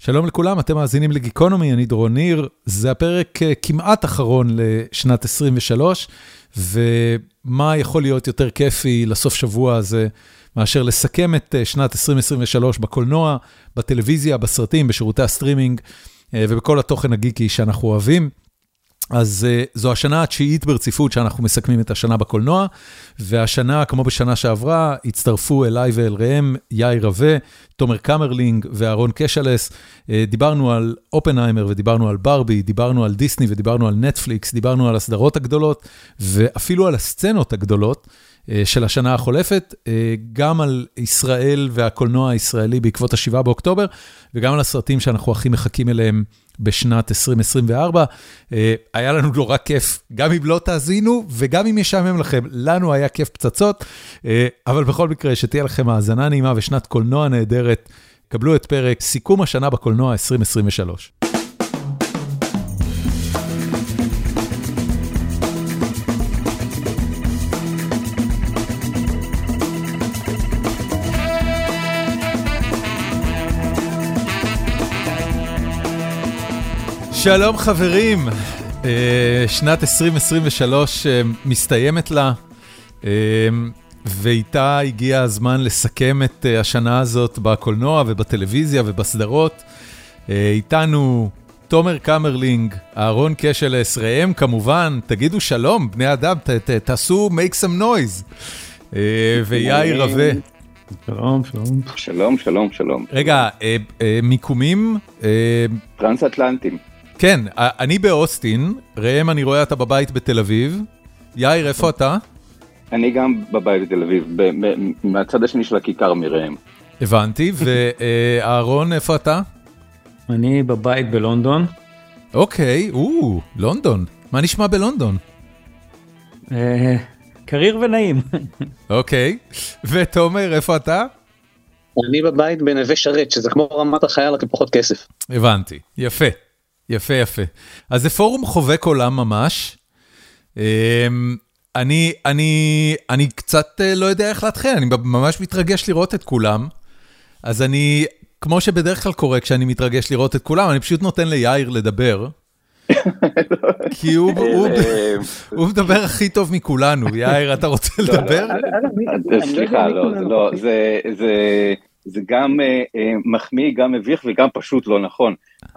שלום לכולם, אתם מאזינים לגיקונומי, אני דורון ניר, זה הפרק כמעט אחרון לשנת 23, ומה יכול להיות יותר כיפי לסוף שבוע הזה, מאשר לסכם את שנת 2023 בקולנוע, בטלוויזיה, בסרטים, בשירותי הסטרימינג, ובכל התוכן הגיקי שאנחנו אוהבים. אז זו השנה התשיעית ברציפות שאנחנו מסכמים את השנה בקולנוע, והשנה, כמו בשנה שעברה, הצטרפו אליי ואל ראם, יאיר רווה, תומר קמרלינג ואהרון קשלס. דיברנו על אופנהיימר ודיברנו על ברבי, דיברנו על דיסני ודיברנו על נטפליקס, דיברנו על הסדרות הגדולות, ואפילו על הסצנות הגדולות של השנה החולפת, גם על ישראל והקולנוע הישראלי בעקבות ה7 באוקטובר, וגם על הסרטים שאנחנו הכי מחכים אליהם בשנת 2024. היה לנו נורא כיף, גם אם לא תאזינו, וגם אם ישעמם לכם, לנו היה כיף פצצות, אבל בכל מקרה, שתהיה לכם האזנה נעימה ושנת קולנוע נהדרת, קבלו את פרק סיכום השנה בקולנוע 2023. שלום חברים, שנת 2023 מסתיימת לה, ואיתה הגיע הזמן לסכם את השנה הזאת בקולנוע ובטלוויזיה ובסדרות. איתנו תומר קמרלינג, אהרון קשלס, ראם כמובן, תגידו שלום, בני אדם, תעשו make some noise, ויאיר רווה. שלום, שלום. שלום, שלום, שלום. רגע, מיקומים? טרנס-אטלנטים. כן, אני באוסטין, ראם אני רואה אתה בבית בתל אביב, יאיר איפה אתה? אני גם בבית בתל אביב, מהצד השני של הכיכר מראם. הבנתי, ואהרון איפה אתה? אני בבית בלונדון. אוקיי, לונדון, מה נשמע בלונדון? קריר ונעים. אוקיי, ותומר איפה אתה? אני בבית בנווה שרת, שזה כמו רמת החייל, רק פחות כסף. הבנתי, יפה. יפה, יפה. אז זה פורום חובק עולם ממש. אני קצת לא יודע איך להתחיל, אני ממש מתרגש לראות את כולם. אז אני, כמו שבדרך כלל קורה כשאני מתרגש לראות את כולם, אני פשוט נותן ליאיר לדבר. כי הוא מדבר הכי טוב מכולנו. יאיר, אתה רוצה לדבר? סליחה, לא, זה גם מחמיא, גם מביך וגם פשוט לא נכון,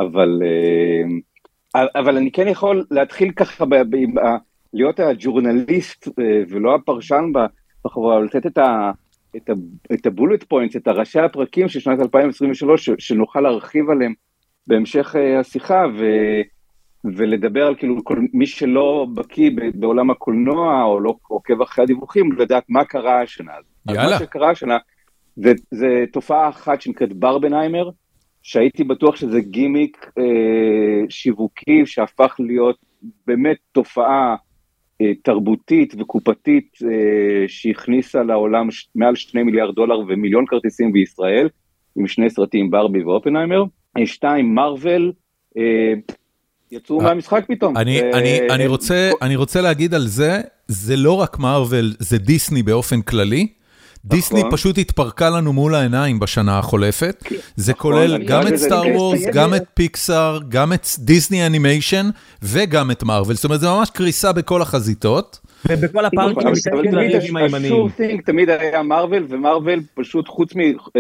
אבל אני כן יכול להתחיל ככה, להיות הג'ורנליסט ולא הפרשן בחברה, לתת את הבולט פוינטס, את הראשי הפרקים של שנת 2023, שנוכל להרחיב עליהם בהמשך השיחה, ולדבר על כאילו מי שלא בקיא בעולם הקולנוע, או לא עוקב אחרי הדיווחים, לדעת מה קרה השנה. יאללה. אז מה שקרה השנה, זה תופעה אחת שנקראת ברבנהיימר, שהייתי בטוח שזה גימיק שיווקי, שהפך להיות באמת תופעה תרבותית וקופתית, שהכניסה לעולם מעל $2 מיליארד ומיליון כרטיסים בישראל, עם שני סרטים, ברבי ואופנהיימר. 2, מרוול, יצאו מהמשחק פתאום. אני רוצה להגיד על זה, זה לא רק מרוול, זה דיסני באופן כללי, דיסני פשוט התפרקה לנו מול העיניים בשנה החולפת, זה כולל גם את סטאר וורס, גם את פיקסאר, גם את דיסני אנימיישן, וגם את מרוול, זאת אומרת זה ממש קריסה בכל החזיתות. ובכל הפארקים מתקשים לריב עם הימניים. תמיד היה מרוול, ומרוול פשוט חוץ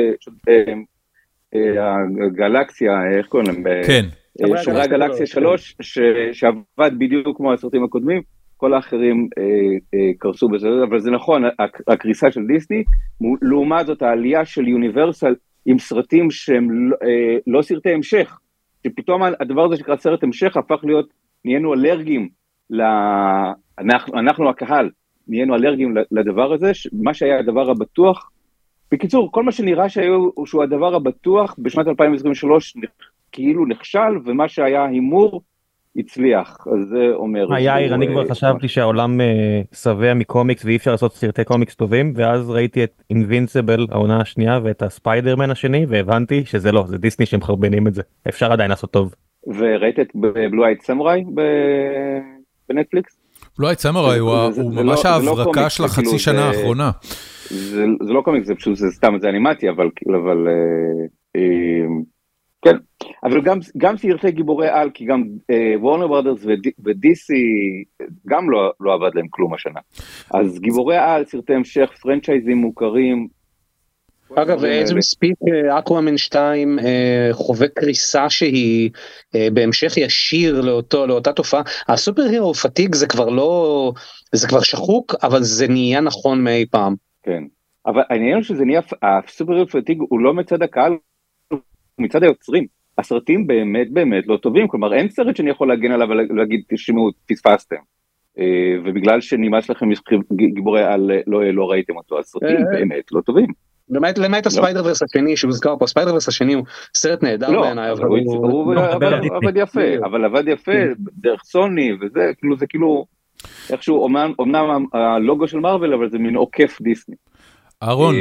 מהגלקסיה, איך קוראים להם? כן. שוברי הגלקסיה 3, שעבד בדיוק כמו הסרטים הקודמים, כל האחרים קרסו בזה, אבל זה נכון, הקריסה של דיסני, לעומת זאת העלייה של יוניברסל, עם סרטים שהם לא סרטי המשך, שפתאום הדבר הזה שקרא סרט המשך, הפך להיות, נהיינו אלרגיים, אנחנו הקהל, נהיינו אלרגיים לדבר הזה, מה שהיה הדבר הבטוח, בקיצור, כל מה שנראה שהוא הדבר הבטוח, בשנת 2023 כאילו נכשל, ומה שהיה הימור, הצליח, אז זה אומר... יאיר, אני כבר חשבתי שהעולם שבע מקומיקס ואי אפשר לעשות סרטי קומיקס טובים, ואז ראיתי את אינבינסיבל העונה השנייה ואת הספיידרמן השני, והבנתי שזה לא, זה דיסני שהם חרבנים את זה, אפשר עדיין לעשות טוב. וראית את בלו אייד סמוראי בנטפליקס? בלו אייד סמוראי הוא ממש ההברקה של החצי שנה האחרונה. זה לא קומיקס, זה פשוט סתם, זה אנימציה, אבל כן, אבל גם סרטי גיבורי על, כי גם וורנר ברודרס ודיסי גם לא עבד להם כלום השנה. אז גיבורי על, סרטי המשך, פרנצ'ייזים מוכרים. אגב, איזה מספיק אקוואמן 2 חווה קריסה שהיא בהמשך ישיר לאותה תופעה. הסופר הירו פטיג זה כבר לא, זה כבר שחוק, אבל זה נהיה נכון מאי פעם. כן, אבל העניין הוא שזה נהיה, הסופר הירו פטיג הוא לא מצד הקהל, מצד היוצרים. הסרטים באמת באמת לא טובים, כלומר אין סרט שאני יכול להגן עליו ולהגיד תשמעו, פספסתם. ובגלל שנמאס לכם גיבורי על לא ראיתם אותו, הסרטים באמת לא טובים. למעט הספיידר ורס השני שהוזכר פה, הספיידר ורס השני הוא סרט נהדר בעיניי, אבל הוא עבד יפה, אבל עבד יפה דרך סוני וזה, כאילו זה כאילו, איכשהו, אמנם הלוגו של מרוול, אבל זה מין עוקף דיסני. אהרון,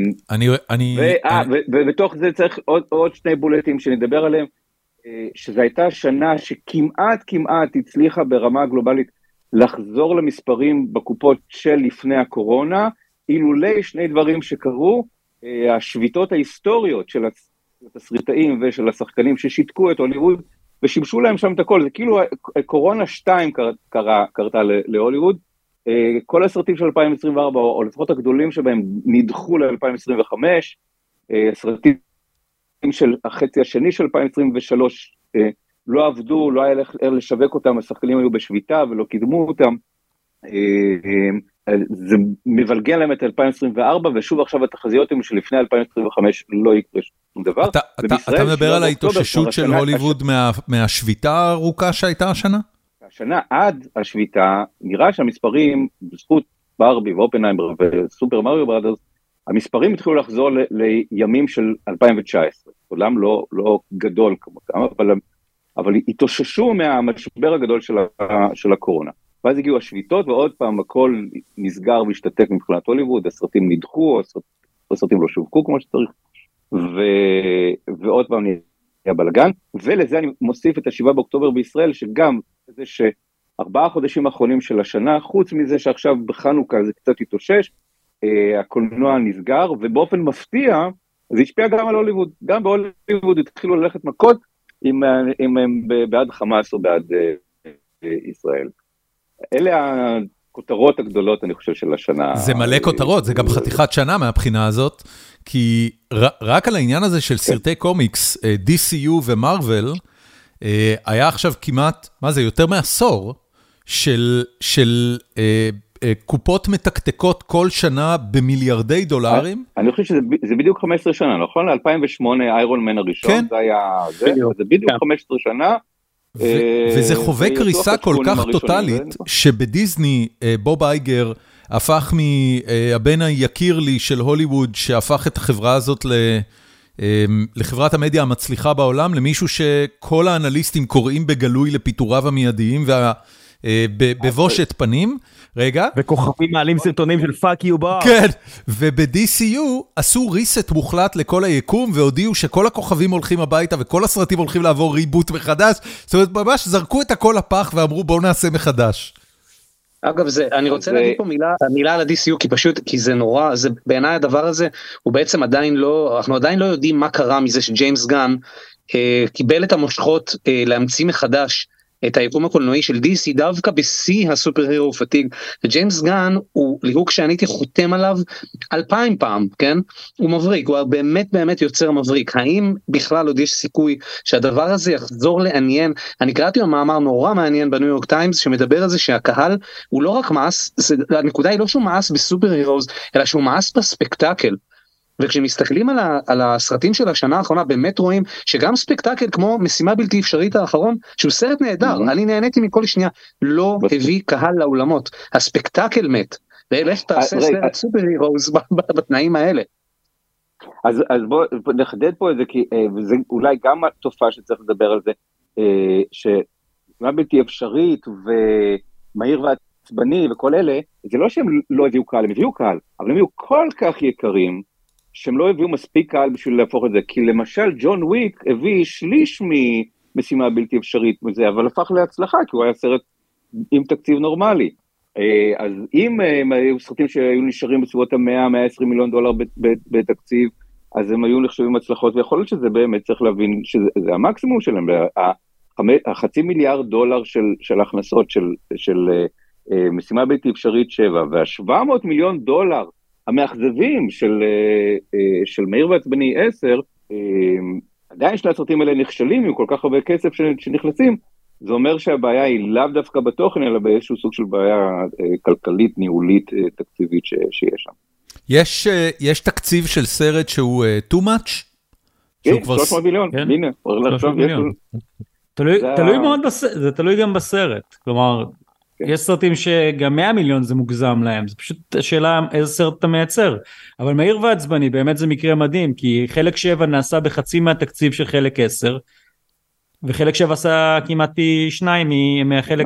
ובתוך זה צריך עוד שני בולטים שנדבר עליהם, שזו הייתה שנה שכמעט הצליחה ברמה הגלובלית לחזור למספרים בקופות של לפני הקורונה, אילולי שני דברים שקרו, השביתות ההיסטוריות של התסריטאים ושל השחקנים ששיתקו את הוליווד, ושימשו להם שם את הכל, זה כאילו קורונה 2 קרתה להוליווד, כל הסרטים של 2024, או לפחות הגדולים שבהם נדחו ל-2025, הסרטים של החצי השני של 2023 לא עבדו, לא היה לשווק אותם, השחקנים היו בשביתה ולא קידמו אותם, זה מבלגן להם את 2024, ושוב עכשיו התחזיות הם שלפני 2025 לא יקרה שום דבר. אתה מדבר על ההתאוששות של הוליווד מהשביתה הארוכה שהייתה השנה? השנה עד השביתה, נראה שהמספרים, בזכות ברבי ואופנהיימר וסופר מריו ברודרס, המספרים התחילו לחזור לימים של 2019, עולם לא גדול כמותם, אבל התאוששו מהמשבר הגדול של הקורונה. ואז הגיעו השביתות, ועוד פעם הכל נסגר והשתתק מבחינת הוליווד, הסרטים נדחו, הסרטים לא שווקו כמו שצריך, ועוד פעם נהיה בלגן, ולזה אני מוסיף את ה7 באוקטובר בישראל, שגם זה ש4 חודשים האחרונים של השנה, חוץ מזה שעכשיו בחנוכה זה קצת התאושש, הקולנוע נסגר, ובאופן מפתיע, זה השפיע גם על הוליווד, גם בהוליווד התחילו ללכת מכות, אם הם בעד חמאס או בעד ישראל. אלה הכותרות הגדולות, אני חושב, של השנה. זה מלא כותרות, זה גם חתיכת שנה מהבחינה הזאת, כי רק על העניין הזה של סרטי קומיקס, DCU ומרוול, היה עכשיו כמעט, מה זה, יותר מעשור, של קופות מתקתקות כל שנה במיליארדי דולרים. אני חושב שזה בדיוק 15 שנה, נכון? 2008 איירון מן הראשון, זה היה זה בדיוק 15 שנה, וזה חווה קריסה כל כך טוטלית, שבדיזני בוב אייגר הפך מהבן היקיר לי של הוליווד, שהפך את החברה הזאת לחברת המדיה המצליחה בעולם, למישהו שכל האנליסטים קוראים בגלוי לפיטוריו המיידיים, בבושת פנים, רגע. וכוכבים מעלים סרטונים של פאק יו בר. כן, וב-DCU עשו ריסט מוחלט לכל היקום, והודיעו שכל הכוכבים הולכים הביתה, וכל הסרטים הולכים לעבור ריבוט מחדש, זאת אומרת, ממש זרקו את הכל לפח, ואמרו בואו נעשה מחדש. אגב, אני רוצה להגיד פה מילה על ה-DCU, כי זה נורא, בעיניי הדבר הזה, הוא בעצם עדיין לא, אנחנו עדיין לא יודעים מה קרה מזה שג'יימס גן, קיבל את המושכות להמציא מחדש, את היקום הקולנועי של DC דווקא בשיא הסופר הירו פטיג, וג'יימס גן הוא ליהוק שאני הייתי חותם עליו 2000 פעם, כן? הוא מבריק, הוא באמת יוצר מבריק, האם בכלל עוד יש סיכוי שהדבר הזה יחזור לעניין? אני קראתי מאמר נורא מעניין בניו יורק טיימס, שמדבר על זה שהקהל הוא לא רק מאס, הנקודה היא לא שהוא מאס בסופר הירוז, אלא שהוא מאס בספקטקל, וכשמסתכלים על הסרטים של השנה האחרונה, באמת רואים שגם ספקטקל כמו משימה בלתי אפשרית האחרון, שהוא סרט נהדר, אני נהניתי מכל שנייה, לא הביא קהל לאולמות, הספקטקל מת, ואיך תעשה סרט סופר הירוז בתנאים האלה. אז בוא נחדד פה את זה, וזה אולי גם התופעה שצריך לדבר על זה, שמשימה בלתי אפשרית ומהיר ועצבני וכל אלה, זה לא שהם לא הביאו קהל, הם הביאו קהל, אבל הם הביאו כל כך יקרים, שהם לא הביאו מספיק קהל בשביל להפוך את זה, כי למשל ג'ון וויק הביא שליש ממשימה בלתי אפשרית מזה, אבל הפך להצלחה, כי הוא היה סרט עם תקציב נורמלי. אז אם היו סרטים שהיו נשארים בסביבות $100-120 מיליון בתקציב, אז הם היו נחשבים הצלחות, ויכול להיות שזה באמת צריך להבין שזה המקסימום שלהם, $500 מיליארד של הכנסות של משימה בלתי אפשרית 7, $700 מיליון המאכזבים של מהיר ועצבני 10, עדיין שני הסרטים האלה נכשלים עם כל כך הרבה כסף שנכנסים, זה אומר שהבעיה היא לאו דווקא בתוכן, אלא באיזשהו סוג של בעיה כלכלית, ניהולית, תקציבית שיש שם. יש תקציב של סרט שהוא too much? כן, 300 מיליון, הנה. 300 מיליון. תלוי מאוד, זה תלוי גם בסרט, כלומר, יש סרטים שגם 100 מיליון זה מוגזם להם, זה פשוט השאלה איזה סרט אתה מייצר, אבל מהיר ועצבני באמת זה מקרה מדהים, כי חלק 7 נעשה בחצי מהתקציב של חלק 10, וחלק 7 עשה כמעט פי 2 מהחלק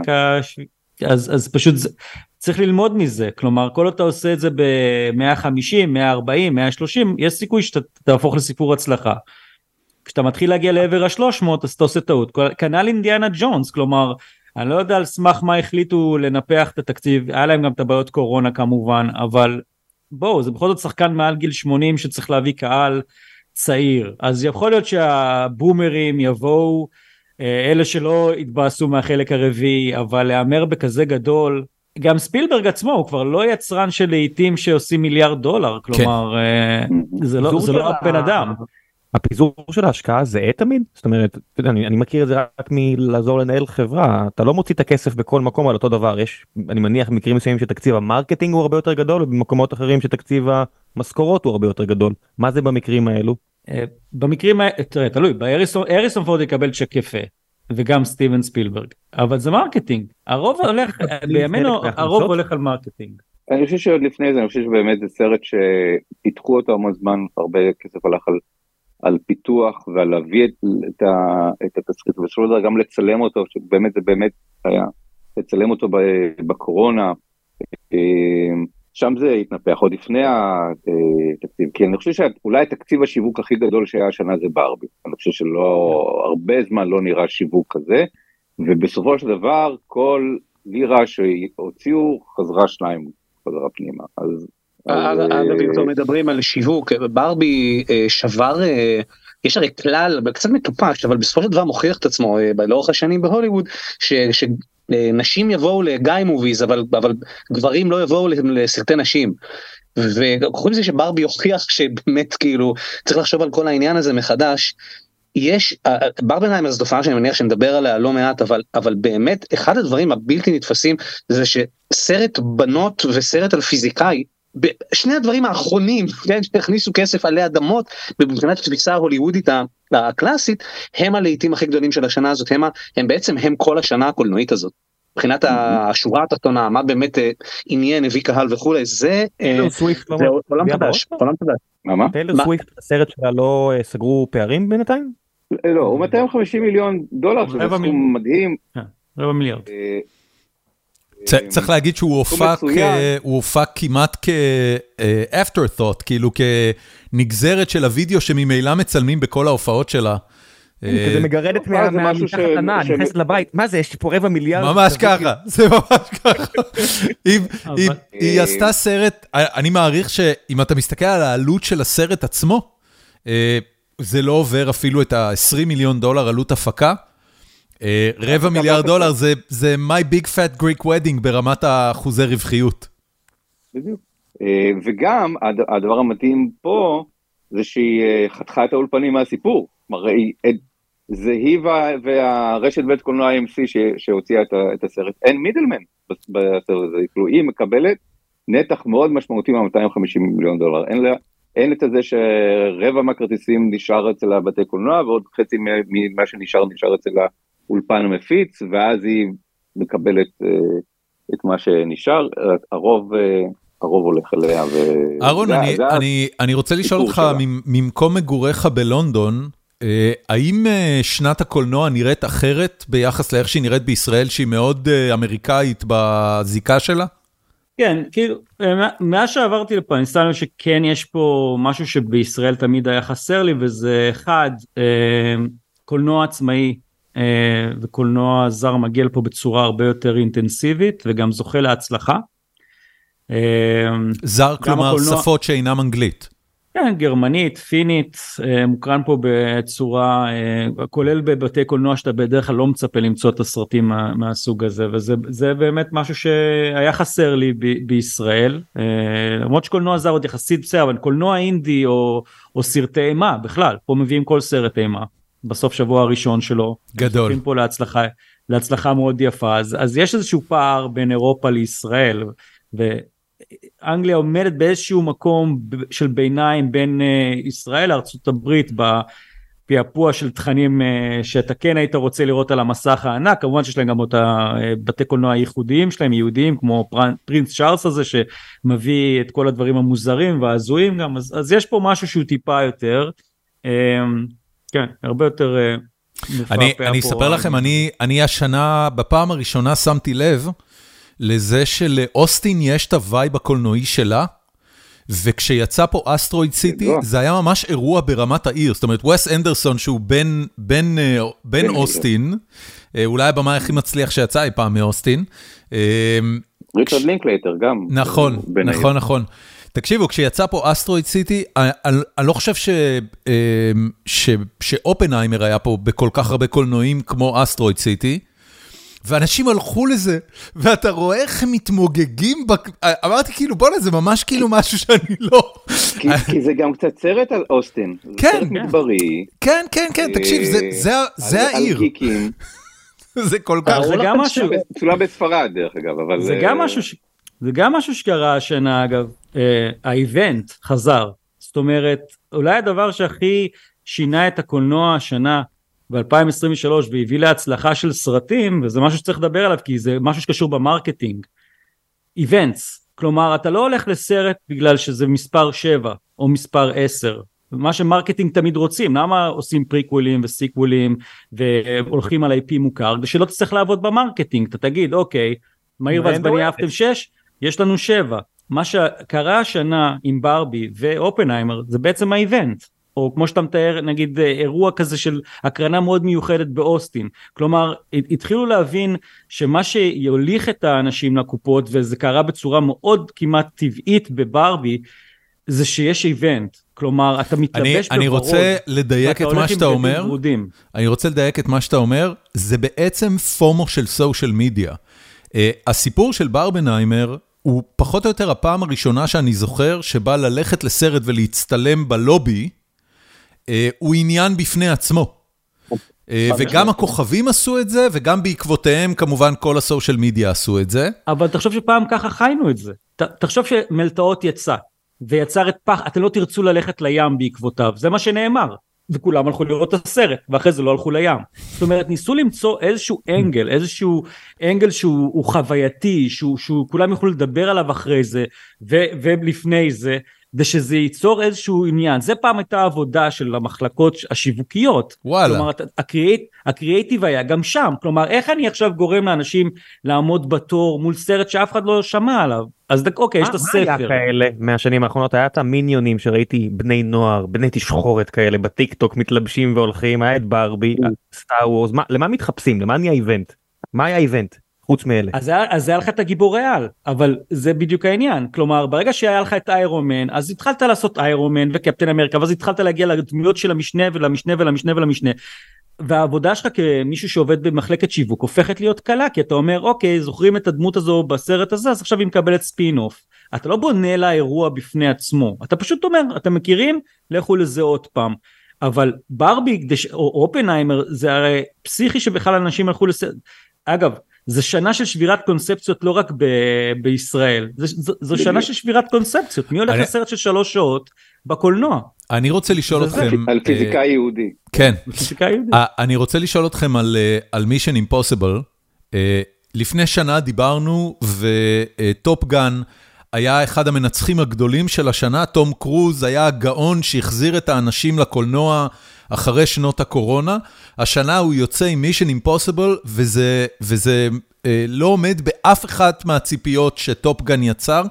אז פשוט צריך ללמוד מזה, כלומר כל אתה עושה את זה ב-150, 140, 130, יש סיכוי שאתה תהפוך לסיפור הצלחה, כשאתה מתחיל להגיע לעבר ה-300 אז אתה עושה טעות, כנ"ל אינדיאנה ג'ונס, כלומר אני לא יודע על סמך מה החליטו לנפח את התקציב, היה להם גם את הבעיות קורונה כמובן, אבל בואו, זה בכל זאת שחקן מעל גיל 80 שצריך להביא קהל צעיר, אז יכול להיות שהבומרים יבואו, אלה שלא התבאסו מהחלק הרביעי, אבל להאמר בכזה גדול, גם ספילברג עצמו, הוא כבר לא יצרן של לעיתים שעושים $1 מיליארד, כלומר, זה לא בן אדם. הפיזור של ההשקעה זה תמיד? זאת אומרת, אני מכיר את זה רק מלעזור לנהל חברה, אתה לא מוציא את הכסף בכל מקום על אותו דבר, יש, אני מניח, מקרים מסוימים שתקציב המרקטינג הוא הרבה יותר גדול, ובמקומות אחרים שתקציב המשכורות הוא הרבה יותר גדול. מה זה במקרים האלו? במקרים האלה, תלוי, אריסון פורד יקבל צ'ק יפה, וגם סטיבן ספילברג, אבל זה מרקטינג, הרוב הולך, בימינו הרוב הולך על מרקטינג. אני חושב שעוד לפני זה, אני חושב שבאמת זה סרט שפיתחו אותו המון זמן, הרבה כסף הלך על פיתוח ועל להביא את התסריט, ובשביל זה גם לצלם אותו, שבאמת זה באמת היה, לצלם אותו בקורונה, שם זה התנפח, עוד לפני התקציב, כי אני חושב שאולי תקציב השיווק הכי גדול שהיה השנה זה ברבי, אני חושב שלא, הרבה זמן לא נראה שיווק כזה, ובסופו של דבר, כל לירה שהוציאו חזרה 2 חזרה פנימה, אז אגב, אם אתם מדברים על שיווק, ברבי שבר, יש הרי כלל, קצת מטופש, אבל בסופו של דבר מוכיח את עצמו לאורך השנים בהוליווד, שנשים יבואו לגיא מוביז, אבל גברים לא יבואו לסרטי נשים. וחוץ מזה שברבי הוכיח שבאמת כאילו צריך לחשוב על כל העניין הזה מחדש, יש, ברבנהיימר זו תופעה שאני מניח שנדבר עליה לא מעט, אבל באמת אחד הדברים הבלתי נתפסים זה שסרט בנות וסרט על פיזיקאי, שני הדברים האחרונים, כן, שהכניסו כסף עלי אדמות, ובמבחינת התפיסה ההוליוודית הקלאסית, הם הלעיתים הכי גדולים של השנה הזאת, הם בעצם הם כל השנה הקולנועית הזאת. מבחינת השורה התחתונה, מה באמת עניין, הביא קהל וכולי, זה עולם חדש, עולם חדש. מה? טיילור סוויפט, הסרט שלה לא סגרו פערים בינתיים? לא, הוא $250 מיליון, שזה סכום מדהים. $250 מיליון. צריך להגיד שהוא הופק כמעט כ-afterthought, כאילו כנגזרת של הוידאו שממילא מצלמים בכל ההופעות שלה. כזה מגרדת מהמשך התנה, נכנסת לבית, מה זה, יש פה $250 מיליון? ממש ככה, זה ממש ככה. היא עשתה סרט, אני מעריך שאם אתה מסתכל על העלות של הסרט עצמו, זה לא עובר אפילו את $20 מיליון עלות הפקה, $250 מיליון זה my big fat Greek wedding ברמת האחוזי רווחיות. בדיוק. וגם הדבר המתאים פה, זה שהיא חתכה את האולפנים מהסיפור. זה היא והרשת בית קולנוע AMC שהוציאה את הסרט. אין מידלמן בסרט הזה. היא מקבלת נתח מאוד משמעותי מה$250 מיליון. אין את זה שרבע מהכרטיסים נשאר אצל הבתי קולנוע, ועוד חצי ממה שנשאר אצל האולפן המפיץ, ואז היא מקבלת את מה שנשאר. הרוב הולך אליה. אהרון, אני רוצה לשאול אותך, ממקום מגוריך בלונדון, האם שנת הקולנוע נראית אחרת ביחס לאיך שהיא נראית בישראל, שהיא מאוד אמריקאית בזיקה שלה? כן, כאילו, מאז שעברתי לפה, אני סתם שכן יש פה משהו שבישראל תמיד היה חסר לי, וזה אחד, קולנוע עצמאי, וקולנוע זר מגיע לפה בצורה הרבה יותר אינטנסיבית, וגם זוכה להצלחה. זר, כלומר, שפות שאינם אנגלית. כן, גרמנית, פינית, מוקרן פה בצורה, כולל בבתי קולנוע שאתה בדרך כלל לא מצפה למצוא את הסרטים מהסוג הזה, וזה באמת משהו שהיה חסר לי בישראל, למרות שקולנוע זר עוד יחסית בסדר, אבל קולנוע אינדי או סרטי אימה בכלל, פה מביאים כל סרט אימה, בסוף שבוע הראשון שלו. גדול. פה להצלחה מאוד יפה, אז יש איזשהו פער בין אירופה לישראל, אנגליה עומדת באיזשהו מקום של ביניים בין ישראל לארצות הברית בפיעפוע של תכנים שאתה כן היית רוצה לראות על המסך הענק, כמובן שיש להם גם את בתי קולנוע הייחודיים שלהם, יהודיים כמו פרינס צ'ארלס הזה שמביא את כל הדברים המוזרים והזויים גם, אז יש פה משהו שהוא טיפה יותר, כן, הרבה יותר אני אספר לכם, אני השנה בפעם הראשונה שמתי לב לזה שלאוסטין יש את הווייב הקולנועי שלה, וכשיצא פה אסטרואיד סיטי, זה היה ממש אירוע ברמת העיר, זאת אומרת, ווס אנדרסון שהוא בן אוסטין, אולי הבמה הכי מצליח שיצא אי פעם מאוסטין. ריצ'רד לינקלייטר גם. נכון. תקשיבו, כשיצא פה אסטרואיד סיטי, אני לא חושב שאופנהיימר היה פה בכל כך הרבה קולנועים כמו אסטרואיד סיטי, ואנשים הלכו לזה, ואתה רואה איך הם מתמוגגים, אמרתי כאילו בוא לזה ממש כאילו משהו שאני לא... כי זה גם קצת סרט על אוסטין, זה סרט מדברי. כן, תקשיב, זה העיר. על גיקים. זה כל כך... זה גם משהו... צולה בספרד דרך אגב, אבל... זה גם משהו שקרה השנה אגב, האיבנט חזר, זאת אומרת, אולי הדבר שהכי שינה את הקולנוע השנה, ב-2023 והביא להצלחה של סרטים, וזה משהו שצריך לדבר עליו, כי זה משהו שקשור במרקטינג, איבנטס, כלומר אתה לא הולך לסרט בגלל שזה מספר 7 או מספר 10, מה שמרקטינג תמיד רוצים, למה עושים פריקוולים וסיקוולים והולכים על IP מוכר, ושלא תצטרך לעבוד במרקטינג, אתה תגיד אוקיי, מהיר ועצבני אהבתם 6, יש לנו 7, מה שקרה השנה עם ברבי ואופנהיימר זה בעצם האיבנט, או כמו שאתה מתאר, נגיד אירוע כזה של הקרנה מאוד מיוחדת באוסטין, כלומר התחילו להבין שמה שיוליך את האנשים לקופות, וזה קרה בצורה מאוד כמעט טבעית בברבי, זה שיש איבנט, כלומר אתה מתלבש בברוד, אני רוצה לדייק את מה שאתה אומר, זה בעצם פומו של סושיאל מדיה, הסיפור של ברבנהיימר, הוא פחות או יותר הפעם הראשונה שאני זוכר, שבא ללכת לסרט ולהצטלם בלובי, הוא עניין בפני עצמו, וגם הכוכבים עשו את זה, וגם בעקבותיהם כמובן כל הסושיאל מדיה עשו את זה. אבל תחשוב שפעם ככה חיינו את זה, תחשוב שמלטעות יצא, ויצר את פח, אתם לא תרצו ללכת לים בעקבותיו, זה מה שנאמר, וכולם הלכו לראות את הסרט, ואחרי זה לא הלכו לים. זאת אומרת, ניסו למצוא איזשהו אנגל שהוא חווייתי, שהוא כולם יוכלו לדבר עליו אחרי זה, ולפני זה, ושזה ייצור איזשהו עניין. זה פעם הייתה עבודה של המחלקות השיווקיות. וואלה. כלומר, הקריאיטיב היה גם שם. כלומר, איך אני עכשיו גורם לאנשים לעמוד בתור מול סרט שאף אחד לא שמע עליו? אז אוקיי, יש את הספר. מה היה כאלה מהשנים האחרונות? היה את המיניונים שראיתי בני נוער, בני תשחורת כאלה, בטיק טוק מתלבשים והולכים, היה את ברבי, סטאר וורס, למה מתחפשים? למה נהיה איבנט? מה היה איבנט? חוץ מאלה. אז היה לך את הגיבורי על, אבל זה בדיוק העניין, כלומר ברגע שהיה לך את איירון מן, אז התחלת לעשות איירון מן וקפטן אמריקה, ואז התחלת להגיע לדמויות של המשנה ולמשנה ולמשנה ולמשנה, והעבודה שלך כמישהו שעובד במחלקת שיווק הופכת להיות קלה, כי אתה אומר אוקיי, זוכרים את הדמות הזו בסרט הזה, אז עכשיו היא מקבלת ספין אוף, אתה לא בונה לה אירוע בפני עצמו, אתה פשוט אומר, אתם מכירים, לכו לזה עוד פעם, אבל ברבי או אופנהיימר זה הרי פסיכי שבכלל אנשים הלכו לסרט, אגב, זה שנה של שבירת קונספציות לא רק בישראל, זו שנה של שבירת קונספציות, מי הולך לסרט של 3 שעות בקולנוע? אני רוצה לשאול אתכם... על פיזיקאי יהודי. כן. אני רוצה לשאול אתכם על מישן אימפוסיבל, לפני שנה דיברנו וטופ גן היה אחד המנצחים הגדולים של השנה, תום קרוז היה הגאון שהחזיר את האנשים לקולנוע אחרי שנות הקורונה, השנה הוא יוצא עם מישן אימפוסיבל, וזה לא עומד באף אחת מהציפיות שטופ גן יצר.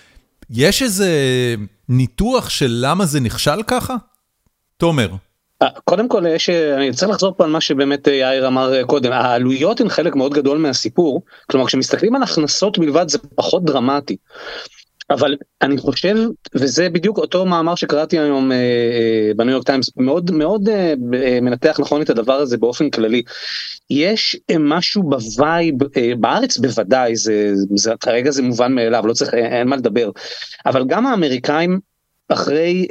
יש איזה ניתוח של למה זה נכשל ככה? תומר. קודם כל, אני צריך לחזור פה על מה שבאמת יאיר אמר קודם, העלויות הן חלק מאוד גדול מהסיפור, כלומר כשמסתכלים על הכנסות בלבד זה פחות דרמטי, אבל אני חושב, וזה בדיוק אותו מאמר שקראתי היום בניו יורק טיימס, מאוד מאוד מנתח נכון את הדבר הזה באופן כללי. יש משהו בווייב, בארץ בוודאי, כרגע זה מובן מאליו, לא צריך, אין מה לדבר, אבל גם האמריקאים אחרי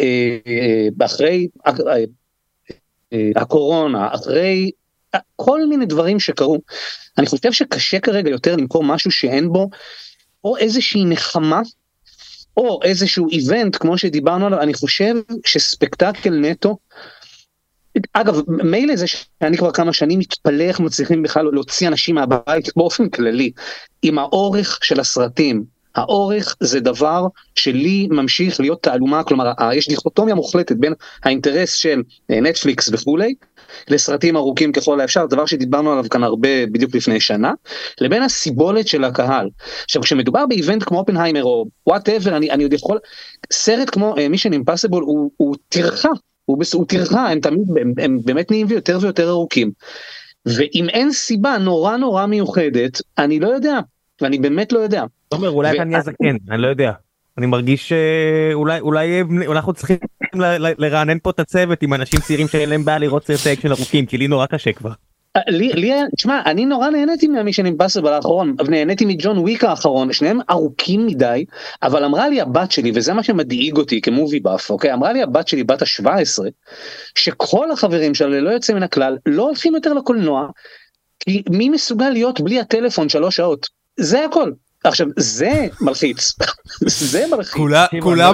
הקורונה, אחרי כל מיני דברים שקרו, אני חושב שקשה כרגע יותר למכור משהו שאין בו, או איזושהי נחמה, או איזשהו איבנט, כמו שדיברנו עליו, אני חושב שספקטקל נטו, אגב, מילא זה שאני כבר כמה שנים מתפלא איך מצליחים בכלל להוציא אנשים מהבית באופן כללי, עם האורך של הסרטים, האורך זה דבר שלי ממשיך להיות תעלומה, כלומר, יש דיכוטומיה מוחלטת בין האינטרס של נטפליקס וכולי, לסרטים ארוכים ככל האפשר, דבר שדיברנו עליו כאן הרבה בדיוק לפני שנה, לבין הסיבולת של הקהל. עכשיו, כשמדובר באיבנט כמו אופנהיימר או whatever, אני עוד יכול, סרט כמו Mission Impossible הוא תרחה, הוא תרחה, הם באמת נהיים ויותר ויותר ארוכים, ואם אין סיבה נורא נורא מיוחדת, אני לא יודע, ואני באמת לא יודע. תומר, אולי אתה נהיה זקן, אני לא יודע. אני מרגיש שאולי אנחנו צריכים לרענן פה את הצוות עם אנשים צעירים שאין להם בעיה לראות סרטי אקשן ארוכים, כי לי נורא קשה כבר. תשמע, אני נורא נהניתי מהמישן אימפסיבל האחרון, נהניתי מג'ון וויק האחרון, שניהם ארוכים מדי, אבל אמרה לי הבת שלי, וזה מה שמדאיג אותי כמובי באף, אוקיי? אמרה לי הבת שלי, בת ה-17, שכל החברים שלה לא יוצא מן הכלל, לא הולכים יותר לקולנוע, כי מי מסוגל להיות בלי הטלפון 3 שעות? זה הכל. עכשיו, זה מלחיץ, זה מלחיץ. כולם,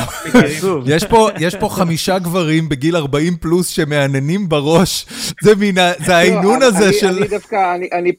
יש פה 5 גברים בגיל 40 פלוס שמעננים בראש, זה העינון הזה של... אני דווקא,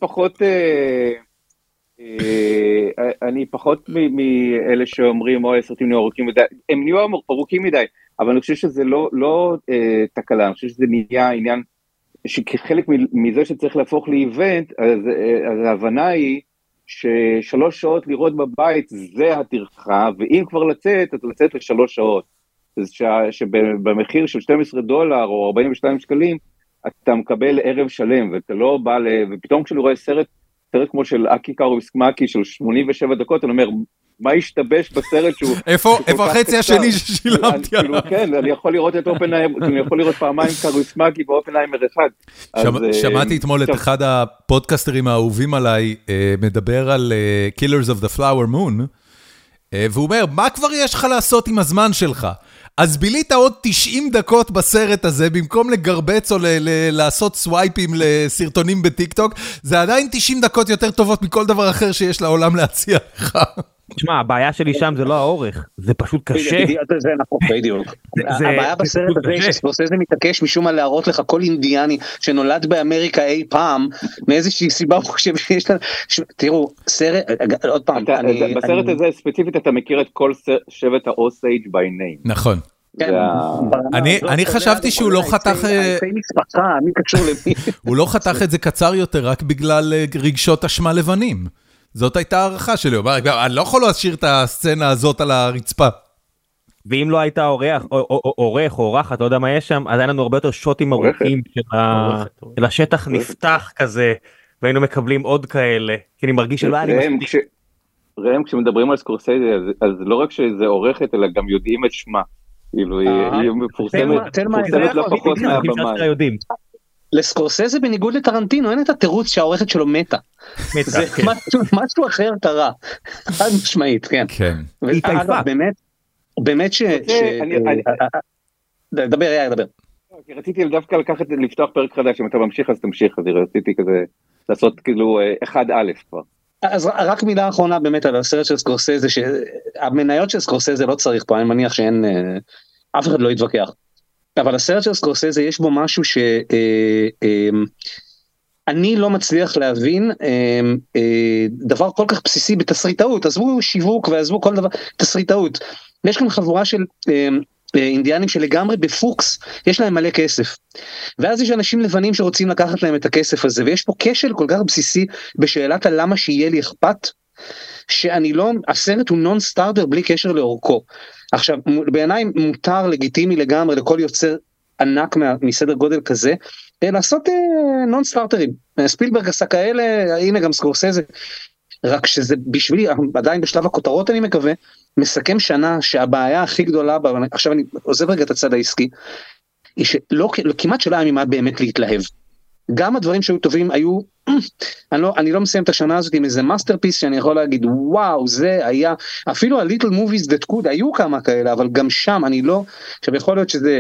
אני פחות מאלה שאומרים, אוי, הסרטים נהיו ארוכים מדי, הם נהיו ארוכים מדי, אבל אני חושב שזה לא תקלה, אני חושב שזה נהיה עניין, שכחלק מזה שצריך להפוך לאיבנט, אז ההבנה היא, ש3 שעות לראות בבית זה הטרחה, ואם כבר לצאת, אז לצאת ל3 שעות. אז שבמחיר של $12 או 42 שקלים, אתה מקבל ערב שלם, ואתה לא בא ופתאום כשאני רואה סרט כמו של אקי קארוביסקמקי של 87 דקות, אני אומר, מה השתבש בסרט שהוא... איפה החצי השני ששילמתי עליו? כן, אני יכול לראות את אופנהיימר, אני יכול לראות פעמיים קארוביסקמקי באופנהיימר אחד. שמעתי אתמול את אחד הפודקאסטרים האהובים עליי, מדבר על Killers of the Flower Moon, והוא אומר, מה כבר יש לך לעשות עם הזמן שלך? אז בילית עוד 90 דקות בסרט הזה, במקום לגרבץ או לעשות סווייפים לסרטונים בטיק-טוק, זה עדיין 90 דקות יותר טובות מכל דבר אחר שיש לעולם להציע לך. תשמע, הבעיה שלי שם זה לא האורך, זה פשוט קשה. זה נכון, בדיוק. הבעיה בסרט הזה שסקורסזה מתעקש משום מה להראות לך כל אינדיאני שנולד באמריקה אי פעם, מאיזושהי סיבה הוא חושב שיש לה... תראו, סרט, עוד פעם. בסרט הזה ספציפית אתה מכיר את כל שבט ה-Osage by name. נכון. אני חשבתי שהוא לא חתך... הוא לא חתך את זה קצר יותר רק בגלל רגשות אשמה לבנים. זאת הייתה הערכה שלי, אני לא יכול להשאיר את הסצנה הזאת על הרצפה. ואם לא הייתה עורך או אורחת, לא יודע מה יש שם, אז היה לנו הרבה יותר שוטים ארוכים של השטח נפתח כזה, והיינו מקבלים עוד כאלה, כי אני מרגיש שלא היה לי מספיק. ראם, כשמדברים על סקורסזה, אז לא רק שזה עורכת, אלא גם יודעים את שמה. כאילו, היא מפורסמת לא פחות מהבמה. לסקורסזה בניגוד לטרנטינו, אין את התירוץ שהעורכת שלו מתה. זה משהו אחר קרה. חד משמעית, כן. באמת דבר, דבר. רציתי דווקא לפתוח פרק חדש, אם אתה ממשיך אז תמשיך, אז רציתי כזה לעשות כאילו 1א כבר. אז רק מילה אחרונה באמת על הסרט של סקורסזה, שהמניות של סקורסזה לא צריך פה, אני מניח שאין, אף אחד לא יתווכח. אבל הסרט של סקורסזה יש בו משהו שאני לא מצליח להבין, דבר כל כך בסיסי בתסריטאות, עזבו שיווק ועזבו כל דבר, תסריטאות. יש כאן חבורה של אינדיאנים שלגמרי בפוקס, יש להם מלא כסף. ואז יש אנשים לבנים שרוצים לקחת להם את הכסף הזה, ויש פה כשל כל כך בסיסי בשאלת הלמה שיהיה לי אכפת, שאני לא, הסרט הוא נון סטארטר בלי קשר לאורכו. עכשיו, בעיניי מותר לגיטימי לגמרי לכל יוצר ענק מסדר גודל כזה, לעשות נון סטארטרים. ספילברג עשה כאלה, הנה גם סקורסזה. רק שזה בשבילי, עדיין בשלב הכותרות אני מקווה, מסכם שנה שהבעיה הכי גדולה, עכשיו אני עוזב רגע את הצד העסקי, היא שלא, כמעט שלא היה ממה באמת להתלהב. גם הדברים שהיו טובים היו, אני לא מסיים את השנה הזאת עם איזה מאסטרפיס שאני יכול להגיד, וואו, זה היה, אפילו ה-Little Movies That Could, היו כמה כאלה, אבל גם שם אני לא, עכשיו יכול להיות שזה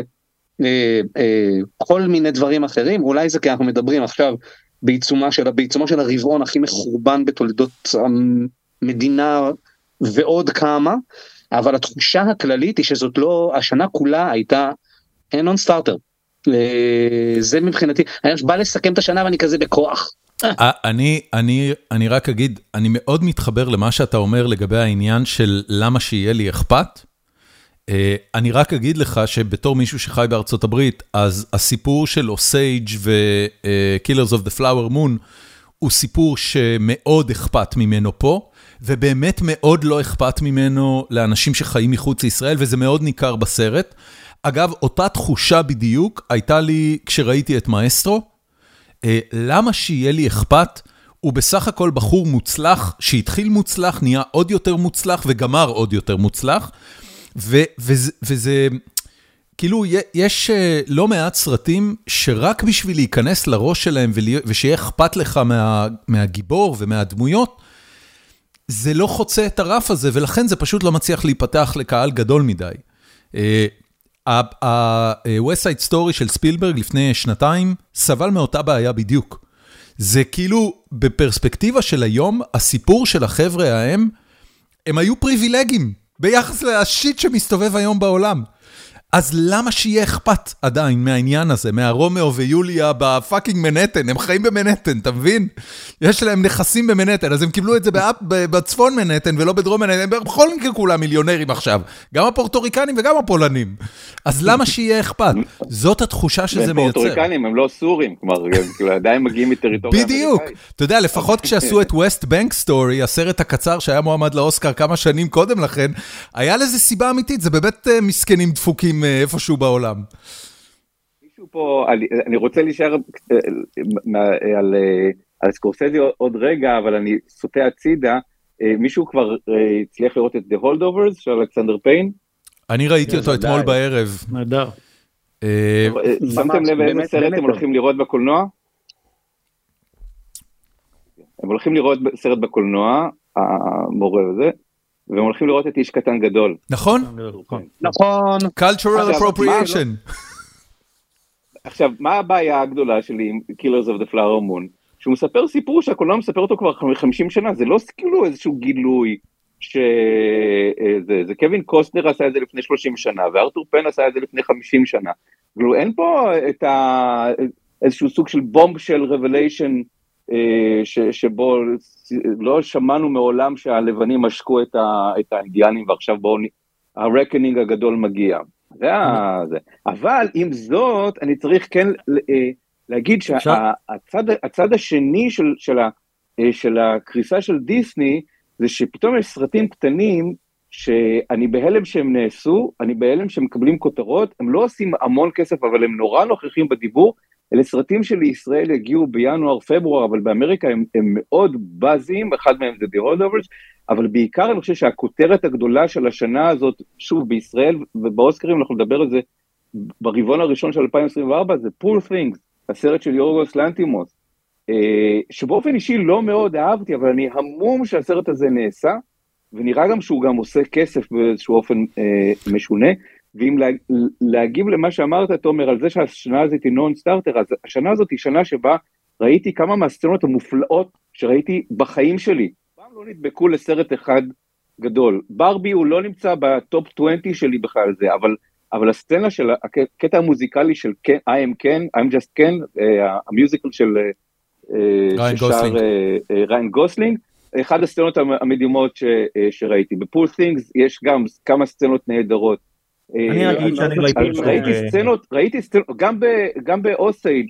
כל מיני דברים אחרים, אולי זה כי אנחנו מדברים עכשיו בעיצומו של הרבעון הכי מחורבן בתולדות המדינה ועוד כמה, אבל התחושה הכללית היא שזאת לא, השנה כולה הייתה non starter. זה מבחינתי, אני בא לסכם את השנה ואני כזה בכוח. אני רק אגיד, אני מאוד מתחבר למה שאתה אומר לגבי העניין של למה שיהיה לי אכפת. אני רק אגיד לך שבתור מישהו שחי בארצות הברית, אז הסיפור של אוסייג' ו-Killers of the Flower Moon, הוא סיפור שמאוד אכפת ממנו פה, ובאמת מאוד לא אכפת ממנו לאנשים שחיים מחוץ לישראל, וזה מאוד ניכר בסרט. אגב, אותה תחושה בדיוק הייתה לי כשראיתי את מאסטרו. למה שיהיה לי אכפת? הוא בסך הכל בחור מוצלח, שהתחיל מוצלח, נהיה עוד יותר מוצלח וגמר עוד יותר מוצלח. וזה, כאילו, יש לא מעט סרטים שרק בשביל להיכנס לראש שלהם ושיהיה אכפת לך מהגיבור ומהדמויות, זה לא חוצה את הרף הזה, ולכן זה פשוט לא מצליח להיפתח לקהל גדול מדי. ה-West Side Story של ספילברג לפני שנתיים סבל מאותה בעיה בדיוק. זה כאילו בפרספקטיבה של היום, הסיפור של החבר'ה הם היו פריבילגים ביחס לשיט שמסתובב היום בעולם. אז למה שיהיה אכפת עדיין מהעניין הזה, מהרומאו ויוליה בפאקינג מנהטן, הם חיים במנהטן, אתה מבין? יש להם נכסים במנהטן, אז הם קיבלו את זה בצפון מנהטן ולא בדרום מנהטן, הם בכל מקרה כולם מיליונרים עכשיו, גם הפורטוריקנים וגם הפולנים. אז למה שיהיה אכפת? זאת התחושה שזה מייצר. פורטוריקנים הם לא סורים, כלומר, עדיין מגיעים מטריטוריה. בדיוק, אתה יודע, לפחות כשעשו את West Bank Story, הסרט הקצר שהיה מועמד לאוסקר כמה שנים קודם לכן, היה לזה סיבה אמיתית, זה באמת מסכנים דפוקים איפשהו בעולם. מישהו פה, אני רוצה להישאר על סקורסזי עוד רגע, אבל אני סוטה הצידה, מישהו כבר הצליח לראות את The Holdovers של אלכסנדר פיין? אני ראיתי אותו אתמול בערב. נהדר. שמתם לב איזה סרט הם הולכים לראות בקולנוע? הם הולכים לראות סרט בקולנוע, המורה הזה, והם הולכים לראות את איש קטן גדול. נכון? נכון. Cultural appropriation. עכשיו, מה הבעיה הגדולה שלי עם Killers of the Flower Moon? שהוא מספר סיפור שהקולנוע מספר אותו כבר 50 שנה, זה לא כאילו איזשהו גילוי, זה קווין קוסטנר עשה את זה לפני 30 שנה, וארתור פן עשה את זה לפני 50 שנה. אין פה איזשהו סוג של בומב של רבליישן, שבו לא שמענו מעולם שהלבנים משקו את האינדיאנים, ועכשיו בואו, הרקנינג הגדול מגיע. זה. אבל עם זאת, אני צריך כן להגיד שהצד השני של הקריסה של דיסני, זה שפתאום יש סרטים קטנים, שאני בהלם שהם נעשו, אני בהלם שהם מקבלים כותרות, הם לא עושים המון כסף, אבל הם נורא נוכחים בדיבור, אלה סרטים שלישראל יגיעו בינואר, פברואר, אבל באמריקה הם מאוד בזים, אחד מהם זה The Holdovers, אבל בעיקר אני חושב שהכותרת הגדולה של השנה הזאת, שוב בישראל ובאוסקרים, אנחנו נדבר על זה ברבעון הראשון של 2024, זה Poor Things, הסרט של יורגוס לנטימוס, שבאופן אישי לא מאוד אהבתי, אבל אני המום שהסרט הזה נעשה, ונראה גם שהוא גם עושה כסף באיזשהו אופן משונה, ואם להגיב למה שאמרת, תומר, על זה שהשנה הזאת היא נון סטארטר, אז השנה הזאת היא שנה שבה ראיתי כמה מהסצנות המופלאות שראיתי בחיים שלי. פעם לא נדבקו לסרט אחד גדול. ברבי הוא לא נמצא בטופ 20 שלי בכלל זה, אבל הסצנה של הקטע המוזיקלי של I am Ken, I'm just Ken, המיוזיקל של ריין גוסלינג, אחד הסצנות המדהימות שראיתי. בפול Things יש גם כמה סצנות נהדרות. אני אגיד שאני ראיתי סצנות, גם באוסייג'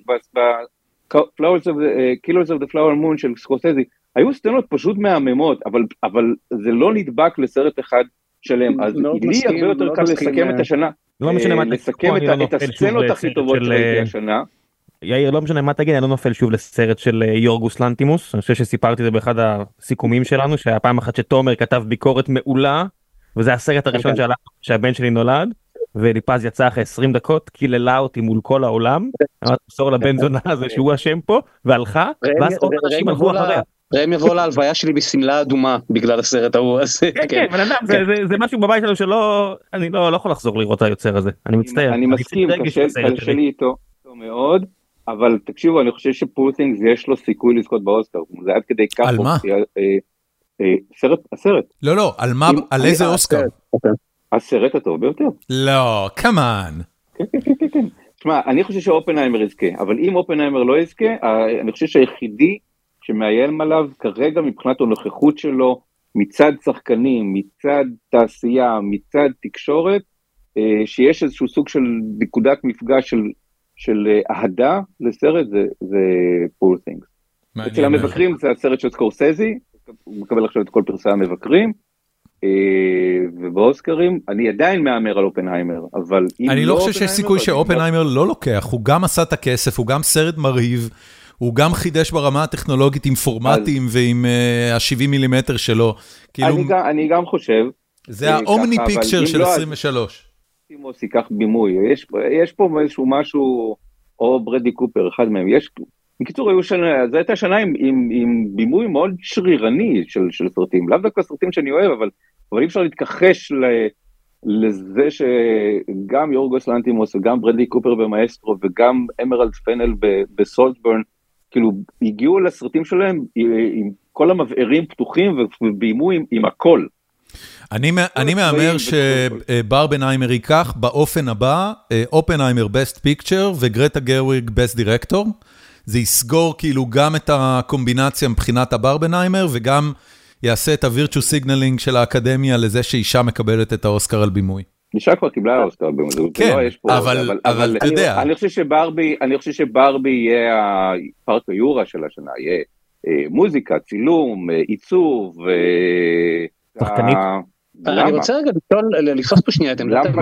Killers of the Flower Moon של סקורסזי, היו סצנות פשוט מהממות, אבל זה לא נדבק לסרט אחד שלם, אז לי הרבה יותר קל לסכם את השנה, לסכם את הסצנות הכי טובות שראיתי השנה, יאיר, לא משנה מה תגיד, אני לא נופל שוב לסרט של יורגוס לנטימוס, אני חושב שסיפרתי את זה באחד הסיכומים שלנו, שהיה פעם אחת שתומר כתב ביקורת מעולה, וזה הסרט הראשון שהבן שלי נולד, וליפז יצא אחרי 20 דקות, קיללה אותי מול כל העולם, אמרת בסור לבן זונה הזה שהוא אשם פה, והלכה, ואז עוד אנשים הלכו אחריה. ראם יבוא להלוויה שלי בסמלה אדומה בגלל הסרט ההוא. כן, זה משהו בבית שלנו שלא, אני לא יכול לחזור לראות היוצר הזה, אני מצטער. אני מסכים, קשה לי איתו מאוד, אבל תקשיבו, אני חושב שפור תינגס יש לו סיכוי לזכות באוסקר, זה עד כדי כך. על מה? הסרט. לא, על איזה אוסקר? הסרט הטוב ביותר. לא, כמובן. כן. תשמע, אני חושב שאופנהיימר יזכה, אבל אם אופנהיימר לא יזכה, אני חושב שהיחידי שמאיים עליו כרגע מבחינת הנוכחות שלו, מצד שחקנים, מצד תעשייה, מצד תקשורת, שיש איזשהו סוג של נקודת מפגש של אהדה לסרט, זה פור תינגס. אצל המבקרים זה הסרט של סקורסזי, הוא מקבל עכשיו את כל פרסי המבקרים, ובאוסקרים אני עדיין מאמר על אופנהיימר, אבל אני לא חושב שיש סיכוי שאופנהיימר לא לוקח, הוא גם עשה את הכסף, הוא גם סרט מרהיב, הוא גם חידש ברמה הטכנולוגית עם פורמטים ועם ה-70 מילימטר שלו. אני גם חושב. זה האומני פיקצ'ר של 23. טימוס ייקח בימוי, יש פה איזשהו משהו, או ברדי קופר, אחד מהם, בקיצור, זו הייתה שנה עם בימוי מאוד שרירני של סרטים, לאו דווקא סרטים שאני אוהב, אבל אי אפשר להתכחש לזה שגם יורגוס לנטימוס וגם ברדי קופר במאסטרו וגם אמרלד פנל בסולטברן, כאילו הגיעו לסרטים שלהם עם כל המבערים פתוחים ובימוי עם הכל. אני מאמר שברבנהיימר ייקח באופן הבא, אופנהיימר בסט פיקצ'ר וגרטה גרוויג בסט דירקטור, זה יסגור כאילו גם את הקומבינציה מבחינת הברבנהיימר, וגם יעשה את הווירטואל סיגנלינג של האקדמיה לזה שאישה מקבלת את האוסקר על בימוי. אישה כבר קיבלה האוסקר על בימוי. כן, אבל אתה יודע. אני חושב שברבי יהיה פארק היורה של השנה, יהיה מוזיקה, צילום, עיצוב, שחקנית. אני רוצה רגע לפסוס פה שנייה,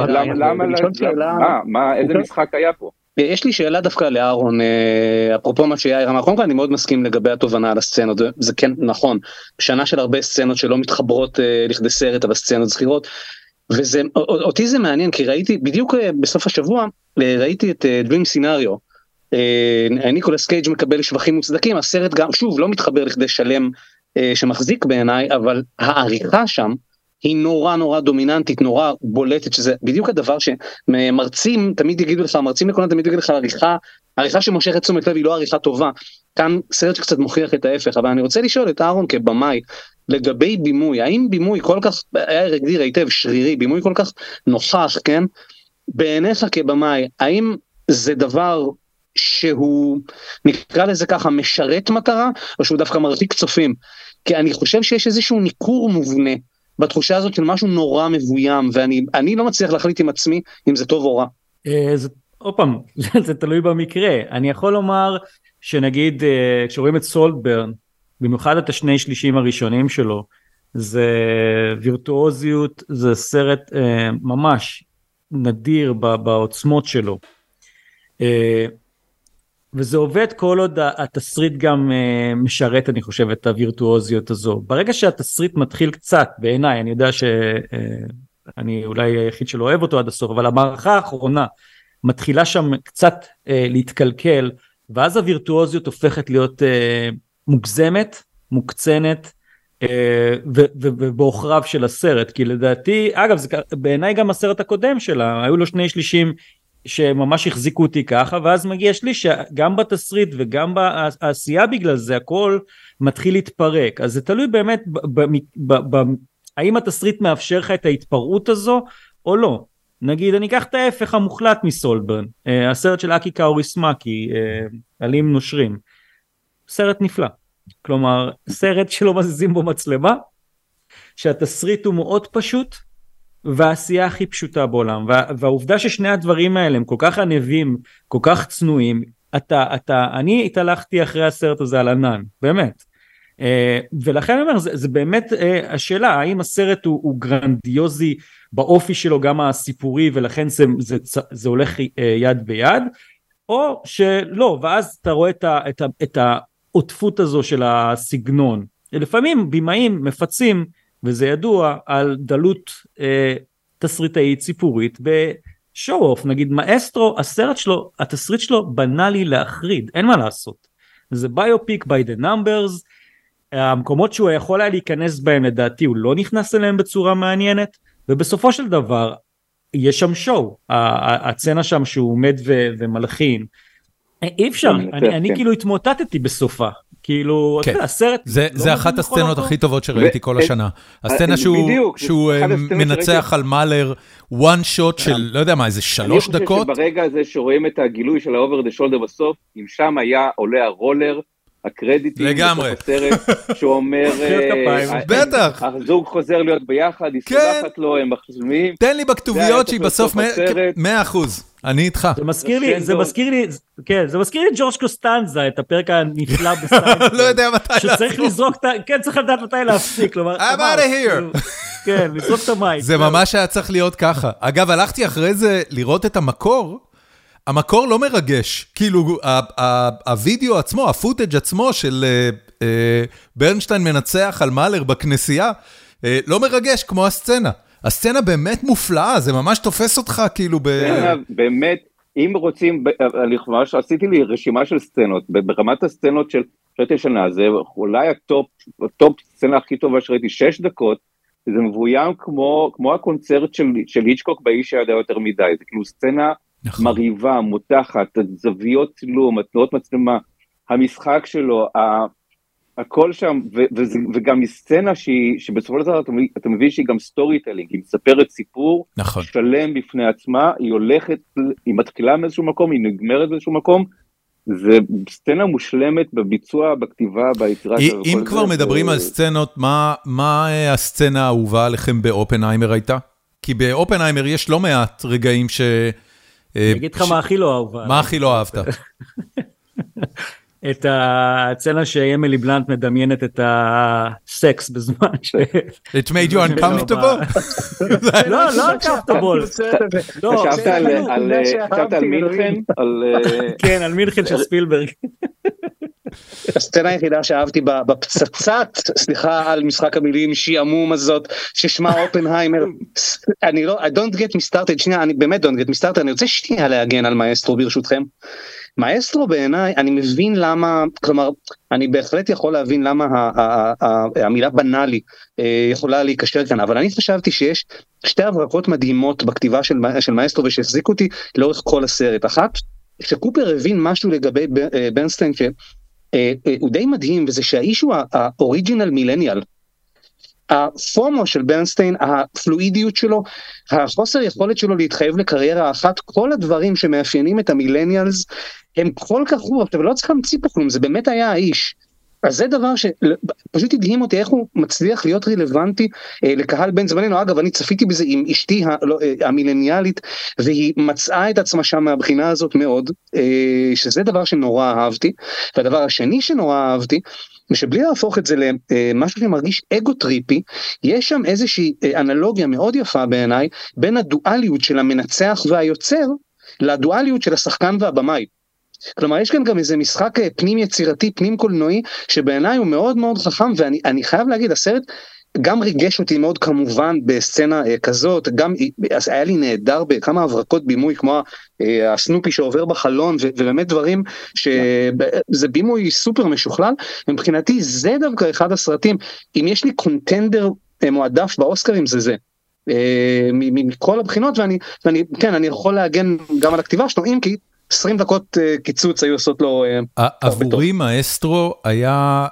איזה משחק היה פה? יש לי שאלה דווקא לאהרון, אפרופו מה שיאיר אמר, קודם כל אני מאוד מסכים לגבי התובנה על הסצנות, זה כן נכון, בשנה של הרבה סצנות שלא מתחברות לכדי סרט, אבל סצנות זכירות, ואותי זה מעניין, כי ראיתי, בדיוק בסוף השבוע, ראיתי את Dream Scenario, ניקולס קייג' מקבל שבחים מוצדקים, הסרט גם, שוב, לא מתחבר לכדי שלם שמחזיק בעיניי, אבל העריכה שם, היא נורא נורא דומיננטית, נורא בולטת, שזה בדיוק הדבר שמרצים תמיד יגידו לך, מרצים לקונן תמיד יגידו לך, העריכה שמושכת תשומת לב היא לא עריכה טובה, כאן סרט שקצת מוכיח את ההפך, אבל אני רוצה לשאול את אהרון כבמאי, לגבי בימוי, האם בימוי כל כך, היה הגדיר היטב שרירי, בימוי כל כך נוכח, כן? בעיניך כבמאי, האם זה דבר שהוא, נקרא לזה ככה, משרת מטרה, או שהוא דווקא מרחיק צופים? כי אני חושב שיש איזשהו ניכור מובנה, בתחושה הזאת של משהו נורא מבוים, ואני לא מצליח להחליט עם עצמי אם זה טוב או רע. עוד פעם, זה תלוי במקרה. אני יכול לומר שנגיד, כשרואים את סולטברן, במיוחד את השני שלישים הראשונים שלו, זה וירטואוזיות, זה סרט ממש נדיר בעוצמות שלו. וזה עובד כל עוד התסריט גם משרת, אני חושב, את הווירטואוזיות הזו. ברגע שהתסריט מתחיל קצת, בעיניי, אני יודע שאני אולי היחיד שלא אוהב אותו עד הסוף, אבל המערכה האחרונה מתחילה שם קצת להתקלקל, ואז הווירטואוזיות הופכת להיות מוגזמת, מוקצנת, ובאוכריו של הסרט, כי לדעתי, אגב, בעיניי גם הסרט הקודם שלה, היו לו שני שלישים, שממש החזיקו אותי ככה, ואז מגיע שליש שגם בתסריט וגם בעשייה בגלל זה, הכל מתחיל להתפרק, אז זה תלוי באמת, האם התסריט מאפשר לך את ההתפרעות הזו, או לא. נגיד, אני אקח את ההפך המוחלט מסולטברן, הסרט של אקי קאוריסמאקי, עלים נושרים, סרט נפלא, כלומר, סרט שלא מזיזים בו מצלמה, שהתסריט הוא מאוד פשוט, והעשייה הכי פשוטה בעולם, והעובדה ששני הדברים האלה הם כל כך ענבים, כל כך צנועים, אני התהלכתי אחרי הסרט הזה על ענן, באמת, ולכן אני אומר, זה באמת השאלה, האם הסרט הוא גרנדיוזי באופי שלו, גם הסיפורי, ולכן זה הולך יד ביד, או שלא, ואז אתה רואה את העוטפות הזו של הסגנון. לפעמים בימאים מפצים, וזה ידוע, על דלות תסריטאית סיפורית בשואו-אוף, נגיד מאסטרו, התסריט שלו בנאלי להחריד, אין מה לעשות. זה ביופיק by the numbers, המקומות שהוא יכול היה להיכנס בהם לדעתי, הוא לא נכנס אליהם בצורה מעניינת, ובסופו של דבר, יש שם שואו, הצצנה שם שהוא עומד ומלחין, אי אפשר, אני כאילו התמוטטתי בסופה, כאילו, הסרט... זה אחת הסצנות הכי טובות שראיתי כל השנה. הסצנה שהוא מנצח על מאלר, one shot של, לא יודע מה, איזה 3 דקות. אני חושב שברגע הזה שרואים את הגילוי של ה-over the shoulder בסוף, אם שם היה עולה הרולר, הקרדיטים לגמרי. בסרט, שהוא אומר, בטח. הזוג חוזר להיות ביחד, היא סולחת לו, הם מחזמים. תן לי בכתוביות שהיא בסוף 100%. אני איתך. זה מזכיר לי ג'ורג' קוסטנזה, את הפרק הנפלא בסיינפלד. לא יודע מתי להפסיק. שצריך לזרוק, כן, צריך לדעת מתי להפסיק. I'm out of here. כן, לזרוק את המייק. זה ממש היה צריך להיות ככה. אגב, הלכתי אחרי זה לראות את המקור, המקור לא מרגש, כאילו הווידאו עצמו, הפוטאג' עצמו של ברנשטיין מנצח על מאלר בכנסייה, לא מרגש כמו הסצנה. הסצנה באמת מופלאה, זה ממש תופס אותך כאילו באמת, אם רוצים, אני ממש עשיתי לי רשימה של סצנות, ברמת הסצנות של השנה, זה אולי הטופ סצנה הכי טובה שראיתי, 6 דקות, זה מבוים כמו הקונצרט של היצ'קוק באיש שידע יותר מדי, זה כאילו סצנה מריבה, מותחת, זוויות צילום, התנועות מצלמה, המשחק שלו, הכל שם, וגם סצנה שבסופו של דבר אתה מבין שהיא גם סטורי טלינג, היא מספרת סיפור שלם בפני עצמה, היא הולכת, היא מתחילה מאיזשהו מקום, היא נגמרת באיזשהו מקום, זה סצנה מושלמת בביצוע, בכתיבה, ביצירה. אם כבר מדברים על סצנות, מה הסצנה האהובה עליכם באופנהיימר הייתה? כי באופנהיימר יש לא מעט רגעים אני אגיד לך מה הכי לא אהובה. מה הכי לא אהבת? את הסצנה שאמילי בלנט מדמיינת את הסקס בזמן ש... It made you uncomfortable? לא uncomfortable. חשבת על מינכן? כן, על מינכן של ספילברג. הסצנה היחידה שאהבתי בפצצת, סליחה על משחק המילים שיעמום הזאת, ששמה אופנהיימר, אני לא, I don't get me started, שנייה, אני באמת don't get me started, אני רוצה שנייה להגן על מאסטרו ברשותכם. מאסטרו בעיניי, אני מבין למה, כלומר, אני בהחלט יכול להבין למה המילה בנאלי יכולה להיקשר כאן, אבל אני חשבתי שיש 2 הברקות מדהימות בכתיבה של מאסטרו ושהחזיקו אותי לאורך כל הסרט. אחת, שקופר הבין משהו לגבי ברנסטיין הוא די מדהים, וזה שהאיש הוא האוריג'ינל מילניאל. הפורמו של ברנסטיין, הפלואידיות שלו, החוסר יכולת שלו להתחייב לקריירה אחת, כל הדברים שמאפיינים את המילניאלס, הם כל כך הוא, אבל לא צריך להמציא פה כלום, זה באמת היה האיש. אז זה דבר שפשוט הדהים אותי, איך הוא מצליח להיות רלוונטי לקהל בן זמננו. אגב, אני צפיתי בזה עם אשתי המילניאלית, והיא מצאה את עצמה שם מהבחינה הזאת מאוד, שזה דבר שנורא אהבתי. והדבר השני שנורא אהבתי, ושבלי להפוך את זה למשהו שמרגיש אגו טריפי, יש שם איזושהי אנלוגיה מאוד יפה בעיניי, בין הדואליות של המנצח והיוצר, לדואליות של השחקן והבמאי. כלומר, יש כאן גם איזה משחק פנים יצירתי, פנים קולנועי, שבעיניי הוא מאוד מאוד חכם, ואני חייב להגיד, הסרט גם ריגש אותי מאוד כמובן בסצנה כזאת, גם היה לי נהדר בכמה הברקות בימוי, כמו הסנופי שעובר בחלון, ובאמת דברים שזה בימוי סופר משוכלל, מבחינתי זה דווקא אחד הסרטים, אם יש לי קונטנדר מועדף באוסקרים זה. מכל הבחינות, ואני כן, אני יכול להגן גם על הכתיבה שלו, אם כי 20 דקות קיצוץ היו עושות לו... עבורי מאסטרו היה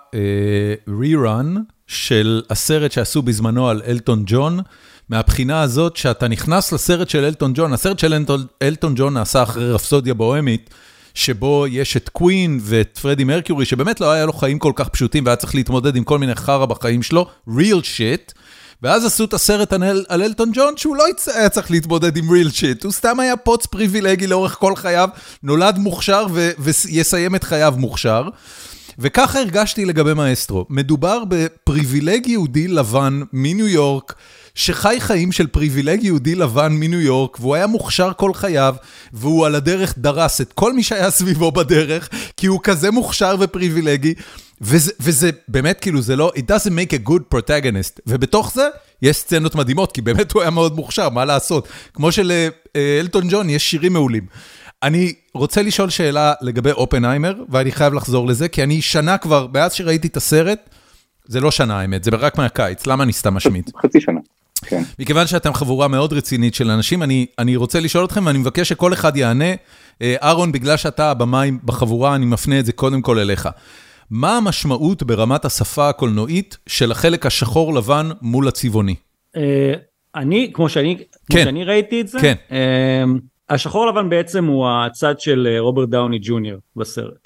רירן של הסרט שעשו בזמנו על אלטון ג'ון, מהבחינה הזאת שאתה נכנס לסרט של אלטון ג'ון, הסרט של אלטון ג'ון נעשה אחרי רפסודיה בוהמית, שבו יש את קווין ואת פרדי מרקיורי, שבאמת לא היה לו חיים כל כך פשוטים, והיה צריך להתמודד עם כל מיני חרא בחיים שלו, real shit, ואז עשו את הסרט על אלטון ג'ון, שהוא לא היה צריך להתמודד עם real shit, הוא סתם היה פוץ פריבילגי לאורך כל חייו, נולד מוכשר ויסיים את חייו מוכשר, וככה הרגשתי לגבי מאסטרו. מדובר בפריבילג יהודי לבן מניו יורק, שחי חיים של פריבילג יהודי לבן מניו יורק, והוא היה מוכשר כל חייו, והוא על הדרך דרס את כל מי שהיה סביבו בדרך, כי הוא כזה מוכשר ופריבילגי, וזה באמת כאילו, זה לא, it doesn't make a good protagonist, ובתוך זה יש סצנות מדהימות, כי באמת הוא היה מאוד מוכשר, מה לעשות? כמו שלאלטון ג'ון יש שירים מעולים. אני רוצה לשאול שאלה לגבי אופנהיימר, ואני חייב לחזור לזה, כי אני שנה כבר, מאז שראיתי את הסרט, זה לא שנה האמת, זה רק מהקיץ, למה אני סתם משמיט? חצי שנה, כן. מכיוון שאתם חבורה מאוד רצינית של אנשים, אני רוצה לשאול אתכם, ואני מבקש שכל אחד יענה. אהרון, בגלל שאתה במים בחבורה, אני מפנה את זה קודם כל אליך. מה המשמעות ברמת השפה הקולנועית של החלק השחור לבן מול הצבעוני? כמו שאני ראיתי את זה, השחור לבן בעצם הוא הצד של רוברט דאוני ג'וניור בסרט.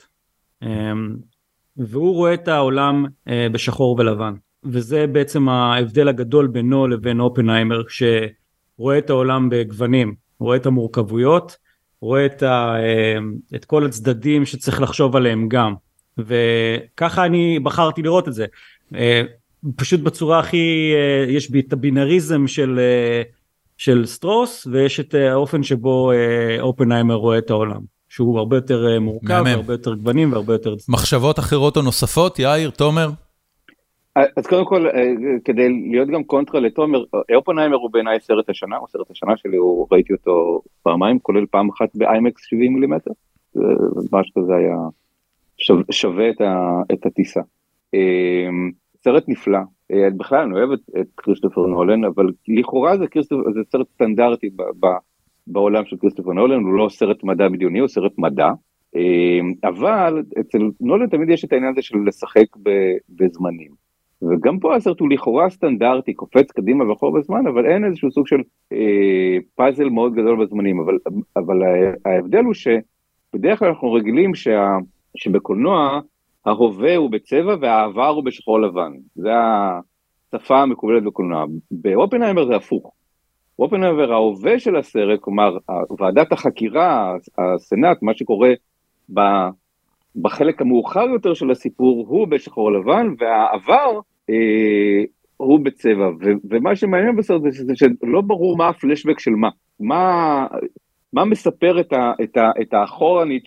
והוא רואה את העולם בשחור ולבן. וזה בעצם ההבדל הגדול בינו לבין אופנהיימר, שרואה את העולם בגוונים, רואה את המורכבויות, רואה את כל הצדדים שצריך לחשוב עליהם גם. וככה אני בחרתי לראות את זה. פשוט בצורה הכי, יש בי את הבינאריזם של סטרוס, ויש את האופן שבו אופנהיימר רואה את העולם, שהוא הרבה יותר מורכב, הרבה יותר גוונים והרבה יותר... מחשבות אחרות או נוספות, יאיר, תומר? אז קודם כל, כדי להיות גם קונטרה לתומר, אופנהיימר הוא בעיניי סרט השנה, או סרט השנה שלי, ראיתי אותו פעמיים, כולל פעם אחת באיימקס 70 מילימטר, ממש כזה היה שווה את הטיסה. סרט נפלא, בכלל אני אוהב את כריסטופר נולן, אבל לכאורה זה סרט סטנדרטי בעולם של כריסטופר נולן, הוא לא סרט מדע בדיוני, הוא סרט מדע, אבל אצל נולן תמיד יש את העניין הזה של לשחק בזמנים, וגם פה הסרט הוא לכאורה סטנדרטי, קופץ קדימה ואחור בזמן, אבל אין איזשהו סוג של פאזל מאוד גדול בזמנים, אבל ההבדל הוא שבדרך כלל אנחנו רגילים שבקולנוע ההווה הוא בצבע והעבר הוא בשחור לבן, זה השפה המקובלת בקולנוע. באופנהיימר זה הפוך, באופנהיימר ההווה של הסרט, כלומר ועדת החקירה, הסנאט, מה שקורה בחלק המאוחר יותר של הסיפור הוא בשחור לבן, והעבר הוא בצבע, ומה שמעניין בסרט זה שלא ברור מה הפלשבק של מה מספר את האחורנית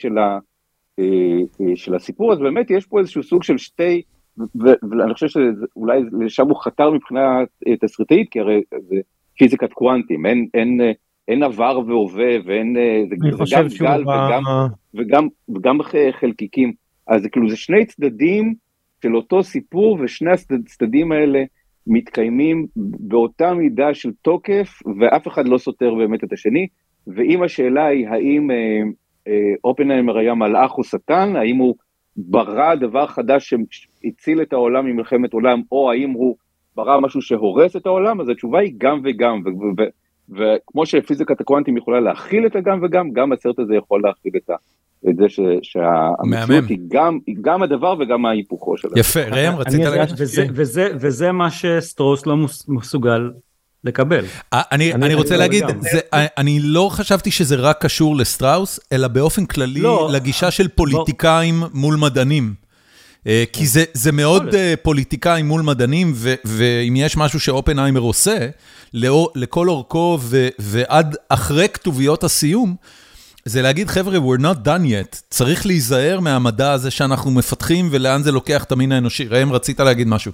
של הסיפור. אז באמת יש פה איזשהו סוג של שתי, ואני חושב שאולי לשם הוא חתר מבחינה תסריטאית, כי הרי זה פיזיקת קוונטים, אין עבר והווה, ואין, זה גם גל וגם חלקיקים, אז זה כאילו זה שני צדדים של אותו סיפור, ושני הצדדים האלה מתקיימים באותה מידה של תוקף, ואף אחד לא סותר באמת את השני, ואם השאלה היא האם אופנהיימר היה מלאך או שטן, האם הוא ברא דבר חדש שהציל את העולם ממלחמת עולם, או האם הוא ברא משהו שהורס את העולם, אז התשובה היא גם וגם, וכמו שפיזיקת הקוונטים יכולה להכיל את הגם וגם, גם הסרט הזה יכול להכיל את זה שהמציאות היא גם הדבר וגם ההיפוכו שלה. יפה, ראם, רצית להגיד? וזה מה שסטרוס לא מסוגל לקבל. אני רוצה להגיד, אני לא חשבתי שזה רק קשור לסטראוס, אלא באופן כללי לגישה של פוליטיקאים מול מדענים. כי זה מאוד פוליטיקאים מול מדענים, ואם יש משהו שאופנהיימר עושה, לכל אורכו ועד אחרי כתוביות הסיום, זה להגיד, חבר'ה, we're not done yet. צריך להיזהר מהמדע הזה שאנחנו מפתחים, ולאן זה לוקח את המין האנושי. ראם, רצית להגיד משהו?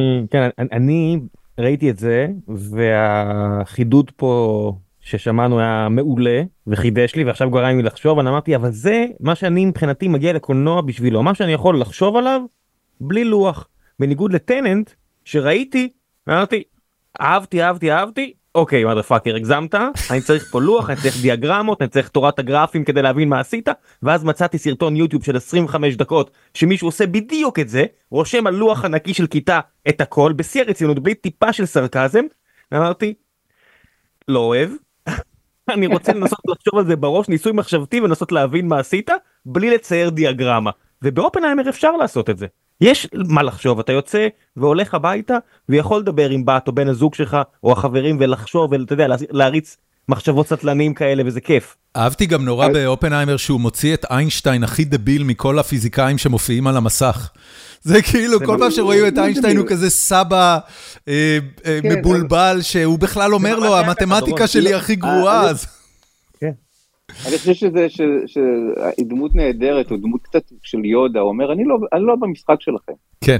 אני ראיתי את זה, והחידוד פה ששמענו היה מעולה, וחידש לי, ועכשיו גרם לי לחשוב, אני אמרתי, אבל זה מה שאני מבחינתי מגיע לקולנוע בשבילו, מה שאני יכול לחשוב עליו, בלי לוח. בניגוד לטננט, שראיתי, ואמרתי, אהבתי, אוקיי, מודרפאקר, הגזמת, אני צריך פה לוח, אני צריך דיאגרמות, אני צריך תורת הגרפים כדי להבין מה עשית, ואז מצאתי סרטון יוטיוב של 25 דקות, שמישהו עושה בדיוק את זה, רושם על לוח ענקי של כיתה את הכל, בשיא הרצינות, בלי טיפה של סרקזם, ואמרתי, לא אוהב, אני רוצה לנסות לחשוב על זה בראש, ניסוי מחשבתי, ולנסות להבין מה עשית, בלי לצייר דיאגרמה, ובאופנהיימר אפשר לעשות את זה. יש מה לחשוב, אתה יוצא והולך הביתה ויכול לדבר עם בת או בן הזוג שלך או החברים ולחשוב ואתה יודע להריץ מחשבות סטלנים כאלה, וזה כיף. אהבתי גם נורא באופנהיימר שהוא מוציא את איינשטיין הכי דביל מכל הפיזיקאים שמופיעים על המסך. זה כאילו, כל פעם שרואים את איינשטיין הוא כזה סבא מבולבל, שהוא בכלל אומר לו, המתמטיקה שלי הכי גרועה. אני חושב שהיא דמות נהדרת, הוא דמות קצת של יודה, הוא אומר, אני לא במשחק שלכם. כן.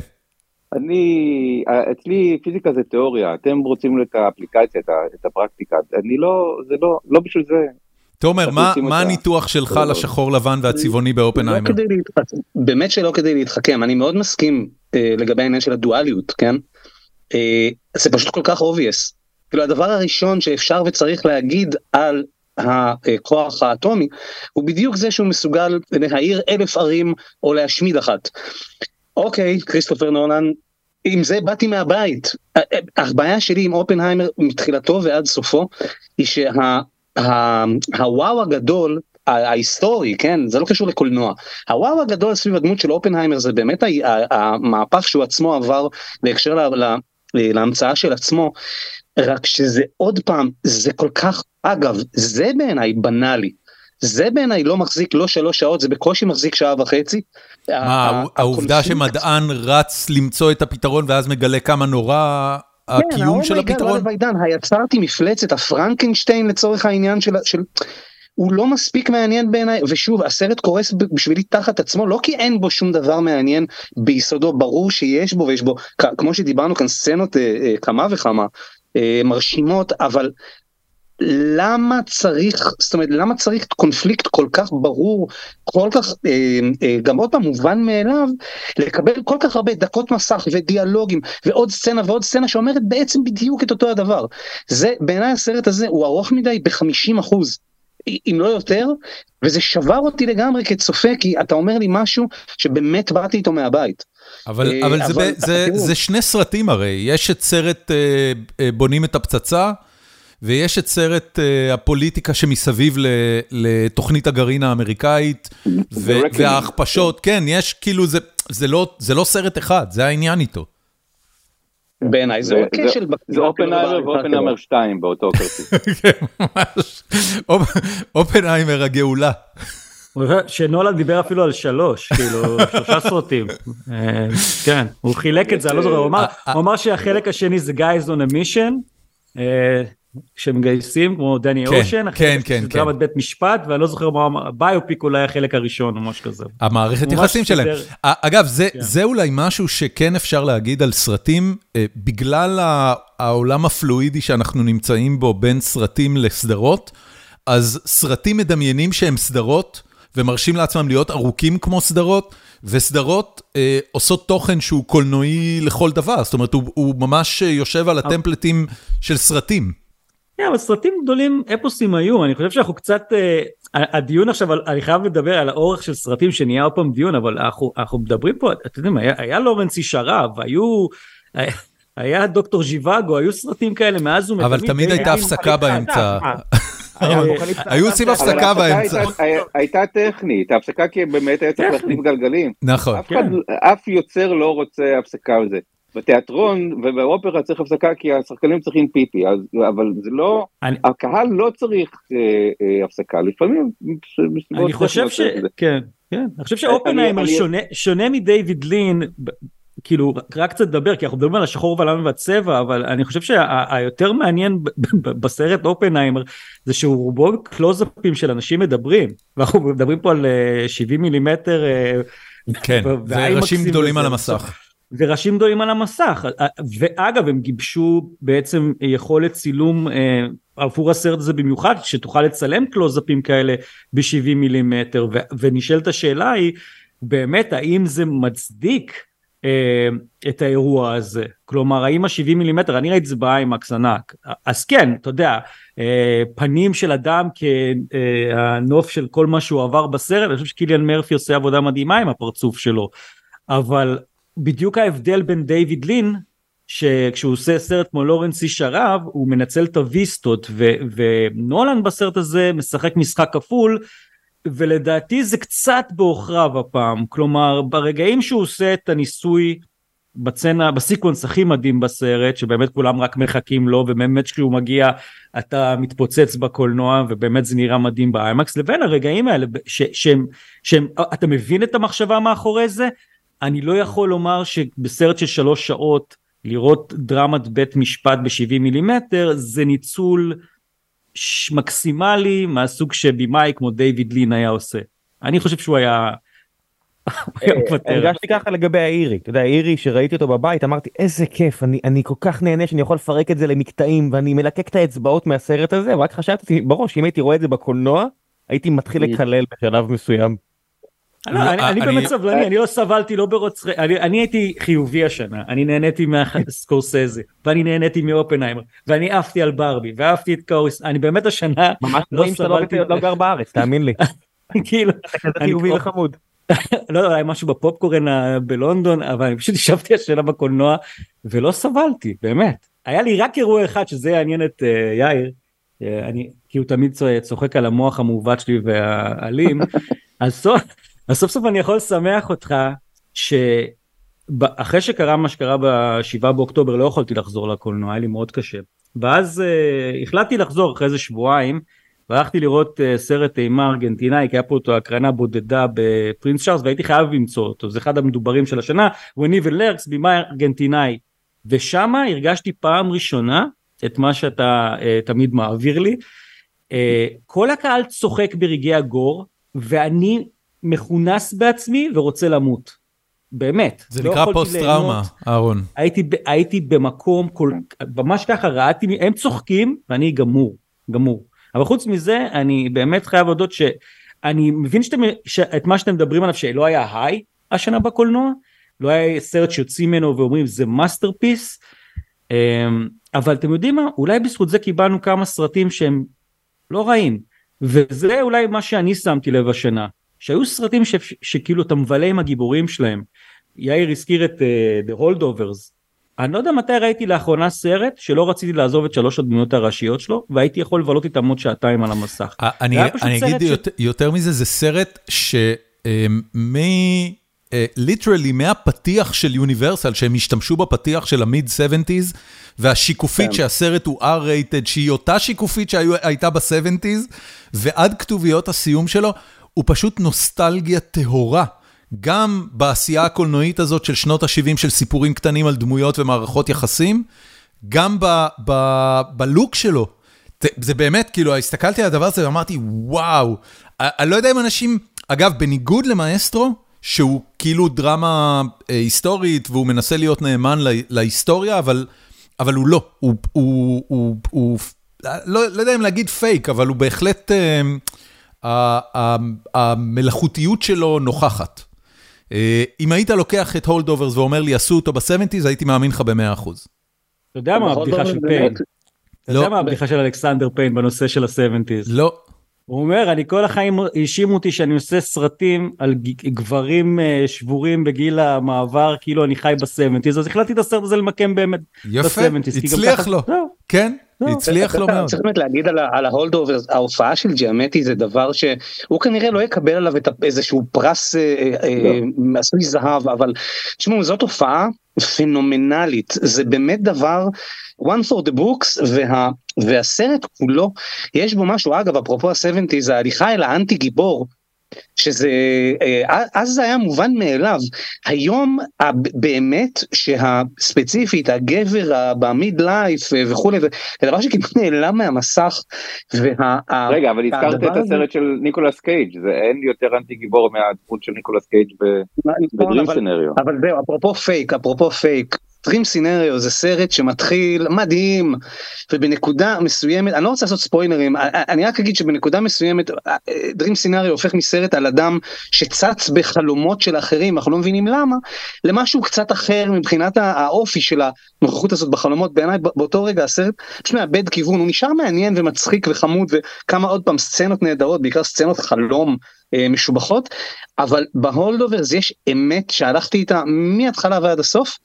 אצלי פיזיקה זה תיאוריה, אתם רוצים את האפליקציה, את הפרקטיקה, זה לא בשביל זה. תומר, מה הניתוח שלך לשחור לבן והצבעוני באופנהיימר? באמת שלא כדי להתחכם, אני מאוד מסכים לגבי העניין של הדואליות, כן? זה פשוט כל כך obvious. כאילו הדבר הראשון שאפשר וצריך להגיד על הכוח האטומי, הוא בדיוק זה שהוא מסוגל להעיר 1000 ערים או להשמיד אחת. אוקיי, כריסטופר נולן, עם זה באתי מהבית. הבעיה שלי עם אופנהיימר מתחילתו ועד סופו, היא שהוואו הגדול, ההיסטורי, כן, זה לא קשור לקולנוע, הוואו הגדול סביב הדמות של אופנהיימר, זה באמת המהפך שהוא עצמו עבר בהקשר להמצאה של עצמו, רק שזה עוד פעם, זה כל כך, אגב, זה בעיניי בנאלי, זה בעיניי לא מחזיק לא 3 שעות, זה בקושי מחזיק 1.5 שעות. העובדה שמדען רץ למצוא את הפתרון, ואז מגלה כמה נורא הקיום של הפתרון? היצרתי מפלצת, הפרנקנשטיין לצורך העניין של... הוא לא מספיק מעניין בעיניי, ושוב, הסרט קורס בשבילי תחת עצמו, לא כי אין בו שום דבר מעניין ביסודו, ברור שיש בו, ויש בו, כמו שדיברנו כאן, סצנות כמה וכמה מרשימות, אבל למה צריך, זאת אומרת, למה צריך קונפליקט כל כך ברור, כל כך, גם עוד פעם מובן מאליו, לקבל כל כך הרבה דקות מסך ודיאלוגים, ועוד סצנה ועוד סצנה שאומרת בעצם בדיוק את אותו הדבר. זה, בעיניי הסרט הזה הוא ארוך מדי ב-50%. אם לא יותר, וזה שבר אותי לגמרי כצופה, כי אתה אומר לי משהו שבאמת באתי איתו מהבית. אבל זה 2 סרטים הרי, יש את סרט בונים את הפצצה, ויש את סרט הפוליטיקה שמסביב לתוכנית הגרעין האמריקאית, וההכפשות, כן, יש כאילו, זה לא סרט אחד, זה העניין איתו. בעיניי זה כשל. זה אופנהיימר ואופנהיימר 2 באותו כרטיס. כן, ממש. אופנהיימר הגאולה. שנולן דיבר אפילו על 3, כאילו 3 סרטים. כן, הוא חילק את זה, אני לא זוכר, הוא אמר שהחלק השני זה Guys on a Mission, שמגייסים כמו דני אושן, כן, כן, זה דרמת בית משפט, ואני לא זוכר מה, ביופיק אולי החלק הראשון או משהו כזה. המערכת יחסים שלהם. אגב, זה אולי משהו שכן אפשר להגיד על סרטים, בגלל העולם הפלואידי שאנחנו נמצאים בו בין סרטים לסדרות, אז סרטים מדמיינים שהם סדרות, ומרשים לעצמם להיות ארוכים כמו סדרות, וסדרות עושות תוכן שהוא קולנועי לכל דבר, זאת אומרת, הוא ממש יושב על הטמפלטים של סרטים. אבל סרטים גדולים, אפוסים היו, אני חושב שאנחנו קצת, הדיון עכשיו, אני חייב לדבר על האורך של סרטים שנהיה עוד פעם דיון, אבל אנחנו מדברים פה, אתם יודעים, היה לורנס איש הרב, היה דוקטור ז'יוואגו, היו סרטים כאלה מאז ומתמיד. אבל תמיד הייתה הפסקה באמצע. היו עושים הפסקה באמצע. הייתה טכנית, ההפסקה כי באמת היה צריך להחליף גלגלים. נכון. אף יוצר לא רוצה הפסקה על זה. בתיאטרון ובאופרה צריך הפסקה כי השחקנים צריכים פיפי, אבל זה לא, הקהל לא צריך הפסקה, לפעמים... אני חושב כן, אני חושב שאופנהיימר שונה מדייוויד לין, כאילו, רק קצת לדבר, כי אנחנו מדברים על השחור והלבן והצבע, אבל אני חושב שהיותר מעניין בסרט אופנהיימר, זה שהוא רובו קלוזאפים של אנשים מדברים, ואנחנו מדברים פה על 70 מילימטר, כן, וראשים גדולים על המסך. וראשים גדולים על המסך, ואגב, הם גיבשו בעצם יכולת צילום, עבור הסרט הזה במיוחד, שתוכל לצלם קלוזאפים כאלה ב-70 מילימטר, ונשאלת השאלה היא, באמת, האם זה מצדיק, את האירוע הזה, כלומר האם ה-70 מילימטר, אני ראיתי את זה באיימקס ענק, אז כן, אתה יודע, פנים של אדם כנוף של כל מה שהוא עבר בסרט, אני חושב שקיליאן מרפי עושה עבודה מדהימה עם הפרצוף שלו, אבל בדיוק ההבדל בין דיוויד לין, שכשהוא עושה סרט כמו לורנס איש הרב, הוא מנצל את הוויסטות, ונולן בסרט הזה משחק משחק כפול, ולדעתי זה קצת באוכריו הפעם, כלומר ברגעים שהוא עושה את הניסוי בסיקוונס הכי מדהים בסרט, שבאמת כולם רק מחכים לו, ובאמת כשהוא מגיע אתה מתפוצץ בקולנוע, ובאמת זה נראה מדהים באיימקס, לבין הרגעים האלה, אתה מבין את המחשבה מאחורי זה, אני לא יכול לומר שבסרט של 3 שעות, לראות דרמת בית משפט ב-70 מילימטר, זה ניצול מקסימלי, מהסוג שבימאי כמו דיוויד לין היה עושה. אני חושב שהוא היה... הרגשתי ככה לגבי האירי, אתה יודע, האירי שראיתי אותו בבית, אמרתי איזה כיף, אני כל כך נהנה שאני יכול לפרק את זה למקטעים, ואני מלקק את האצבעות מהסרט הזה, ורק חשבתי בראש, אם הייתי רואה את זה בקולנוע, הייתי מתחיל לקלל בשלב מסוים. אני באמת סבלני, אני לא סבלתי לא ברוצחי, אני הייתי חיובי השנה, אני נהניתי מהסקורסזה, ואני נהניתי מאופנהיימר, ואני עפתי על ברבי, ועפתי את קוריס, אני באמת השנה לא סבלתי, לא גר בארץ, תאמין לי. כאילו, אתה כזה חיובי וחמוד. לא יודע, אולי משהו בפופקורן בלונדון, אבל אני פשוט ישבתי השנה בקולנוע, ולא סבלתי, באמת. היה לי רק אירוע אחד שזה יעניין את יאיר, כי הוא תמיד צוחק על המוח המעוות שלי והאלים, אז סוף סוף אני יכול לשמח אותך, שאחרי שקרה מה שקרה ב7 באוקטובר, לא יכולתי לחזור לקולנוע, היה לי מאוד קשה. ואז החלטתי לחזור אחרי איזה שבועיים, והלכתי לראות סרט אימה ארגנטינאי, כי היה פה אותו הקרנה בודדה בפרינס צ'ארלס, והייתי חייב למצוא אותו, זה אחד המדוברים של השנה, When Evil Lurks, בימה ארגנטינאי, ושם הרגשתי פעם ראשונה, את מה שאתה תמיד מעביר לי, כל הקהל צוחק ברגעי הגור, ואני מכונס בעצמי ורוצה למות, באמת. זה נקרא פוסט טראומה, אהרון. הייתי במקום, ממש ככה ראיתי, הם צוחקים, ואני גמור. אבל חוץ מזה, אני באמת חייב להודות שאני מבין את מה שאתם מדברים עליו, שלא היה היי השנה בקולנוע, לא היה סרט שיוצאים ממנו ואומרים, זה מאסטרפיס, אבל אתם יודעים מה, אולי בזכות זה קיבלנו כמה סרטים שהם לא רעים, וזה אולי מה שאני שמתי לב השנה, שהיו סרטים שכאילו אתה מבלה עם הגיבורים שלהם, יאיר הזכיר את The Holdovers, אני לא יודע מתי ראיתי לאחרונה סרט שלא רציתי לעזוב את 3 הדמויות הראשיות שלו, והייתי יכול לבלות איתם עוד 2 על המסך. אני אגיד יותר מזה, זה סרט ליטרלי מהפתיח של יוניברסל, שהם השתמשו בפתיח של המיד 70s, והשיקופית שהסרט הוא R-rated, שהיא אותה שיקופית שהייתה ב-70s, ועד כתוביות הסיום שלו, הוא פשוט נוסטלגיה טהורה. גם בעשייה הקולנועית הזאת של שנות ה-70 של סיפורים קטנים על דמויות ומערכות יחסים, גם בלוק שלו. זה באמת, כאילו, הסתכלתי על הדבר הזה ואמרתי, וואו, אני לא יודע אם אנשים, אגב, בניגוד למאסטרו, שהוא כאילו דרמה היסטורית, והוא מנסה להיות נאמן להיסטוריה, אבל הוא לא. הוא לא יודע אם להגיד פייק, אבל הוא בהחלט, המלאכותיות שלו נוכחת. אם היית לוקח את הולדוברס ואומר לי, עשו אותו ב-70s, הייתי מאמין לך ב-100%. אתה יודע מה הבדיחה של פיין? אתה יודע מה הבדיחה של אלכסנדר פיין בנושא של ה-70s? לא. הוא אומר, אני כל החיים האשימו אותי שאני עושה סרטים על גברים שבורים בגיל המעבר, כאילו אני חי ב-70s, אז החלטתי את הסרט הזה למקם באמת ב-70s. יפה, הצליח לו. כן. הצליח לו מאוד. צריך באמת להגיד על ההולדובר, ההופעה של ג'יאמטי זה דבר שהוא כנראה לא יקבל עליו איזשהו פרס עשוי זהב, אבל תשמעו, זאת הופעה פנומנלית, זה באמת דבר one for the books, והסרט כולו, יש בו משהו, אגב, אפרופו ה-70s, זה ההליכה אל האנטי גיבור, שזה, אז זה היה מובן מאליו, היום באמת שהספציפית, הגבר במיד לייף וכו', זה דבר שכמעט נעלם מהמסך, רגע, אבל הזכרת את הסרט של ניקולס קייג', זה אין יותר אנטי גיבור מהדמות של ניקולס קייג' בדרים סנריו. אבל זהו, אפרופו פייק, דרים סינריו זה סרט שמתחיל מדהים, ובנקודה מסוימת, אני לא רוצה לעשות ספוילרים, אני רק אגיד שבנקודה מסוימת, דרים סינריו הופך מסרט על אדם שצץ בחלומות של אחרים, אנחנו לא מבינים למה, למשהו קצת אחר מבחינת האופי של הנוכחות הזאת בחלומות, בעיניי באותו רגע הסרט, פשוט מאבד כיוון, הוא נשאר מעניין ומצחיק וחמוד, וכמה עוד פעם סצנות נהדרות, בעיקר סצנות חלום משובחות, אבל בהולדוברס יש אמת שהלכתי איתה מההתחלה ועד הסוף,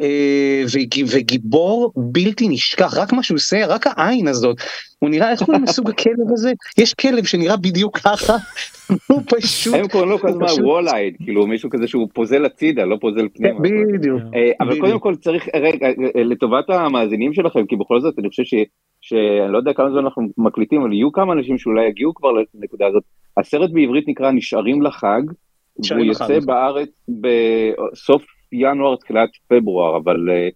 וגיבור בלתי נשכח, רק מה שהוא עושה, רק העין הזאת, הוא נראה איך הוא מסוג הכלב הזה, יש כלב שנראה בדיוק ככה, הוא פשוט... הם קוראים לו כזה וול-אייד, כאילו מישהו כזה שהוא פוזל הצידה, לא פוזל פנימה. בדיוק. אבל קודם כל צריך, רגע, לטובת המאזינים שלכם, כי בכל זאת אני חושב שאני לא יודע כמה זמן אנחנו מקליטים, אבל יהיו כמה אנשים שאולי יגיעו כבר לנקודה הזאת. הסרט בעברית נקרא נשארים לחג, והוא יוצא בארץ בסוף ינואר, תחילת פברואר, אבל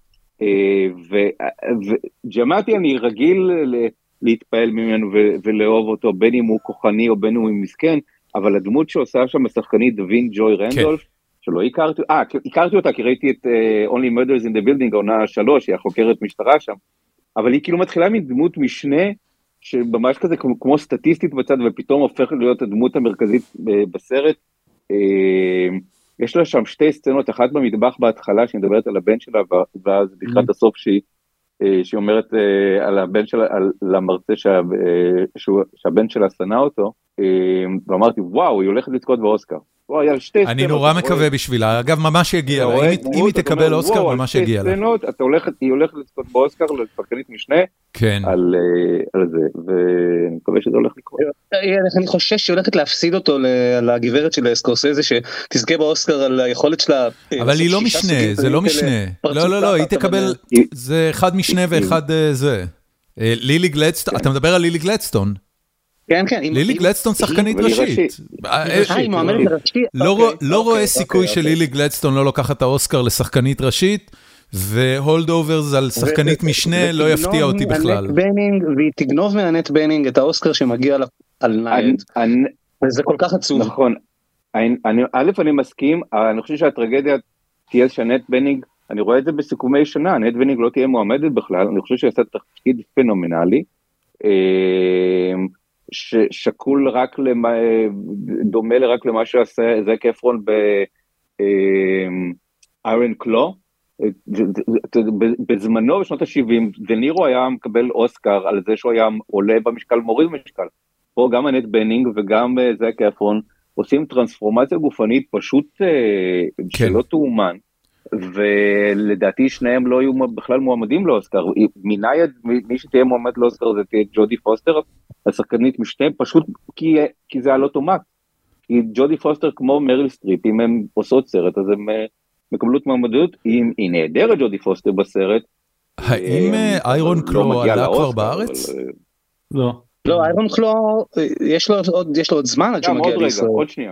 וג'מעתי אני רגיל להתפעל ממנו ולאהוב אותו, בין אם הוא כוחני או בין אם הוא מסכן, אבל הדמות שעושה שם השחקנית דווין ג'וי רנדולף, שלא הכרתי אותה כי ראיתי את Only Murders in the Building, עונה 3, היא החוקרת משטרה שם, אבל היא כאילו מתחילה מדמות משנה, שממש כזה כמו סטטיסטית בצד, ופתאום הופך להיות הדמות המרכזית בסרט. יש לה שם שתי סצנות, אחת במטבח בהתחלה, שהיא מדברת על הבן שלה, ואז לקראת הסוף שהיא אומרת על הבן שלה, על המרצה שהבן שלה שנא אותו, ואמרתי, וואו, היא הולכת לזכות באוסקר. אני נורא מקווה בשבילה, אגב ממש יגיע לה, אם היא תקבל אוסקר ממש יגיע לה. היא הולכת לזכות באוסקר לשחקנית משנה על זה, ואני מקווה שזה הולך לקרות. אני חושש שהיא הולכת להפסיד אותו לגברת של סקורסזה, שתזכה באוסקר על היכולת שלה. אבל היא לא משנה, זה לא משנה. לא, היא תקבל, זה אחד משנה ואחד זה. לילי גלדסטון, אתה מדבר על לילי גלדסטון. כן, כן. לילי גלדסטון שחקנית ראשית. לא רואה סיכוי שלילי גלדסטון לא לוקחת את האוסקר לשחקנית ראשית, והולדוברס על שחקנית משנה לא יפתיע אותי בכלל. והיא תגנוב מהנט בנינג את האוסקר שמגיע על נייד. וזה כל כך עצוב. נכון. א', אני מסכים, אני חושב שהטרגדיה תהיה שנט בנינג, אני רואה את זה בסיכומי שנה, נט בנינג לא תהיה מועמדת בכלל, אני חושב שעשה תפקיד פנומנלי, ששקול רק דומה רק למה שעשה זק אפרון באיירון קלו, בזמנו בשנות ה-70, דנירו היה מקבל אוסקר על זה שהוא היה עולה במשקל, מוריד במשקל, פה גם הנט בנינג וגם זק אפרון, עושים טרנספורמציה גופנית פשוט שלא תאומן, ולדעתי שניהם לא היו בכלל מועמדים לאוסקר, מי שתהיה מועמד לאוסקר זה תהיה ג'ודי פוסטר, השחקנית משנה, פשוט כי זה על אוטומט, כי ג'ודי פוסטר כמו מריל סטריפ, אם הם עושות סרט, אז הם מקבלו את מועמדות, אם היא נהדרת ג'ודי פוסטר בסרט. האם איירון קלו עלה כבר בארץ? לא. לא, איירון קלו, יש לו עוד זמן עד שמגיע לישראל. עוד שנייה.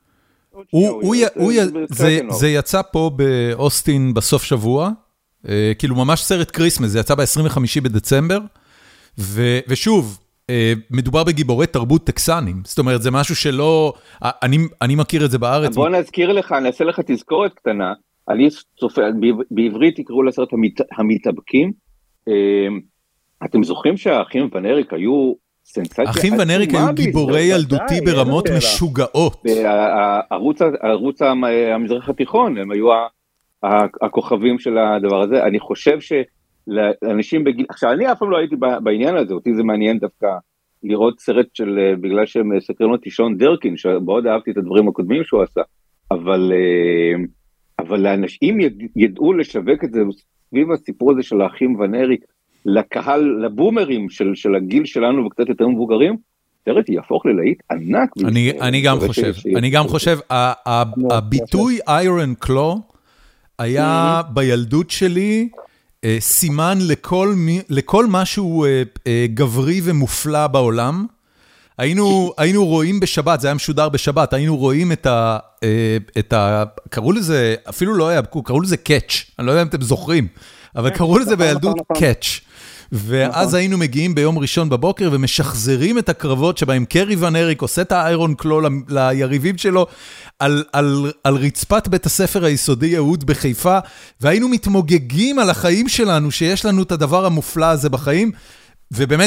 זה יצא פה באוסטין בסוף שבוע, כאילו ממש סרט קריסמס, זה יצא ב-25 בדצמבר, ושוב, מדובר בגיבורי תרבות טקסנים, זאת אומרת, זה משהו שלא, אני מכיר את זה בארץ. בוא נזכיר לך, נעשה לך תזכורת קטנה, בעברית יקראו לסרט המתאבקים, אתם זוכרים שהאחים ונריק היו, אחים ונריק היו גיבורי ילדותי ברמות משוגעות. הערוץ המזרח התיכון, הם היו הכוכבים של הדבר הזה. אני חושב שלאנשים בגיל, עכשיו אני אף פעם לא הייתי בעניין הזה, אותי זה מעניין דווקא לראות סרט של, בגלל שהם סקרים אותי שון דרקין, שבעוד אהבתי את הדברים הקודמים שהוא עשה, אבל לאנשים ידעו לשווק את זה סביב הסיפור הזה של האחים ונריק, לקהל, לבומרים של הגיל שלנו וקצת יותר מבוגרים, סרט יהפוך ללהיט ענק. אני גם חושב, הביטוי איירון קלו היה בילדות שלי סימן לכל משהו גברי ומופלא בעולם. היינו רואים בשבת, זה היה משודר בשבת, היינו רואים את קראו לזה, אפילו לא היה, קראו לזה קאץ', אני לא יודע אם אתם זוכרים, אבל קראו לזה בילדות קאץ'. ואז היינו מגיעים ביום ראשון בבוקר ומשחזרים את הקרבות שבהם קרי ונריק עושה את האיירון קלו ליריבים שלו על רצפת בית הספר היסודי יהוד בחיפה, והיינו מתמוגגים על החיים שלנו שיש לנו את הדבר המופלא הזה בחיים, ובאמת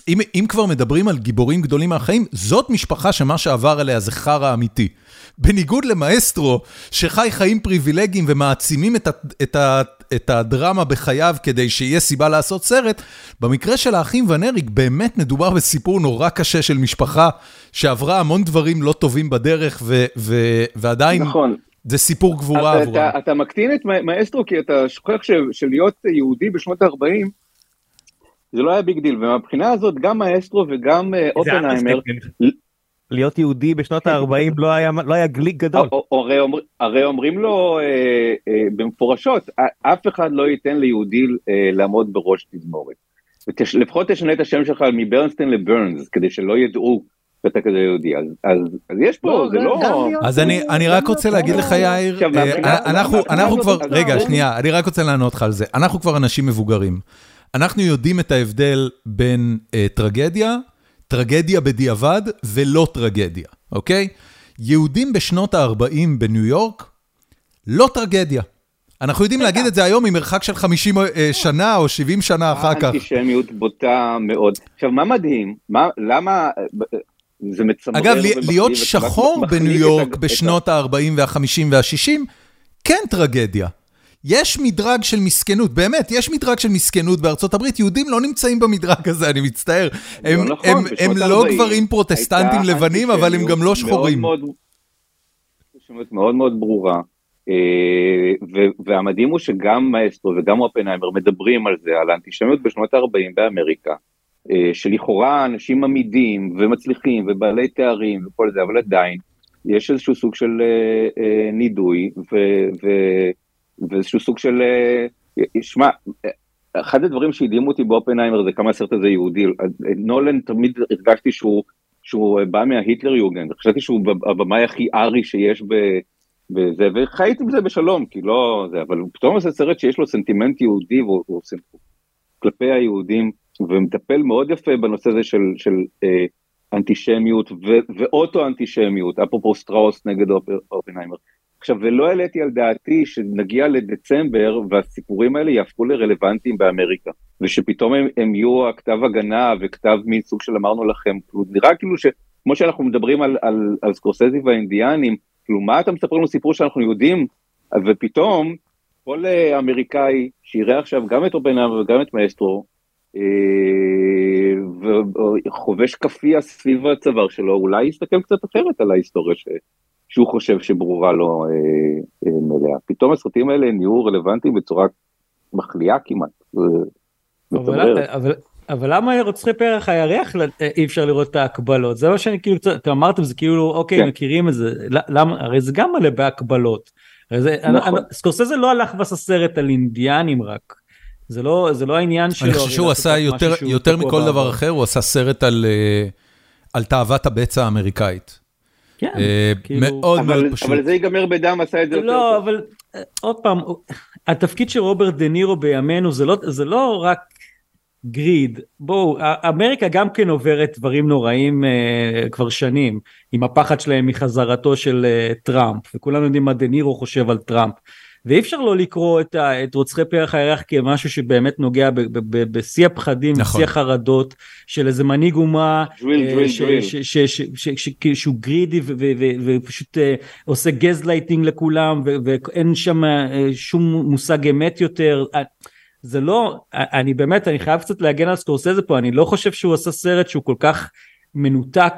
אם כבר מדברים על גיבורים גדולים מהחיים, זאת משפחה שמה שעבר עליה זה חרא אמיתי. בניגוד למאסטרו, שחי חיים פריבילגיים ומעצימים את הדרמה בחייו כדי שיהיה סיבה לעשות סרט, במקרה של האחים ונריק באמת מדובר בסיפור נורא קשה של משפחה שעברה המון דברים לא טובים בדרך ועדיין נכון. זה סיפור גבורה עבורם. אתה מקטין את מאסטרו כי אתה שוכח שלהיות יהודי בשנות ה-40 זה לא היה ביג דיל, ומבחינה הזאת גם מאסטרו וגם אופנהיימר להיות יהודי בשנות ה-40 לא היה גליק גדול. הרי אומרים לו במפורשות, אף אחד לא ייתן ליהודי לעמוד בראש תזמורת. לפחות תשנה את השם שלך מברנסטיין לברנס, כדי שלא ידעו שאתה כזה יהודי. אז יש פה, זה לא... אז אני רק רוצה להגיד לך, יאיר, אנחנו כבר, רגע, שנייה, אני רק רוצה לענות לך על זה. אנחנו כבר אנשים מבוגרים. אנחנו יודעים את ההבדל בין טרגדיה בדיעבד ולא טרגדיה, אוקיי? יהודים בשנות ה-40 בניו יורק, לא טרגדיה. אנחנו יודעים להגיד את זה היום עם מרחק של 50 שנה או 70 שנה אחר כך. האנטישמיות בוטה מאוד. עכשיו, מה מדהים? למה... זה מצמרר... אגב, להיות שחור בניו יורק בשנות ה-40 וה-50 וה-60, כן טרגדיה. יש מדרג של מסכנות, באמת, יש מדרג של מסכנות בארצות הברית, יהודים לא נמצאים במדרג הזה, אני מצטער. הם לא גברים פרוטסטנטים לבנים, אבל הם גם לא שחורים. מאוד מאוד ברורה, והמדהים הוא שגם מאסטרו וגם אופנהיימר מדברים על זה, על האנטישמיות בשנות ה-40 באמריקה, שלכאורה אנשים עמידים ומצליחים ובעלי תארים וכל זה, אבל עדיין יש איזשהו סוג של נידוי ואיזשהו סוג של, שמע, אחד הדברים שהדהימו אותי באופנהיימר זה כמה הסרט הזה יהודי, נולן תמיד הרגשתי שהוא בא מההיטלר יוגנד, חשבתי שהוא הבמאי הכי ארי שיש בזה, וחייתי עם זה בשלום, כי לא זה, אבל פתאום זה סרט שיש לו סנטימנט יהודי, והוא עושה כלפי היהודים, ומטפל מאוד יפה בנושא הזה של אנטישמיות ואוטו-אנטישמיות, אפרופו סטראוס נגד אופנהיימר. עכשיו, ולא העליתי על דעתי שנגיע לדצמבר, והסיפורים האלה יהפכו לרלוונטיים באמריקה, ושפתאום הם יהיו הכתב הגנה וכתב מסוג של אמרנו לכם, נראה כאילו שכמו שאנחנו מדברים על סקורסזי והאינדיאנים, כאילו מה אתה מספר לנו סיפור שאנחנו יודעים, ופתאום כל אמריקאי שיראה עכשיו גם את אופנהיימר וגם את מאסטרו, וחובש כפייה סביב הצוואר שלו, אולי יסתכל קצת אחרת על ההיסטוריה שהוא חושב שברורה לו מלאה. פתאום הסרטים האלה נהיו רלוונטיים בצורה מחליאה כמעט. אבל למה רוצחי פרח הירח אי אפשר לראות את ההקבלות? זה מה שאני כאילו, אתם אמרתם, זה כאילו, אוקיי, מכירים את זה, הרי זה גם מלא בהקבלות. סקורסזה לא הלך ועשה סרט על אינדיאנים רק. זה לא העניין שלו. אני חושב שהוא עשה יותר מכל דבר אחר, הוא עשה סרט על תאוות הבצע האמריקאית. כן, מאוד מאוד פשוט. אבל זה ייגמר בדם, עשה את זה יותר טוב. לא, אבל עוד פעם, התפקיד של רוברט דה נירו בימינו, זה לא רק גריד. בואו, אמריקה גם כן עוברת דברים נוראים כבר שנים, עם הפחד שלהם מחזרתו של טראמפ, וכולנו יודעים מה דה נירו חושב על טראמפ. ואי אפשר לא לקרוא את רוצחי פרח הירח כמשהו שבאמת נוגע בשיא הפחדים, בשיא החרדות של איזה מנהיג אומה, שהוא גרידי ופשוט עושה גזלייטינג לכולם, ואין שם שום מושג אמת יותר. זה לא, אני חייב קצת להגן על סקורסזה פה, אני לא חושב שהוא עשה סרט שהוא כל כך מנותק,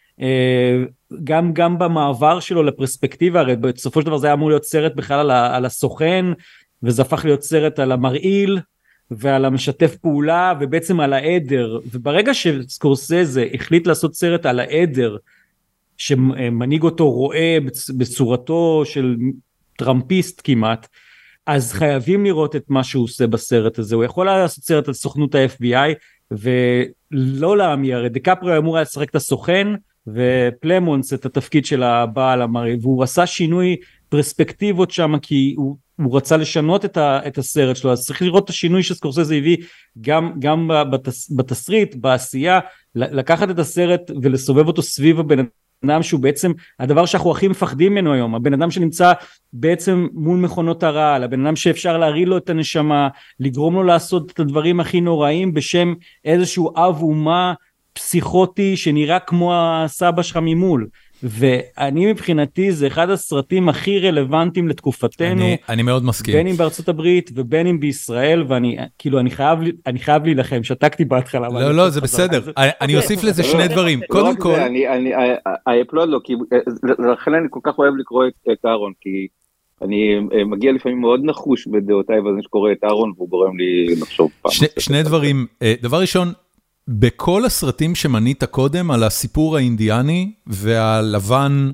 גם במעבר שלו לפרספקטיבה, הרי בסופו של דבר זה היה אמור להיות סרט בכלל על הסוכן, וזה הפך להיות סרט על המרעיל, ועל המשתף פעולה, ובעצם על העדר, וברגע שסקורסזה החליט לעשות סרט על העדר, שמנהיג אותו רואה בצורתו של טראמפיסט כמעט, אז חייבים לראות את מה שהוא עושה בסרט הזה. הוא יכול לעשות סרט על סוכנות ה-FBI, ולא להאמיר, הרי דקפריו אמור לשחק את הסוכן, ופלמונס את התפקיד של הבעל המרעיל, והוא עשה שינוי פרספקטיבות שם, כי הוא רצה לשנות את הסרט שלו, אז צריך לראות את השינוי שסקורסזה הביא, גם בתסריט, בעשייה, לקחת את הסרט ולסובב אותו סביב הבן אדם שהוא בעצם הדבר שאנחנו הכי מפחדים ממנו היום, הבן אדם שנמצא בעצם מול מכונות הרעל, הבן אדם שאפשר להרעיל לו את הנשמה, לגרום לו לעשות את הדברים הכי נוראים בשם איזשהו אב אומה פסיכוטי שנראה כמו הסבא שלך ממול. ואני מבחינתי זה אחד הסרטים הכי רלוונטיים לתקופתנו. אני מאוד מסכים. בין אם בארצות הברית ובין אם בישראל, ואני כאילו אני חייב להילחם, שתקתי בהתחלה. לא, זה בסדר. אני אוסיף לזה שני דברים. קודם כל... אני אפלוד לו, כי לכן אני כל כך אוהב לקרוא את אהרון, כי אני מגיע לפעמים מאוד נחוש בדעותיי, ואז אני שקורא את אהרון, והוא גורם לי לחשוב פעם. שני דברים. דבר ראשון, בכל הסרטים שמנית קודם על הסיפור האינדיאני והלבן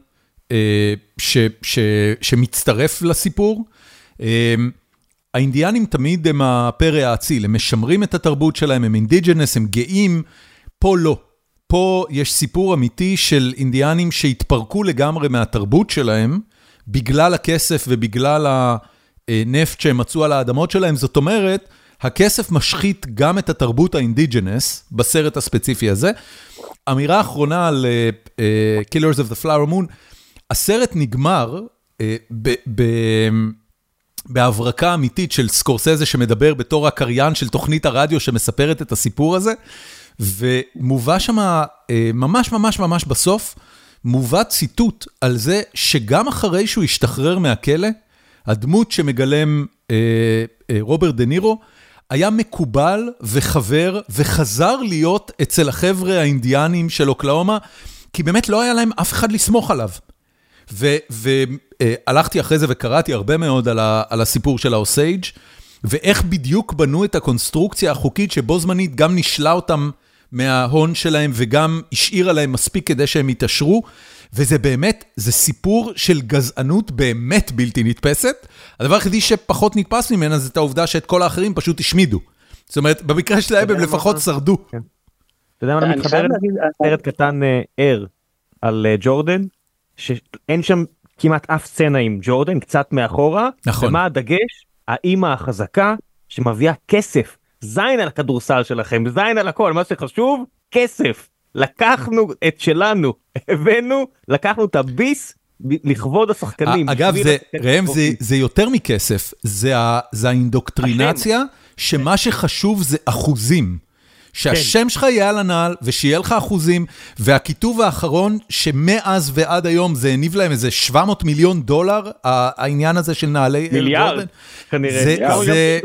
שמצטרף לסיפור, האינדיאנים תמיד הם הפרא האציל, הם משמרים את התרבות שלהם, הם אינדיג'נס, הם גאים, פה לא. פה יש סיפור אמיתי של אינדיאנים שהתפרקו לגמרי מהתרבות שלהם, בגלל הכסף ובגלל הנפט שהם מצאו על האדמות שלהם, זאת אומרת, הכסף משחית גם את התרבות האינדיג'נס, בסרט הספציפי הזה. אמירה האחרונה על Killers of the Flower Moon, הסרט נגמר בהברקה אמיתית של סקורסזה שמדבר בתור הקריין של תוכנית הרדיו שמספרת את הסיפור הזה, ומובא שם ממש ממש ממש בסוף, מובא ציטוט על זה שגם אחרי שהוא השתחרר מהכלא, הדמות שמגלם רוברט דה נירו, היה מקובל וחבר וחזר להיות אצל החבר'ה האינדיאנים של אוקלאומה, כי באמת לא היה להם אף אחד לסמוך עליו. והלכתי אחרי זה וקראתי הרבה מאוד על הסיפור של האוסייג' ואיך בדיוק בנו את הקונסטרוקציה החוקית שבו זמנית גם נשלה אותם מההון שלהם וגם השאירה להם מספיק כדי שהם יתעשרו, וזה באמת, זה סיפור של גזענות באמת בלתי נתפסת. הדבר היחידי שפחות נתפס ממנה זה את העובדה שאת כל האחרים פשוט השמידו. זאת אומרת, במקרה שלהם הם לפחות שרדו. אתה יודע מה, אני מתחבר סרט קטן ער על ג'ורדן, שאין שם כמעט אף סצנה עם ג'ורדן, קצת מאחורה, נכון. ומה הדגש? האמא החזקה שמביאה כסף, זין על הכדורסל שלכם, זין על הכל, מה שחשוב, כסף. לקחנו את שלנו, הבאנו, לקחנו את הביס לכבוד השחקנים. אגב, ראם, זה יותר מכסף, זה האינדוקטרינציה, שמה שחשוב זה אחוזים. שהשם שלך יהיה על הנעל, ושיהיה לך אחוזים, והכיתוב האחרון, שמאז ועד היום זה הניב להם איזה $700 מיליון, העניין הזה של נעלי מיליארד, כנראה.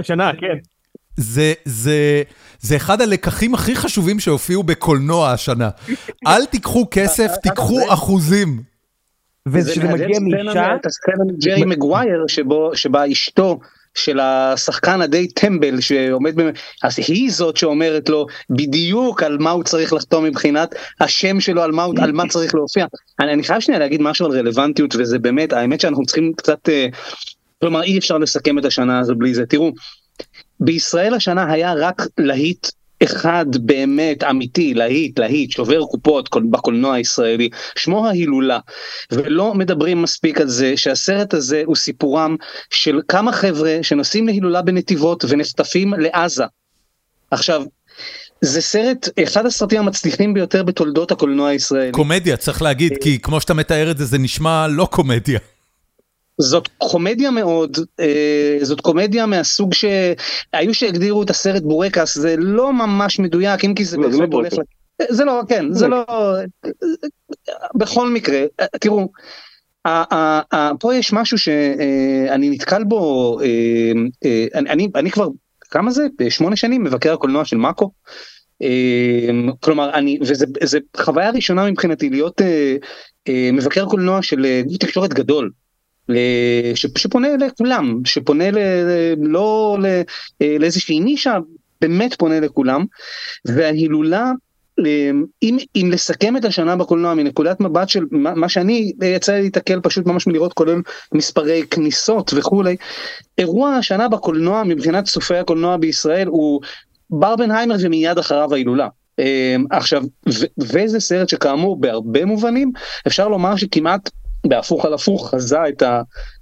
זה אחד הלקחים הכי חשובים שהופיעו בקולנוע השנה. אל תיקחו כסף, תיקחו אחוזים. וזה מגיע מאישה, את הסצנה מג'רי מגווייר, שבה אשתו של השחקן הדי טמבל שעומד, אז היא זאת שאומרת לו בדיוק על מה הוא צריך לחתום מבחינת השם שלו, על מה צריך להופיע. אני חייב שנייה להגיד משהו על רלוונטיות, וזה באמת, האמת שאנחנו צריכים קצת, כלומר אי אפשר לסכם את השנה הזו בלי זה. תראו, בישראל השנה היה רק להיט אחד באמת אמיתי, להיט, שובר קופות בקולנוע הישראלי, שמו ההילולה, ולא מדברים מספיק על זה, שהסרט הזה הוא סיפורם של כמה חבר'ה שנוסעים להילולה בנתיבות ונחטפים לעזה. עכשיו, זה סרט, אחד הסרטים המצליחים ביותר בתולדות הקולנוע הישראלי. קומדיה, צריך להגיד, כי כמו שאתה מתאר את זה, זה נשמע לא קומדיה. זאת קומדיה מאוד, זאת קומדיה מהסוג שהיו שהגדירו את הסרט בורקס, זה לא ממש מדויק, אם כי זה בהחלט הולך, זה לא, כן, זה לא, בכל מקרה, תראו, פה יש משהו שאני נתקל בו, אני כבר, כמה זה? 8 שנים מבקר הקולנוע של מאקו, כלומר, וזה חוויה ראשונה מבחינתי להיות מבקר קולנוע של תקשורת גדול, שפונה לכולם, שפונה לא לאיזושהי נישה, באמת פונה לכולם, וההילולה, אם לסכם את השנה בקולנוע מנקודת מבט של מה שאני יצא להתקל פשוט ממש מלראות כולל מספרי כניסות וכולי, אירוע השנה בקולנוע מבחינת סופי הקולנוע בישראל הוא ברבנהיימר ומיד אחריו ההילולה. עכשיו, וזה סרט שכאמור בהרבה מובנים, אפשר לומר שכמעט בהפוך על הפוך חזה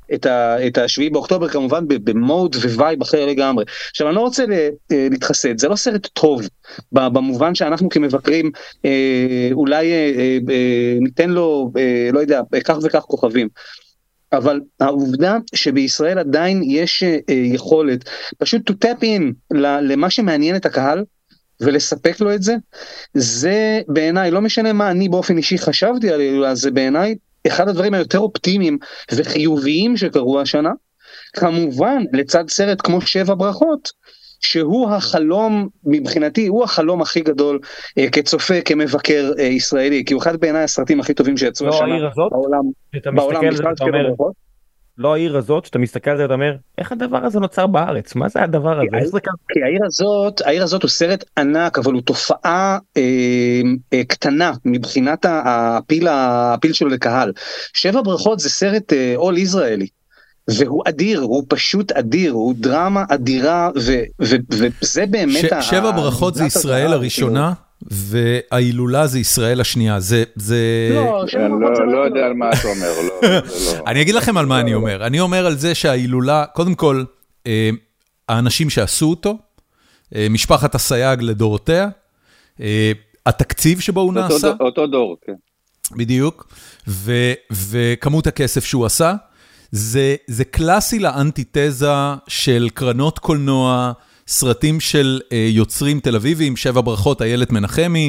את השביעי באוקטובר כמובן במוד ווייב אחר לגמרי. עכשיו אני לא רוצה להתחסד, זה לא סרט טוב, במובן שאנחנו כמבקרים אולי ניתן לו, לא יודע, כך וכך כוכבים. אבל העובדה שבישראל עדיין יש יכולת פשוט to tap in למה שמעניין את הקהל, ולספק לו את זה, זה בעיניי, לא משנה מה אני באופן אישי חשבתי על ההילולה, זה בעיניי אחד הדברים היותר אופטימיים וחיוביים שקרו השנה, כמובן לצד סרט כמו 7 ברכות, שהוא החלום, מבחינתי, הוא החלום הכי גדול כצופה, כמבקר ישראלי, כי הוא אחד בעיניי הסרטים הכי טובים שיצאו השנה בעולם בכלל 7 ברכות. לא העיר הזאת, שאתה מסתכל על זה, אתה אומר, איך הדבר הזה נוצר בארץ? מה זה הדבר הזה? כי העיר הזאת הוא סרט ענק, אבל הוא תופעה קטנה, מבחינת הפיל שלו לקהל. 7 ברכות זה סרט all ישראלי, והוא אדיר, הוא פשוט אדיר, הוא דרמה אדירה, וזה באמת... 7 ברכות זה ישראל הראשונה, וההילולה זה ישראל השנייה, זה... לא יודע על מה אתה אומר, אני אגיד לכם על מה אני אומר, אני אומר על זה שההילולה, קודם כל, האנשים שעשו אותו, משפחת הסייג לדורותיה, התקציב שבו הוא נעשה, אותו דור, כן. בדיוק, וכמות הכסף שהוא עשה, זה קלאסי לאנטיתזה של קרנות קולנוע, סרטים של יוצרים תל אביבים, 7 ברכות, איילת מנחמי,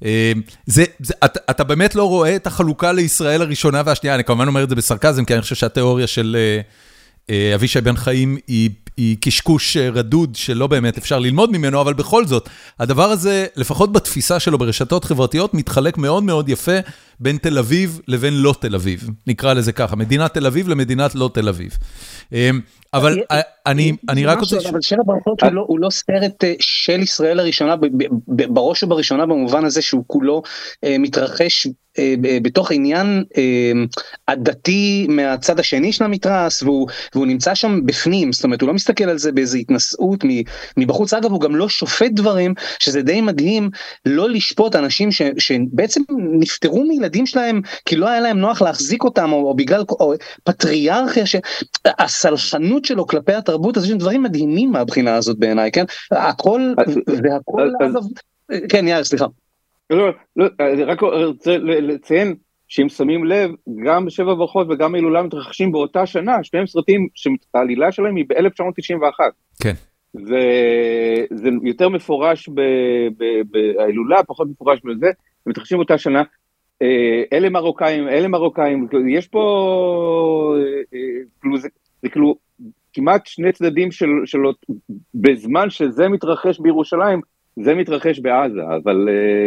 אתה באמת לא רואה את החלוקה לישראל הראשונה והשנייה, אני כמובן אומר את זה בסרקזם, כי אני חושב שהתיאוריה של אבישי בן חיים היא קשקוש רדוד שלא באמת אפשר ללמוד ממנו, אבל בכל זאת, הדבר הזה, לפחות בתפיסה שלו ברשתות חברתיות, מתחלק מאוד מאוד יפה בין תל אביב לבין לא תל אביב, נקרא לזה ככה, מדינת תל אביב למדינת לא תל אביב. אבל אני רק רוצה... אבל 7 ברכות הוא לא סרט של ישראל הראשונה, בראש ובראשונה במובן הזה שהוא כולו מתרחש בתוך עניין הדתי מהצד השני של המתרס, והוא נמצא שם בפנים, זאת אומרת הוא לא מסתכל על זה באיזו התנסות מבחוץ. אגב הוא גם לא שופט דברים, שזה די מדהים לא לשפוט אנשים שבעצם נפטרו מילדים שלהם כי לא היה להם נוח להחזיק אותם, או בגלל פטריארכיה, הסלחנות שלו כלפי התרבות, אז יש דברים מדהימים מהבחינה הזאת בעיניי, כן? הכל, והכל, אגב, כן, יאללה, סליחה. לא, אני רק רוצה לציין שאם שמים לב, גם 7 ברכות וגם ההילולה מתרחשים באותה שנה, שניהם סרטים שהעלילה שלהם היא ב-1991. כן. זה יותר מפורש בהילולה, פחות מפורש בזה, מתרחשים באותה שנה. אלה מרוקאים, יש פה, זה כאילו כמעט שני צדדים שלו, בזמן שזה מתרחש בירושלים, זה מתרחש בעזה, אבל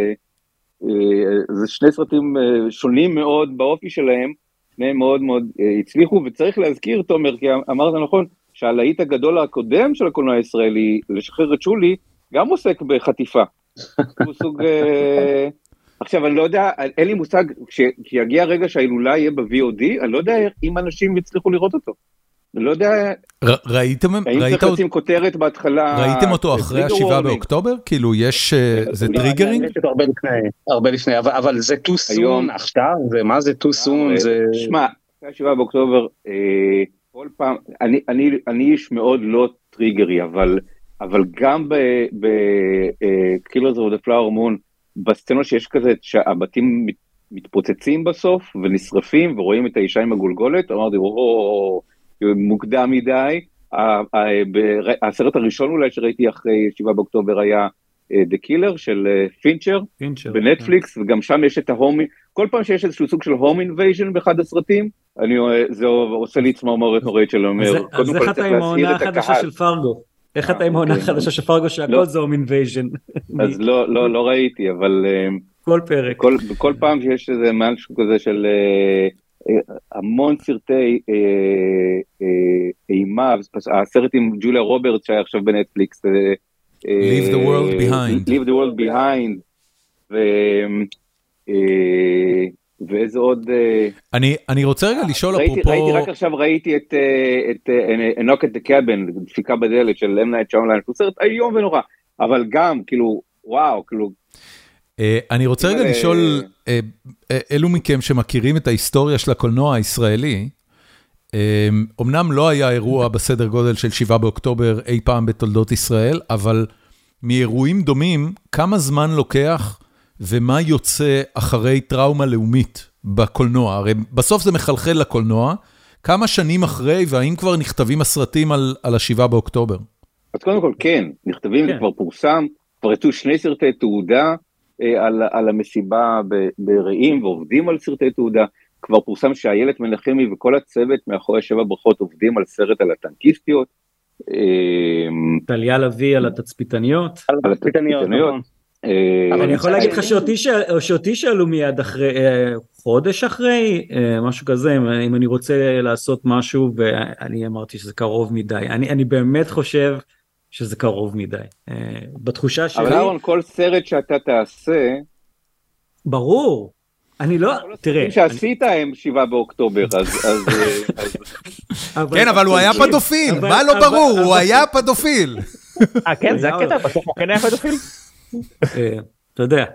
זה שני סרטים שונים מאוד באופי שלהם, שניהם מאוד מאוד הצליחו, וצריך להזכיר, תומר, כי אמרת נכון, שהלהיט הגדול הקודם של הקולנוע הישראלי, לשחרר את שולי, גם עוסק בחטיפה. הוא סוג... עכשיו, אני לא יודע, אין לי מושג, כשיגיע הרגע שההילולה יהיה ב-VOD, אני לא יודע אם אנשים יצליחו לראות אותו. אני לא יודע... ראיתם כותרת בהתחלה... ראיתם אותו אחרי 7 באוקטובר? כאילו, יש... זה טריגרינג? הרבה לפני, אבל זה too soon עכשיו, מה זה too soon? שמע, אחרי 7 באוקטובר, כל פעם, אני איש מאוד לא טריגרי, אבל גם ב-Killers of the Flower Moon, בסצנות שיש כזה, שהבתים מתפוצצים בסוף, ונשרפים, ורואים את האישה עם הגולגולת, אמרתי, מוקדם מדי. הסרט הראשון אולי שראיתי אחרי 7 באוקטובר היה The Killer של פינצ'ר בנטפליקס, וגם שם יש את ההומי, כל פעם שיש איזשהו סוג של הום אינבייז'ן באחד הסרטים, זה עושה לי צמרמורת נוראית שלו, אז איך אתה עם העונה החדשה של פרגו? איך אתה עם העונה החדשה של פרגו שהכל זה הום אינבייז'ן? אז לא ראיתי, אבל כל פרק. כל פעם שיש איזה משהו כזה של המון סרטי אימה, הסרט עם ג'וליה רוברטס שהיה עכשיו בנטפליקס, Leave the World Behind. Leave the World Behind. ואיזה עוד... אני רוצה רגע לשאול אפרופו... רק עכשיו ראיתי את Knock at the Cabin, דפיקה בדלת של M. Night Shyamalan, הוא סרט איום ונורא, אבל גם כאילו, וואו, כאילו... אני רוצה רגע לשאול, אלו מכם שמכירים את ההיסטוריה של הקולנוע הישראלי, אמנם לא היה אירוע בסדר גודל של 7 באוקטובר אי פעם בתולדות ישראל, אבל מאירועים דומים, כמה זמן לוקח ומה יוצא אחרי טראומה לאומית בקולנוע? הרי בסוף זה מחלחל לקולנוע, כמה שנים אחרי, והאם כבר נכתבים הסרטים על 7 באוקטובר? אז קודם כל כן, נכתבים, זה כבר פורסם, כבר יצאו 2 סרטי תעודה על המסיבה ברעים, ועובדים על סרטי תעודה, כבר פורסם שאיילת מנחמי וכל הצוות מאחורי 7 ברכות עובדים על סרט על הטנקיסטיות. טליה לביא על התצפיתניות. על התצפיתניות. אני יכול להגיד לך שאותי שאלו מיד אחרי, חודש אחרי, משהו כזה, אם אני רוצה לעשות משהו, ואני אמרתי שזה קרוב מדי. אני באמת חושב שזה קרוב מדי. בתחושה שלי... אבל אהרון, כל סרט שאתה תעשה... ברור. אני לא... תראה... שעשית הם 7 באוקטובר, אז... כן, אבל הוא היה פדופיל. מה לא ברור? הוא היה פדופיל. כן, זה הקטע, בסוף הוא כן היה פדופיל. אתה יודע,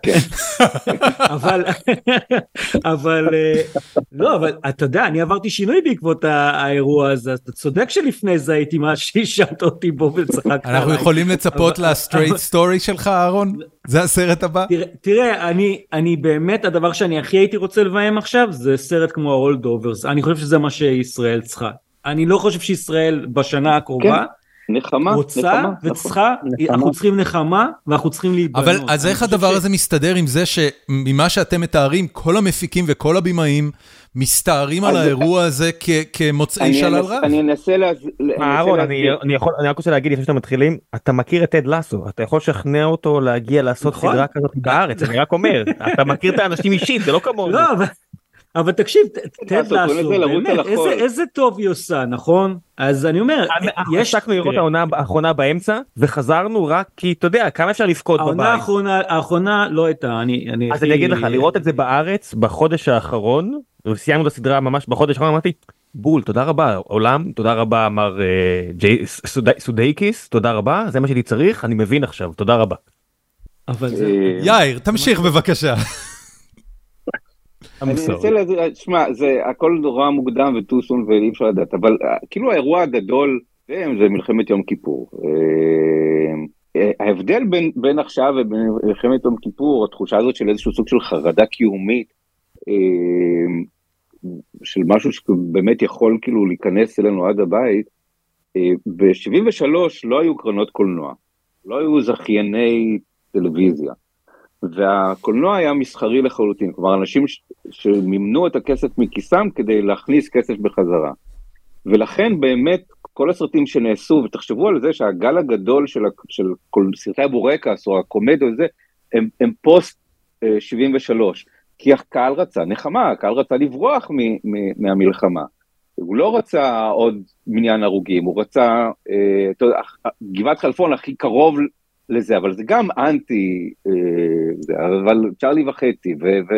אבל לא, אבל אתה יודע, אני עברתי שינוי בעקבות האירוע הזה, אתה צודק שלפני זה הייתי מה שישת אותי בו וצחקת. אנחנו יכולים לצפות לסטרייט סטורי שלך, אהרון? זה הסרט הבא? תראה, אני באמת, הדבר שאני הכי הייתי רוצה לביים עכשיו, זה סרט כמו ההולדוברס, אני חושב שזה מה שישראל צריכה. אני לא חושב שישראל בשנה הקרובה, נחמה, רוצה וצריכה, אנחנו צריכים נחמה, ואנחנו צריכים להיבנות. אבל אז איך הדבר הזה מסתדר עם זה שממה שאתם מתארים, כל המפיקים וכל הבימאים מסתערים על האירוע הזה כמוצאי שלל רב? אני אנסה אהרון, אני רק רוצה להגיד לפני שאתם מתחילים, אתה מכיר את טד לסו, אתה יכול לשכנע אותו להגיע לעשות סדרה כזאת בארץ, אני רק אומר, אתה מכיר את האנשים אישית, זה לא כמוהו. לא, אבל תקשיב, תד לסו, באמת, איזה טוב היא עושה, נכון? אז אני אומר, הפסקנו לראות העונה האחרונה באמצע, וחזרנו רק כי, אתה יודע, כמה אפשר לפקוד בבית. העונה האחרונה לא הייתה, אז אני אגיד לך, לראות את זה בארץ, בחודש האחרון, וסיימנו את הסדרה ממש בחודש האחרון, אמרתי, בול, תודה רבה, עולם, תודה רבה, אמר סודייקיס, תודה רבה, זה מה שאני צריך, אני מבין עכשיו, תודה רבה. יאיר, תמשיך בבקשה. אני אנסה שמע, זה הכל נורא מוקדם וטוסון ואי אפשר לדעת, אבל כאילו האירוע הגדול זה מלחמת יום כיפור. ההבדל בין עכשיו ובין מלחמת יום כיפור, התחושה הזאת של איזשהו סוג של חרדה קיומית, של משהו שבאמת יכול כאילו להיכנס אלינו עד הבית, ב-73 לא היו קרנות קולנוע, לא היו זכייני טלוויזיה. והקולנוע היה מסחרי לחלוטין, כלומר אנשים שמימנו את הכסף מכיסם כדי להכניס כסף בחזרה. ולכן באמת כל הסרטים שנעשו, ותחשבו על זה שהגל הגדול של סרטי הבורקס או הקומדיה הזה, הם פוסט 73, כי הקהל רצה נחמה, הקהל רצה לברוח מהמלחמה. הוא לא רצה עוד מניין הרוגים, הוא רצה, גבעת חלפון הכי קרוב לזה, אבל זה גם אנטי, אבל צ'רלי וחצי,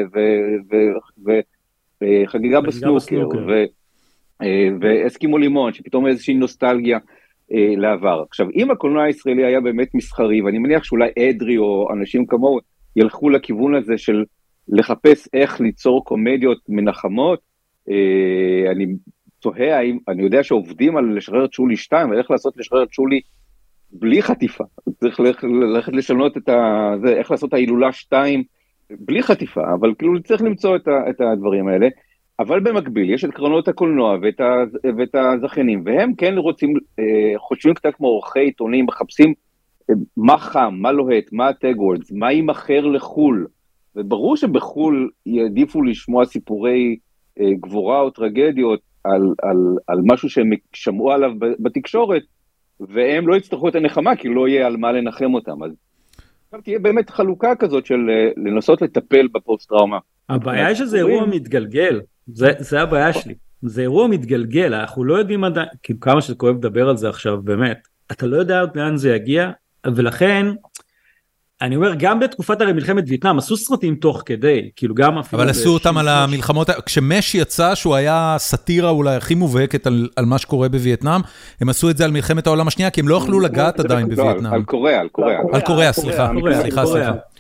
וחגיגה בסנוקר, ואסקימו לימון, שפתאום איזושהי נוסטלגיה לעבר. עכשיו, אם הקולנוע הישראלי היה באמת מסחרי, ואני מניח שאולי אדרי או אנשים כמוהו ילכו לכיוון הזה של לחפש איך ליצור קומדיות מנחמות, אני תוהה, אני יודע שעובדים על לשחרר את שולי 2, ואיך לעשות לשחרר את שולי בלי חטיפה, צריך ללכת לשנות איך לעשות ההילולה 2 בלי חטיפה, אבל כאילו צריך למצוא את הדברים האלה, אבל במקביל יש את קרנות הקולנוע ואת הזכיינים, והם כן רוצים, חושבים קצת כמו עורכי עיתונים, מחפשים מה חם, מה לוהט, מה הטגוורדס, מה יימכר לחול, וברור שבחול יעדיפו לשמוע סיפורי גבורה או טרגדיות על משהו שהם שמעו עליו בתקשורת, והם לא יצטרכו את הנחמה, כי לא יהיה על מה לנחם אותם. אז תהיה באמת חלוקה כזאת של לנסות לטפל בפוסט-טראומה. הבעיה היא שזה אירוע מתגלגל, זה הבעיה שלי. זה אירוע מתגלגל, אנחנו לא יודעים עדיין, כאילו כמה שזה כואב לדבר על זה עכשיו, באמת. אתה לא יודע לאן זה יגיע, ולכן, אני אומר, גם בתקופת הרי מלחמת וייטנאם, עשו סרטים תוך כדי, כאילו גם אפילו... אבל עשו אותם על המלחמות, כשמש יצא שהוא היה סאטירה אולי הכי מובהקת על מה שקורה בווייטנאם, הם עשו את זה על מלחמת העולם השנייה, כי הם לא יכלו לגעת עדיין בווייטנאם. על קוריאה. על קוריאה, סליחה.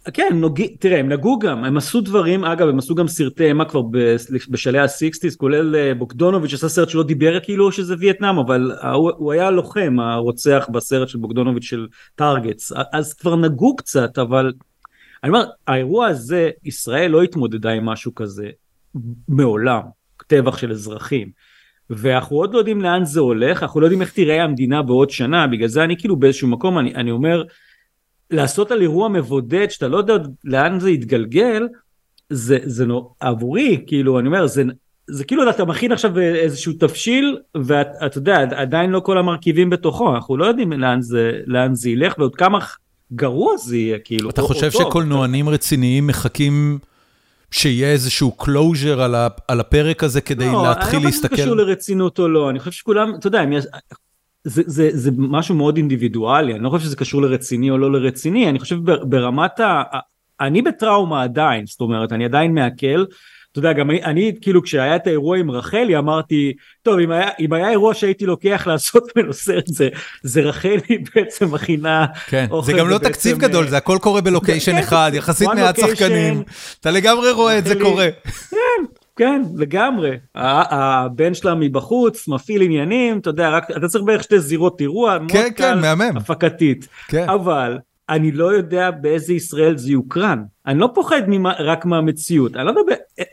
כן, תראה, הם נגעו גם, הם עשו דברים, אגב, הם עשו גם סרטי אימה כבר בשלהי ה-60s, כולל בוגדונוביץ' עשה סרט שלא דיבר כאילו שזה וייטנאם, אבל הוא היה לוחם, הרוצח בסרט של בוגדונוביץ' של טארגטס, אז כבר נגעו קצת, אבל אני אומר, האירוע הזה, ישראל לא התמודדה עם משהו כזה מעולם, טבח של אזרחים, ואנחנו עוד לא יודעים לאן זה הולך, אנחנו לא יודעים איך תראה המדינה בעוד שנה, בגלל זה אני כאילו באיזשהו מקום, אני אומר, לעשות על אירוע מבודד, שאתה לא יודע לאן זה יתגלגל, זה עבורי, כאילו, אני אומר, זה כאילו אתה מכין עכשיו איזשהו תבשיל, ואתה יודע, עדיין לא כל המרכיבים בתוכו, אנחנו לא יודעים לאן זה ילך, ועוד כמה גרוע זה יהיה, כאילו. אתה חושב שקולנוענים רציניים מחכים שיהיה איזשהו קלוז'ר על הפרק הזה, כדי להתחיל להסתכל? לא, אני לא חושב שזה קשור לרצינות או לא, אני חושב שכולם, אתה יודע, זה משהו מאוד אינדיבידואלי, אני לא חושב שזה קשור לרציני או לא לרציני, אני חושב ברמת אני בטראומה עדיין, זאת אומרת, אני עדיין מעכל, אתה יודע, גם אני כאילו כשהיה את האירוע עם רחלי, אמרתי, טוב, אם היה אירוע שהייתי לוקח לעשות בנושא, זה רחלי בעצם מכינה. כן, זה גם לא תקציב גדול, זה הכל קורה בלוקיישן אחד, יחסית מעט שחקנים, אתה לגמרי רואה את זה קורה. כן, לגמרי. הבן שלה מבחוץ, מפעיל עניינים, אתה יודע, אתה צריך בערך 2 זירות אירוע, מאוד קל, הפקתית. אבל אני לא יודע באיזה ישראל זה יוקרן. אני לא פוחד רק מהמציאות. אני לא יודע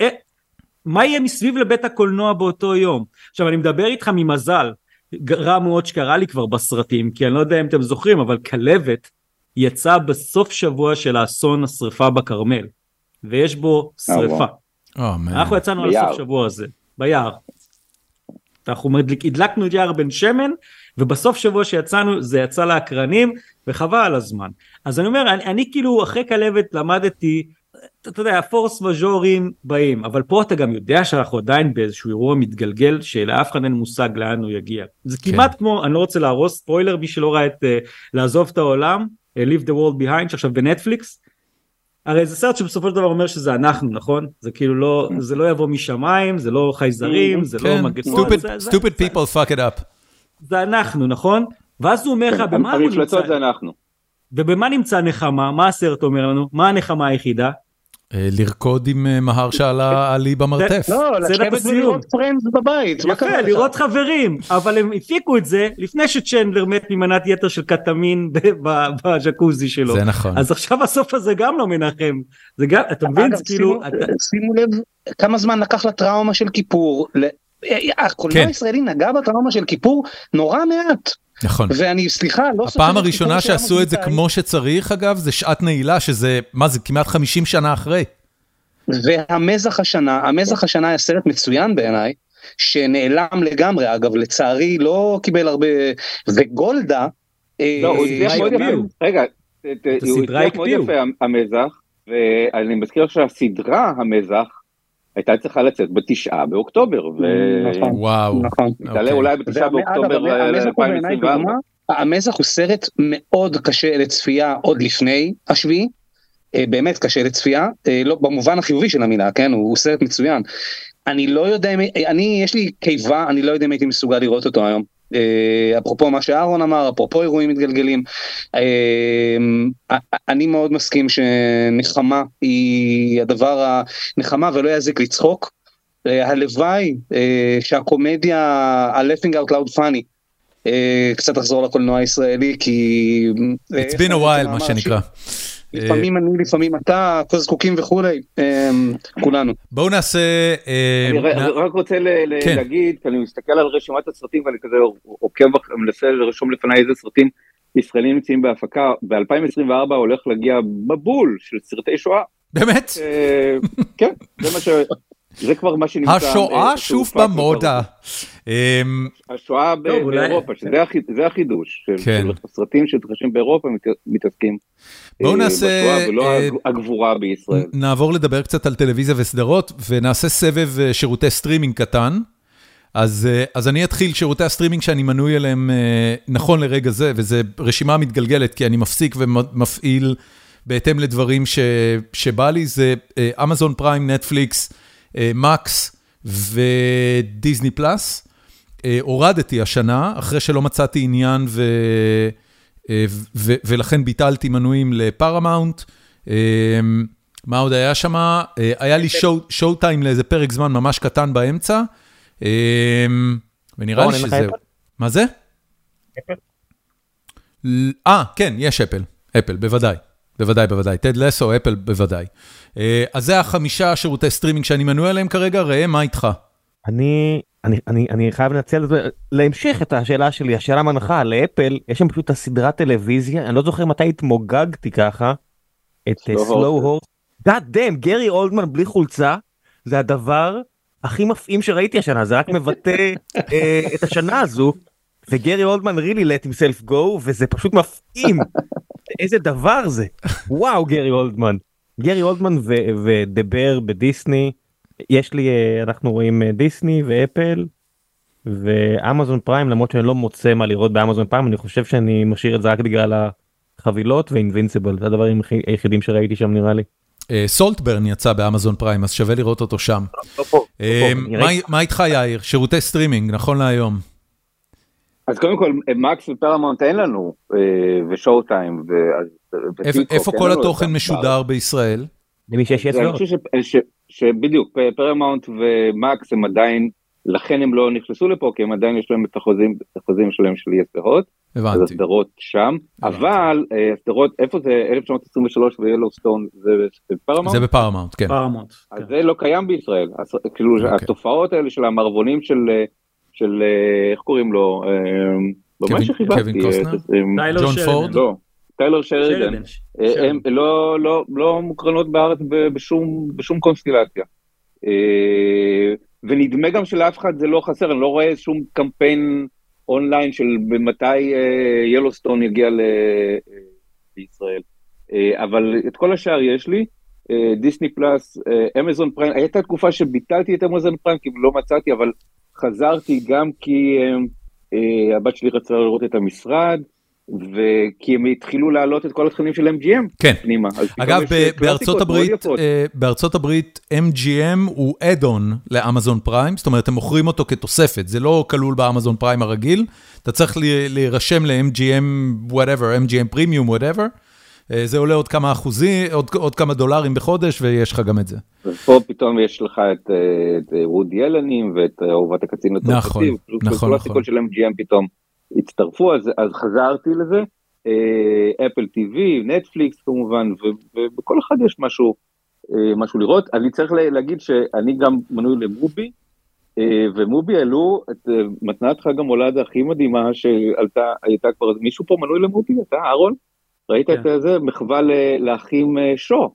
מה יהיה מסביב לבית הקולנוע באותו יום. עכשיו, אני מדבר איתך ממזל, רע מאוד שקרה לי כבר בסרטים, כי אני לא יודע אם אתם זוכרים, אבל כלבת יצא בסוף שבוע של האסון השריפה בכרמל, ויש בו שריפה. אנחנו יצאנו על הסוף שבוע הזה, ביער. אנחנו הדלקנו את יער בן שמן, ובסוף שבוע שיצאנו, זה יצא להקרנים, וחבל על הזמן. אז אני אומר, אני כאילו אחרי כלבת למדתי, אתה יודע, הפורס מז'ורים באים, אבל פה אתה גם יודע שאנחנו עדיין באיזשהו אירוע מתגלגל, שלאף אחד אין מושג לאן הוא יגיע. זה כמעט כמו, אני לא רוצה להרוס, ספוילר, מי שלא ראה את לעזוב את העולם, Leave the World Behind, שעכשיו בנטפליקס, הרי זה סרט שבסופו של דבר אומר שזה אנחנו, נכון? זה כאילו לא, זה לא יבוא משמיים, זה לא חייזרים, זה לא מגפות. Stupid people fuck it up. זה אנחנו, נכון? ואז הוא אומר לך, במה הוא נמצא? המפלצות זה אנחנו. ובמה נמצא נחמה? מה הסרט אומר לנו? מה הנחמה היחידה? לרקוד עם מהר שעלה עלי במרתף. לא, לשבת ולראות פרנדס בבית. יפה, לראות חברים. אבל הם הפיקו את זה לפני שצ'נדלר מת ממנת יתר של קטמין בז'קוזי שלו. זה נכון. אז עכשיו הסוף הזה גם לא מנחם. זה גם, אתה מבין? שימו לב כמה זמן לקח לטראומה של כיפור. הקולנוע הישראלי נגע בטראומה של כיפור נורא מעט. נכון. ואני, סליחה, לא סופר... הפעם הראשונה שעשו את זה כמו שצריך, אגב, זה שעת נעילה, שזה, מה זה, כמעט 50 שנה אחרי. והמזח השנה היה סרט מצוין בעיניי, שנעלם לגמרי, אגב, לצערי לא קיבל הרבה, וגולדה... לא, הוא הצליח מאוד יפה, רגע, הוא הצליח מאוד יפה, המזח, ואני מזכיר שהסדרה, המזח, הייתה צריכה לצאת ב9 באוקטובר. וואו. נכון. תעלה אולי ב9 באוקטובר 2024. המזח הוא סרט מאוד קשה לצפייה עוד לפני השביעי, באמת קשה לצפייה, לא במובן החיובי של המילה, כן, הוא סרט מצוין. אני לא יודע, יש לי קיבה, אני לא יודע אם הייתי מסוגל לראות אותו היום. אפרופו מה שאהרון אמר, אפרופו אירועים מתגלגלים, אני מאוד מסכים שנחמה היא הדבר הנחמה ולא יזיק לצחוק. הלוואי שהקומדיה ה-laughing out loud funny קצת תחזור לקולנוע הישראלי, כי it's been a while מה שנקרא. לפעמים אני, לפעמים אתה, כל זקוקים וכולי, כולנו. בואו נעשה... אני רק רוצה להגיד, כי אני מסתכל על רשימת הסרטים, ואני כזה עוקב, מנסה לרשום לפניי איזה סרטים ישראלים נמצאים בהפקה, ב-2024 הולך להגיע מבול של סרטי שואה. באמת? כן, זה כבר מה שנמצא... השואה שוב במודה. השואה באירופה, שזה החידוש, של הסרטים שמתרחשים באירופה מתעסקים בשואה ולא הגבורה בישראל. נעבור לדבר קצת על טלוויזיה וסדרות, ונעשה סבב שירותי סטרימינג קטן. אז אני אתחיל שירותי הסטרימינג שאני מנוי אליהם נכון לרגע זה, וזה רשימה מתגלגלת, כי אני מפסיק ומפעיל בהתאם לדברים שבא לי, זה אמזון פריים, נטפליקס, מקס ודיזני פלאס. הורדתי השנה, אחרי שלא מצאתי עניין ולכן ביטלתי מנויים לפרמאונט, מה עוד היה שם? היה לי שואו טיים לאיזה פרק זמן ממש קטן באמצע, ונראה לי שזה... מה זה? אפל? כן, יש אפל, בוודאי. בוודאי, טד לסו, אפל בוודאי. אז זה 5 שירותי סטרימינג שאני מנוי עליהם כרגע, ראה, מה איתך? אני חייב לנצל את זה, להמשיך את השאלה שלי, השאלה מנחה, לאפל, יש שם פשוט הסדרת טלוויזיה, אני לא זוכר מתי התמוגגתי ככה, את סלואו הורס, God damn, גרי אולדמן בלי חולצה, זה הדבר הכי מפעים שראיתי השנה, זה רק מבטא את השנה הזו, וגרי אולדמן really let himself go, וזה פשוט מפעים, איזה דבר זה, וואו גרי אולדמן ודבר בדיסני, יש לי, אנחנו רואים דיסני ואפל ואמזון פריים, למרות שאני לא מוצא מה לראות באמזון פריים, אני חושב שאני משאיר את זה רק בגלל החבילות ואינבינסיבל, זה הדברים היחידים שראיתי שם נראה לי. סולטברן יצא באמזון פריים, אז שווה לראות אותו שם. מה איתך יאיר? שירותי סטרימינג, נכון להיום. אז קודם כל, מקס ופרמונט אין לנו, ושואו טיים. איפה כל התוכן משודר בישראל? למי שיש יצאות. שבדיוק, פרמונט ומקס הם עדיין, לכן הם לא נכנסו לפה, כי הם עדיין יש להם את החוזים שלהם של יסדרות. הבנתי. אז הסדרות שם, אבל הסדרות, איפה זה 1923 ויילוסטון, זה בפרמונט? זה בפרמונט, כן. אז זה לא קיים בישראל, כאילו התופעות האלה של המערבונים של, איך קוראים לו, במה שחיבבתי, קווין קוסטנר? ג'ון פורד? לא, טיילר שרידן, הם לא מוקרנות בארץ בשום קונסטלציה, ונדמה גם שלאף אחד זה לא חסר, אני לא רואה שום קמפיין אונליין של מתי ילוסטון יגיע לישראל, אבל את כל השאר יש לי, דיסני פלאס, אמזון פריים, הייתה תקופה שביטלתי את אמזון פריים כי לא מצאתי, אבל חזרתי גם כי הבת שלי רצה לראות את המשרד, וכי הם התחילו להעלות את כל התכנים של MGM. כן. פנימה. אגב, בארצות הברית MGM הוא add-on לאמזון פריים, זאת אומרת, הם מוכרים אותו כתוספת, זה לא כלול באמזון פריים הרגיל, אתה צריך להירשם ל-MGM whatever, MGM Premium whatever, זה עולה עוד כמה אחוזים, עוד כמה דולרים בחודש, ויש לך גם את זה. ופה פתאום יש לך את וודי אלנים, ואת אהובת הקצין התורפתי, נכון. כל הסיכות של MGM פתאום הצטרפו, אז חזרתי לזה, אפל TV, נטפליקס כמובן, ובכל אחד יש משהו לראות. אני צריך להגיד שאני גם מנוי למובי, ומובי העלו את מתנת חג המולד הכי מדהימה שעלתה, הייתה כבר, מישהו פה מנוי למובי? אתה, אהרון? ראית את זה? מחווה לאחים שו.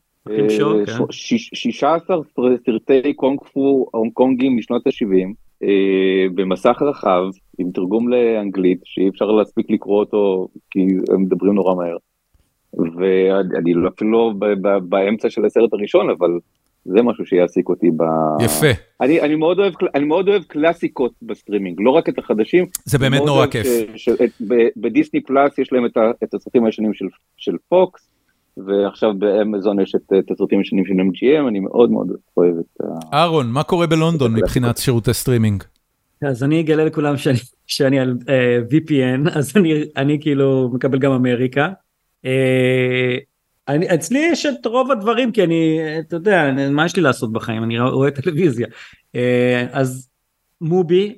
16 סרטי קונג פו הונג קונגים משנות ה-70, במסך רחב, עם תרגום לאנגלית, שאי אפשר להספיק לקרוא אותו, כי הם מדברים נורא מהר. ואני אפילו לא באמצע של הסרט הראשון, אבל זה משהו שיעסיק אותי יפה. אני מאוד אוהב קלאסיקות בסטרימינג, לא רק את החדשים. זה באמת נורא כיף. בדיסני פלאס יש להם את הסרטים הישנים של פוקס, ועכשיו באמזון יש את הסרטים השנים של MGM, אני מאוד מאוד אוהב את אהרון, מה קורה בלונדון מבחינת שירותי סטרימינג? אז אני אגלה לכולם שאני על VPN, אז אני כאילו מקבל גם אמריקה. אצלי יש את רוב הדברים, כי אתה יודע, מה יש לי לעשות בחיים? אני רואה טלוויזיה. אז מובי,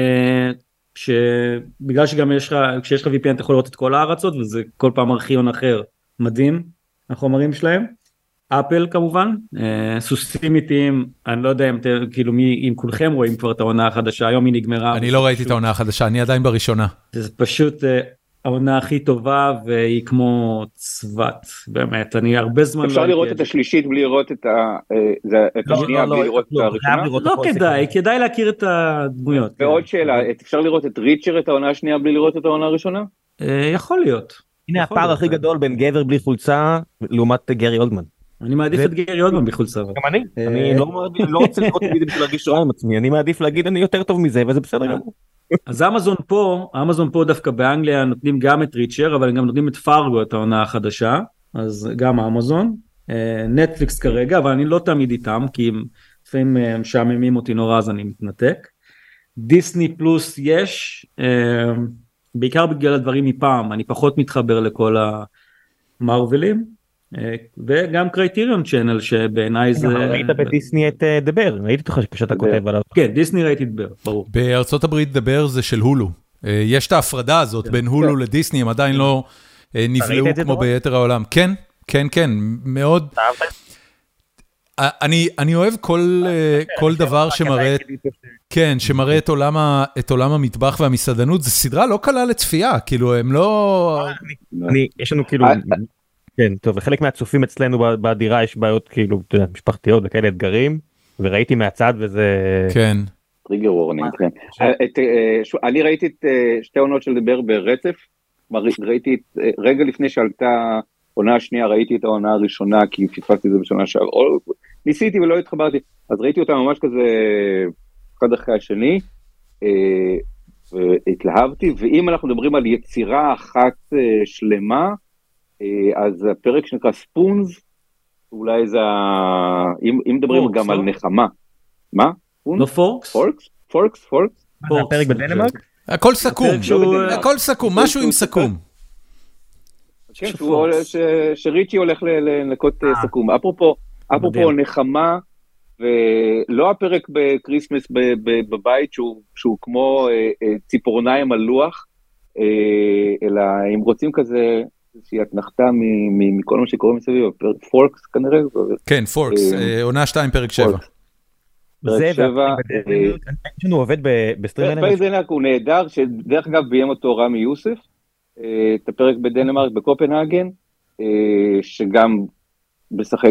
בגלל שגם כשיש לך VPN אתה יכול לראות את כל הארצות, וזה כל פעם ארכיון אחר, מדהים, החומרים שלהם. אפל כמובן, סוסים איטיים, אני לא יודע אם כולכם רואים כבר את העונה החדשה, היום היא נגמרה. אני לא ראיתי את העונה החדשה, אני עדיין בראשונה. זה פשוט העונה הכי טובה, והיא כמו צוות, באמת, אני הרבה זמן... אפשר לראות את השלישית בלי לראות את השנייה, בלי לראות את הראשונה? לא כדאי להכיר את הדמויות. ועוד שאלה, אפשר לראות את ריצ'ר, את העונה השנייה, בלי לראות את העונה הראשונה? יכול להיות. הנה הפער הכי גדול בין גבר בלי חולצה, לעומת גרי אולדמן. אני מעדיף את גרי אולדמן בחולצה. גם אני לא רוצה לראות וידאו בשביל להרגיש רע עם עצמי, אני מעדיף להגיד אני יותר טוב מזה, וזה בסדר גמור. אז אמזון פה דווקא באנגליה נותנים גם את ריצ'ר, אבל הם גם נותנים את פארגו, את העונה החדשה, אז גם אמזון, נטפליקס כרגע, אבל אני לא תמיד איתם, כי לפעמים משעממים אותי נורא, אז אני מתנתק. דיסני פלוס יש, בעיקר בגלל הדברים מפעם, אני פחות מתחבר לכל המרוולים, וגם קרייטריון צ'אנל שבעיניי זה... ראית בדיסני את דבר, ראיתי אותך כשאתה כותב עליו. כן, דיסני ראיתי דבר, ברור. בארצות הברית דבר זה של הולו. יש את ההפרדה הזאת בין הולו לדיסני, הם עדיין לא נבלעו כמו ביתר העולם. כן, כן, כן, מאוד. אני אוהב כל דבר שמראה, כן, שמראה את עולם המטבח והמסעדנות, זו סדרה לא קלה לצפייה, כאילו הם לא... יש לנו כאילו, כן, טוב, וחלק מהצופים אצלנו בדירה יש בעיות כאילו משפחתיות וכאלה אתגרים, וראיתי מהצד וזה... כן. טריגר וורנינג, כן. אני ראיתי את שתי עונות של דבר ברצף, ראיתי רגע לפני שעלתה עונה השנייה, ראיתי את העונה הראשונה, כי פספסתי את זה בשנה שעברה, ניסיתי ולא התחברתי, אז ראיתי אותה ממש כזה אחד אחרי השני, והתלהבתי, ואם אנחנו מדברים על יצירה אחת שלמה, אז הפרק שנקרא ספונס, אולי זה, אם מדברים גם על נחמה, מה? לא פורקס? פורקס? זה הפרק בדנמרק? הכל סכום, הכל סכום, משהו עם סכום. כן, שריצ'י הולך לנקות סכום. אפרופו נחמה, ולא הפרק בקריסמס בבית, שהוא כמו ציפורניים על לוח, אלא אם רוצים כזה, שהיא התנחתה מכל מה שקורה מסביב, פורקס כנראה. כן, פורקס, עונה 2 פרק 7. פרק 7. יש לנו עובד בסטרימנר. פרק דנמרק הוא נהדר, שדרך אגב ביים אותו רמי יוסף, את הפרק בדנמרק בקופנהגן, שגם משחק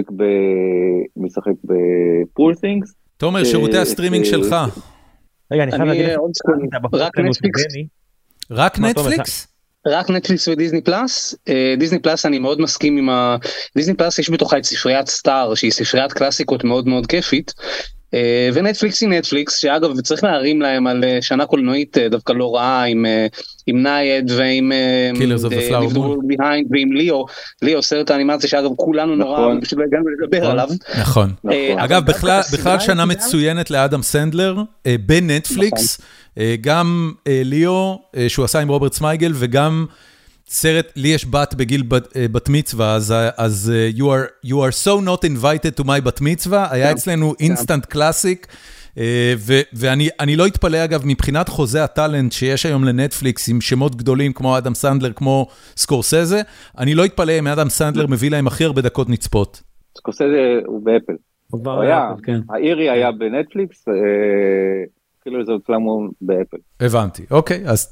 בפול תינגס. תומר, שירותי הסטרימינג שלך. רגע, אני חייב להגיד רק נטפליקס? רק נטפליקס? רק נטפליקס ודיסני פלאס. דיסני פלאס אני מאוד מסכים עם דיסני פלאס יש בתוכה את ספריית סטאר, שהיא ספריית קלאסיקות מאוד מאוד כיפית, ונטפליקס היא נטפליקס, שאגב צריך להרים להם על שנה קולנועית דווקא לא רעה, עם נייד ועם Killers of the Flower Moon ועם ליאו, סרט האנימציה שאגב כולנו נורא, פשוט לא הגענו לדבר עליו. נכון. אגב, בכלל שנה מצוינת לאדם סנדלר, בנטפליקס, גם ליאו, שהוא עשה עם רוברט סמייגל, וגם סרט, לי יש בת בגיל בת מצווה, אז you are so not invited to my בת מצווה, היה אצלנו אינסטנט קלאסיק, ואני לא אתפלא אגב, מבחינת חוזה הטלנט שיש היום לנטפליקס, עם שמות גדולים כמו אדם סנדלר, כמו סקורסזה, אני לא אתפלא אם אדם סנדלר מביא להם הכי הרבה דקות נצפות. סקורסזה הוא באפל. האירי היה בנטפליקס, כאילו זה קלמו באפל. הבנתי, אוקיי, אז...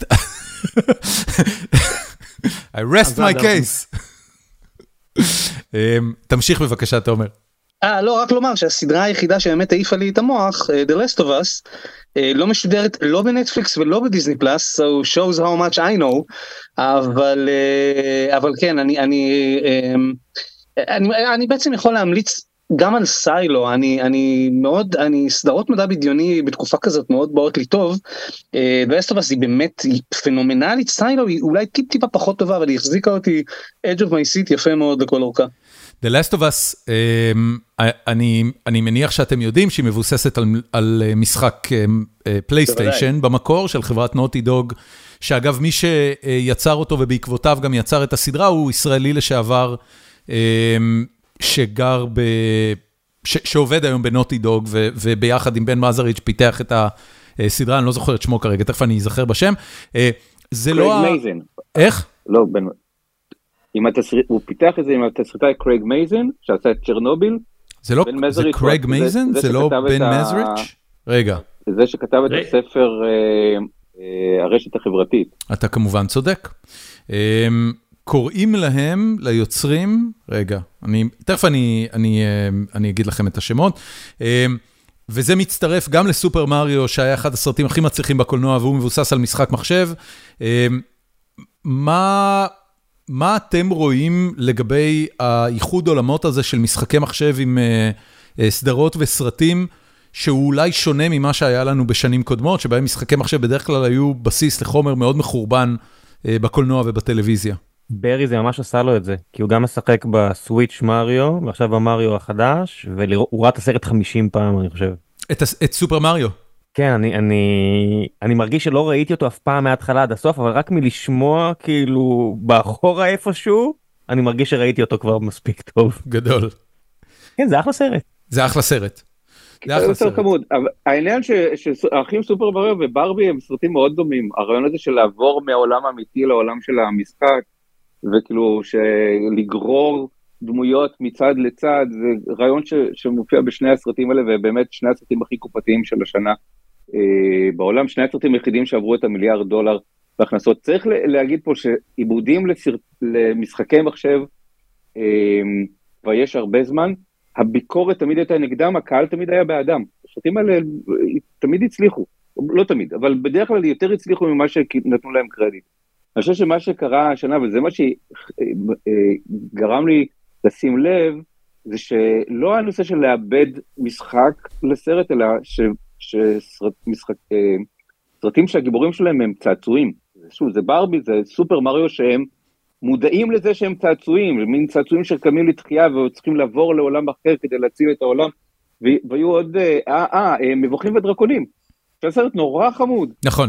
I rest my case. תמשיך בבקשה, תומר. לא, רק לומר שהסדרה היחידה שבאמת העיפה לי את המוח, The Last of Us, לא משודרת לא בנטפליקס ולא בדיסני פלאס, so shows how much I know, אבל כן, אני בעצם יכול להמליץ גם על סיילו, אני סדרות מדע בדיוני בתקופה כזאת מאוד באות לי טוב, The Last of Us היא באמת פנומנלית, סיילו היא אולי טיפה פחות טובה, אבל היא החזיקה אותי Edge of my seat יפה מאוד לכל אורכה. The Last of Us, אני מניח שאתם יודעים שהיא מבוססת על משחק פלייסטיישן במקור של חברת נוטי דוג, שאגב מי שיצר אותו ובעקבותיו גם יצר את הסדרה, הוא ישראלי לשעבר, שעובד היום בנוטי דוג, וביחד עם בן מזריץ' פיתח את הסדרה, אני לא זוכר את שמו כרגע, תכף אני אזכר בשם. זה לא... קרייג מייזן. איך? לא, הוא פיתח את זה עם התסריטאי קרייג מייזן, שעשה את צ'רנוביל. זה לא, זה קרייג מייזן? זה לא בן מזריץ'? רגע. זה שכתב את הספר הרשת החברתית. אתה כמובן צודק. קוראים להם, ליוצרים, רגע, תכף אני אגיד לכם את השמות, וזה מצטרף גם לסופר מריו, שהיה אחד הסרטים הכי מצליחים בקולנוע, והוא מבוסס על משחק מחשב. מה אתם רואים לגבי הייחוד עולמות הזה של משחקי מחשב עם סדרות וסרטים, שהוא אולי שונה ממה שהיה לנו בשנים קודמות, שבהם משחקי מחשב בדרך כלל היו בסיס לחומר מאוד מחורבן בקולנוע ובטלוויזיה? ברי זה ממש עשה לו את זה, כי הוא גם משחק בסוויץ' מריו, ועכשיו במריו החדש, והוא ראה את הסרט 50 פעם, אני חושב. את סופר מריו? כן, אני מרגיש שלא ראיתי אותו אף פעם מההתחלה עד הסוף, אבל רק מלשמוע כאילו באחורה איפשהו, אני מרגיש שראיתי אותו כבר מספיק טוב. גדול. כן, זה אחלה סרט. זה אחלה סרט. זה יותר חמוד. העניין שהאחים סופר מריו וברבי הם סרטים מאוד דומים. הרעיון הזה של לעבור מהעולם האמיתי לעולם של המשחק, וכאילו לגרור דמויות מצד לצד, זה רעיון שמופיע בשני הסרטים האלה, ובאמת שני הסרטים הכי קופתיים של השנה בעולם, שני הסרטים היחידים שעברו את $1 מיליארד בהכנסות. צריך להגיד פה שעיבודים למשחקי מחשב, ויש הרבה זמן, הביקורת תמיד הייתה נגדם, הקהל תמיד היה באדם. הסרטים האלה תמיד הצליחו, לא תמיד, אבל בדרך כלל יותר הצליחו ממה שנתנו להם קרדיט. אני חושב שמה שקרה השנה, וזה מה שגרם לי לשים לב, זה שלא הנושא של לאבד משחק לסרט, אלא שסרטים שהגיבורים שלהם הם צעצועים. שוב, זה ברבי, זה סופר מריו שהם מודעים לזה שהם צעצועים, מין צעצועים שקמים לתחייה וצריכים לעבור לעולם אחר כדי להציל את העולם, והיו עוד, מבוכים ודרקונים. שהסרט נורא חמוד. נכון.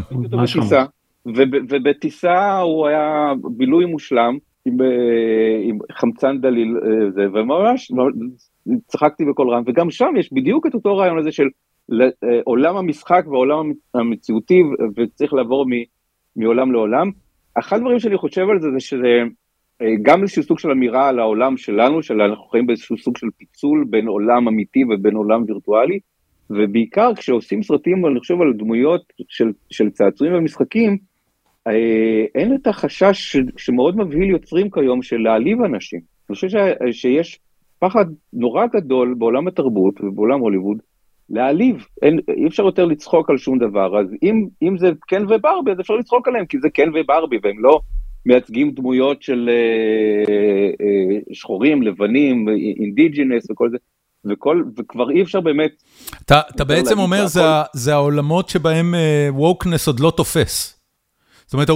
ובטיסה הוא היה בילוי מושלם, עם חמצן דליל, וממש צחקתי בכל רם, וגם שם יש בדיוק את אותו רעיון הזה של עולם המשחק ועולם המציאותי, וצריך לעבור מעולם לעולם. אחד הדברים שאני חושב על זה, זה שזה גם איזשהו סוג של אמירה על העולם שלנו, שאנחנו חיים באיזשהו סוג של פיצול בין עולם אמיתי ובין עולם וירטואלי, ובעיקר כשעושים סרטים, אני חושב על דמויות של צעצועים ומשחקים, אין את החשש שמאוד מבהיל יוצרים כיום של להעליב אנשים. אני חושב שיש פחד נורא גדול בעולם התרבות ובעולם הוליווד, להעליב, אי אפשר יותר לצחוק על שום דבר, אז אם זה קן וברבי, אז אפשר לצחוק עליהם, כי זה קן וברבי, והם לא מייצגים דמויות של שחורים, לבנים, אינדיג'ינס וכל זה, וכבר אי אפשר באמת... אתה בעצם אומר, זה העולמות שבהם ווקנס עוד לא תופס. זאת אומרת,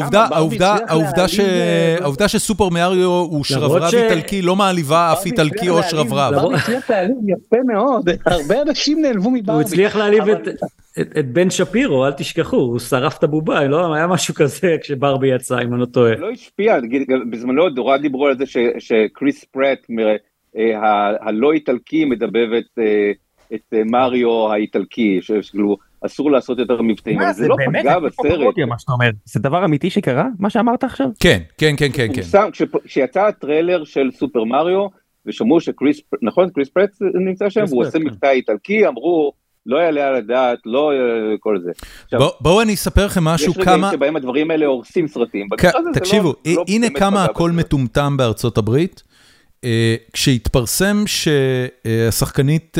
העובדה שסופר מריו הוא שרברב איטלקי, לא מעליבה אף איטלקי או שרברב. ברבי הצליח להעליב יפה מאוד, הרבה אנשים נעלבו מברבי. הוא הצליח להעליב את בן שפירו, אל תשכחו, הוא שרף את הבובה, לא? היה משהו כזה כשברבי יצא, אם אני לא טועה. לא השפיע, בזמנו דורה דיברו על זה שקריס פרט, הלא איטלקי, מדבב את מריו האיטלקי, שכאילו אסור לעשות יותר מבטאים, אבל זה לא פגע בסרט. זה דבר אמיתי שקרה? מה שאמרת עכשיו? כן, כן, כן, כן. כשיצא הטריילר של סופר מריו, ושמעו שקריס, נכון, קריס פרט נמצא שם, הוא עושה מבטא איטלקי, אמרו, לא יעלה על הדעת, לא כל זה. בואו אני אספר לכם משהו כמה... יש רגעים שבהם הדברים האלה הורסים סרטים. תקשיבו, הנה כמה הכל מטומטם בארצות הברית, כשהתפרסם שהשחקנית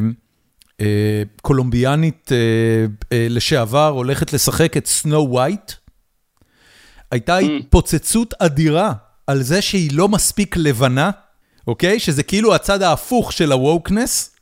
קולומביאנית לשעבר הולכת לשחק את סנו ווייט, הייתה התפוצצות אדירה על זה שהיא לא מספיק לבנה, אוקיי? שזה כאילו הצד ההפוך של הווקנס,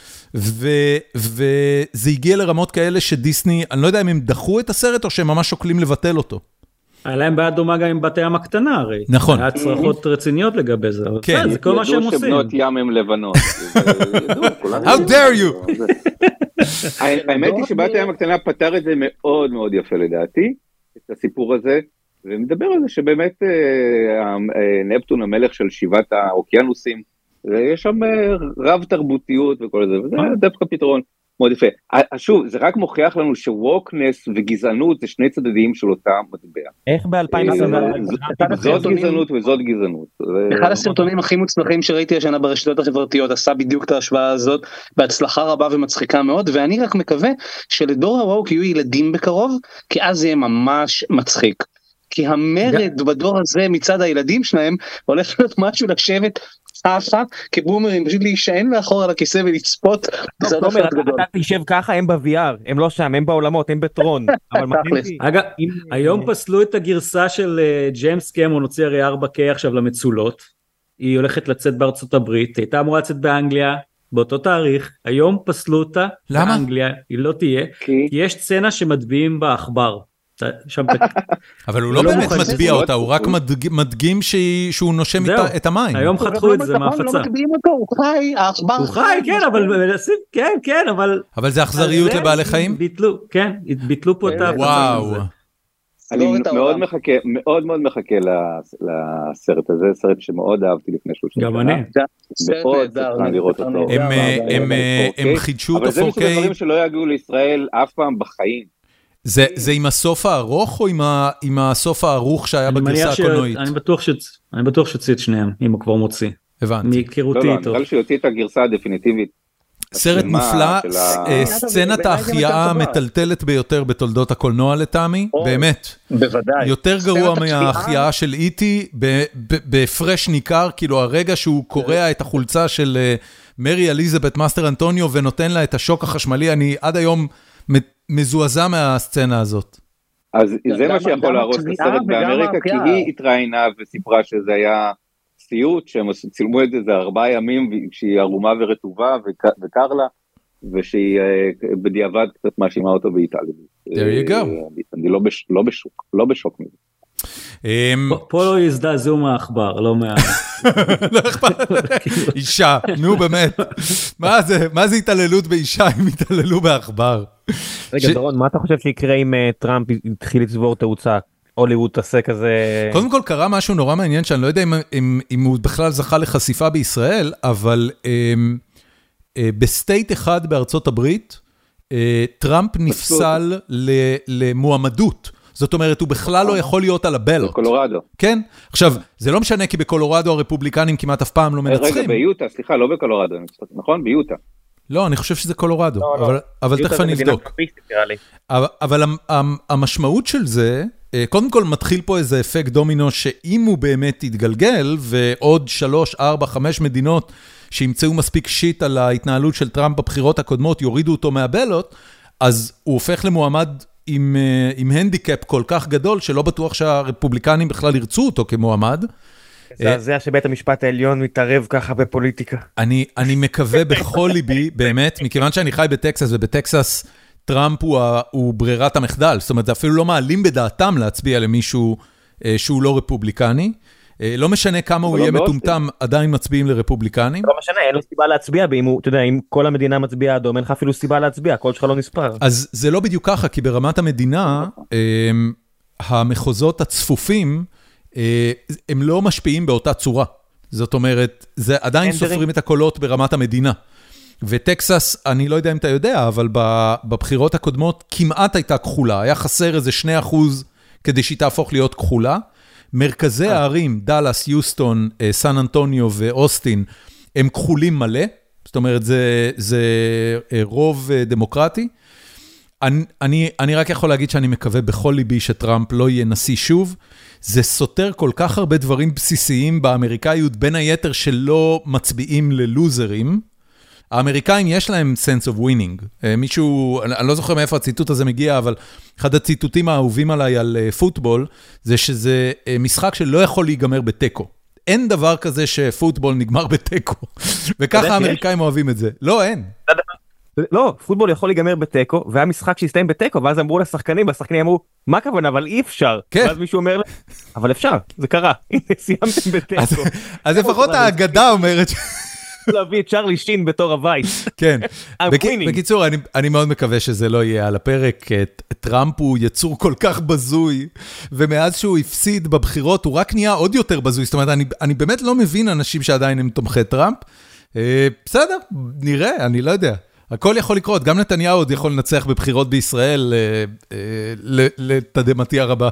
וזה הגיע לרמות כאלה שדיסני, אני לא יודע אם הם דחו את הסרט או שהם ממש שוקלים לבטל אותו. היה להם בעיה דומה גם עם בתי ים הקטנה הרי. נכון. היה צרחות רציניות לגבי זה. כן. זה כל מה שהם עושים. ידעו שבנות ים הם לבנות. How dare you? האמת היא שבתי ים הקטנה פתר את זה מאוד מאוד יפה לדעתי, את הסיפור הזה, ומדבר על זה שבאמת נפטון המלך של 7 האוקיינוסים, ויש שם רב תרבותיות וכל זה, וזה דווקא פתרון מאוד יפה. שוב, זה רק מוכיח לנו שווקנס וגזענות זה שני צדדים של אותה מטבע. איך ב-2021? זאת גזענות וזאת גזענות. אחד הסרטונים הכי מוצלחים שראיתי השנה ברשתות החברתיות עשה בדיוק את ההשוואה הזאת, בהצלחה רבה ומצחיקה מאוד, ואני רק מקווה שלדור הווק יהיו ילדים בקרוב, כי אז זה יהיה ממש מצחיק. כי המרד בדור הזה מצד הילדים שלהם הולך להיות משהו לשבת ככה כבומרים, פשוט להישען מאחור על הכיסא ולצפות. תומר, אתה תשב ככה, הם ב-VR, הם לא שם, הם בעולמות, הם בטרון. אגב, היום פסלו את הגרסה של ג'יימס קמרון, הוציא הרי 4K עכשיו למצולות, היא הולכת לצאת בארצות הברית, הייתה אמורה לצאת באנגליה, באותו תאריך, היום פסלו אותה באנגליה, היא לא תהיה, כי יש סצנה שמטביעים בעכבר. אבל הוא לא באמת מטביע אותה, הוא רק מדגים שהוא נושם את המים. היום חתכו את זה מהפצה. הוא חי, העכבר הוא חי, כן, אבל... אבל זה אכזריות לבעלי חיים? ביטלו, כן, ביטלו פה את ההפצה. וואו. אני מאוד מאוד מחכה לסרט הזה, סרט שמאוד אהבתי לפני 30 שנה. גם אני. מאוד סרטן לראות אותו. הם חידשו אותו 4K. אבל זה מסוג הדברים שלא יגיעו לישראל אף פעם בחיים. זה עם הסוף הארוך או עם הסוף הארוך שהיה בגרסה הקולנועית? אני בטוח שציא את שניהם, אם הוא כבר מוציא. הבנתי. מהיכרותי איתו. נראה לי שיוציא את הגרסה הדפיניטיבית. סרט מופלא, סצנת ההחייאה המטלטלת ביותר בתולדות הקולנוע לטעמי, באמת. בוודאי. יותר גרוע מההחייאה של איטי, בהפרש ניכר, כאילו הרגע שהוא קורע את החולצה של מרי אליזבת מאסטר אנטוניו, ונותן לה את השוק החשמלי, אני עד היום מזועזע מהסצנה הזאת. אז זה מה שיכול להרוס את הסרט באמריקה, כי היא התראיינה וסיפרה שזה היה סיוט, שהם צילמו את זה 4 ימים, שהיא ערומה ורטובה וקר לה, ושהיא בדיעבד קצת מאשימה אותו בהתעללות. There you go. אני לא בשוק מזה. פה לא יזדעזעו מהעכבר, לא מה... לא אכפת, אישה, נו באמת, מה זה התעללות באישה אם התעללו בעכבר? רגע דורון, מה אתה חושב שיקרה אם טראמפ יתחיל לצבור תאוצה? הוליווד תעשה כזה... קודם כל קרה משהו נורא מעניין שאני לא יודע אם הוא בכלל זכה לחשיפה בישראל, אבל בסטייט אחד בארצות הברית, טראמפ נפסל למועמדות. זאת אומרת, הוא בכלל לא יכול להיות על הבלוט. בקולורדו. כן? עכשיו, זה לא משנה כי בקולורדו הרפובליקנים כמעט אף פעם לא מנצחים. רגע, ביוטה, סליחה, לא בקולורדו, נכון? ביוטה. לא, אני חושב שזה קולורדו, אבל תכף אני אבדוק. אבל המשמעות של זה, קודם כל מתחיל פה איזה אפקט דומינו, שאם הוא באמת יתגלגל, ועוד 3, 4, 5 מדינות שימצאו מספיק שיט על ההתנהלות של טראמפ בבחירות הקודמות, יורידו אותו מהבלוט, אז הוא הופך למועמד עם הנדיקאפ כל כך גדול, שלא בטוח שהרפובליקנים בכלל ירצו אותו כמועמד. זה שבית המשפט העליון מתערב ככה בפוליטיקה. אני מקווה בכל ליבי, באמת, מכיוון שאני חי בטקסס, ובטקסס טראמפ הוא ברירת המחדל, זאת אומרת, אפילו לא מעלים בדעתם להצביע למישהו שהוא לא רפובליקני, לא משנה כמה הוא יהיה מטומטם, עדיין מצביעים לרפובליקנים. לא משנה, אין לו סיבה להצביע, אתה יודע, אם כל המדינה מצביעה אדום, אין לך אפילו סיבה להצביע, הקול שלך לא נספר. אז זה לא בדיוק ככה, כי ברמת המדינה, המחוזות הצפופים, הם לא משפיעים באותה צורה. זאת אומרת, זה עדיין סופרים את הקולות ברמת המדינה. וטקסס, אני לא יודע אם אתה יודע, אבל בבחירות הקודמות כמעט הייתה כחולה. היה חסר איזה 2% כדי שהיא תהפוך להיות כחולה. מרכזי הערים, דלס, יוסטון, סן אנטוניו ואוסטין, הם כחולים מלא. זאת אומרת, זה רוב דמוקרטי. אני רק יכול להגיד שאני מקווה בכל ליבי שטראמפ לא יהיה נשיא שוב. זה סותר כל כך הרבה דברים בסיסיים באמריקאיות, בין היתר שלא מצביעים ללוזרים. האמריקאים יש להם sense of winning. מישהו, אני לא זוכר מאיפה הציטוט הזה מגיע, אבל אחד הציטוטים האהובים עליי על פוטבול, זה שזה משחק שלא יכול להיגמר בטקו. אין דבר כזה שפוטבול נגמר בטקו. וככה האמריקאים אוהבים את זה. לא, אין. לא, פוטבול יכול להיגמר בטקו, והיה משחק שהסתיים בטקו, ואז אמרו לשחקנים, והשחקנים אמרו, מה הכוונה, אבל אי אפשר. ואז מישהו אומר, אבל אפשר, זה קרה, הנה סיימתם בטקו. אז לפחות האגדה אומרת להביא את צ'רלי שין בתור הבית. כן, בקיצור, אני מאוד מקווה שזה לא יהיה על הפרק, טראמפ הוא יצור כל כך בזוי, ומאז שהוא הפסיד בבחירות, הוא רק נהיה עוד יותר בזוי, זאת אומרת, אני באמת לא מבין אנשים שעדיין הם תומכי טראמפ, בסדר, נראה, אני לא יודע. הכל יכול לקרות, גם נתניהו עוד יכול לנצח בבחירות בישראל, לתדהמתי הרבה.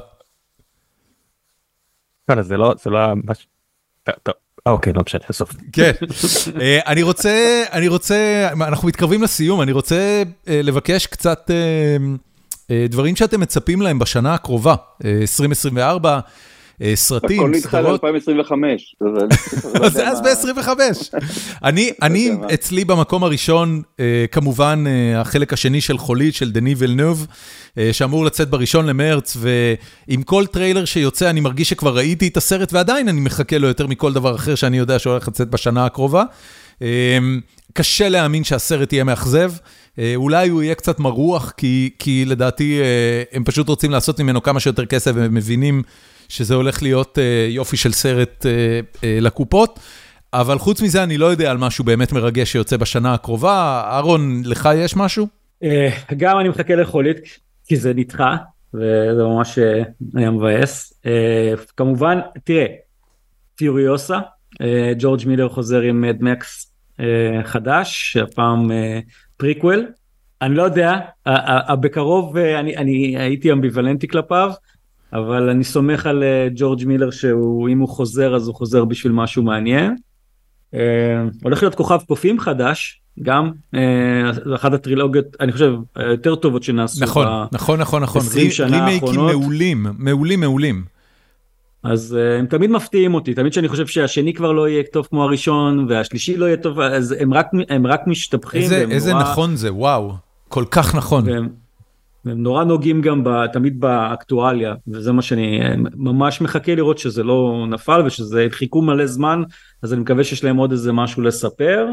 זה לא ממש... טוב. אוקיי, לא משנה, בסוף. כן, אני רוצה, אנחנו מתקרבים לסיום, אני רוצה לבקש קצת דברים שאתם מצפים להם בשנה הקרובה, 2024, סרטים, הכל נדחה ל-2025. אז ב-25. אני אצלי במקום הראשון, כמובן החלק השני של חולית, של דני וילנוב, שאמור לצאת בראשון למרץ, ועם כל טריילר שיוצא אני מרגיש שכבר ראיתי את הסרט, ועדיין אני מחכה לו יותר מכל דבר אחר שאני יודע שהולך לצאת בשנה הקרובה. קשה להאמין שהסרט יהיה מאכזב, אולי הוא יהיה קצת מרוח, כי לדעתי הם פשוט רוצים לעשות ממנו כמה שיותר כסף, והם מבינים שזה הולך להיות יופי של סרט לקופות, אבל חוץ מזה אני לא יודע על משהו באמת מרגש שיוצא בשנה הקרובה. אהרון, לך יש משהו? גם אני מחכה לחולית, כי זה נדחה, וזה ממש היה מבאס. כמובן, תראה, פיוריוסה, ג'ורג' מילר חוזר עם מדמקס חדש, הפעם פריקוול, אני לא יודע, בקרוב אני הייתי אמביוולנטי כלפיו, אבל אני סומך על ג'ורג' מילר שאם הוא חוזר אז הוא חוזר בשביל משהו מעניין. הולך להיות כוכב קופים חדש, גם אחת הטרילוגיות אני חושב יותר טובות שנעשו נכון, ב-20 שנה האחרונות. רימייקים מעולים. אז הם תמיד מפתיעים אותי, תמיד שאני חושב שהשני כבר לא יהיה טוב כמו הראשון והשלישי לא יהיה טוב, אז הם רק משתפכים. איזה נכון זה, וואו, כל כך נכון. והם נורא נוגעים גם תמיד באקטואליה, וזה מה שאני ממש מחכה לראות שזה לא נפל ושזה חיכו מלא זמן, אז אני מקווה שיש להם עוד איזה משהו לספר.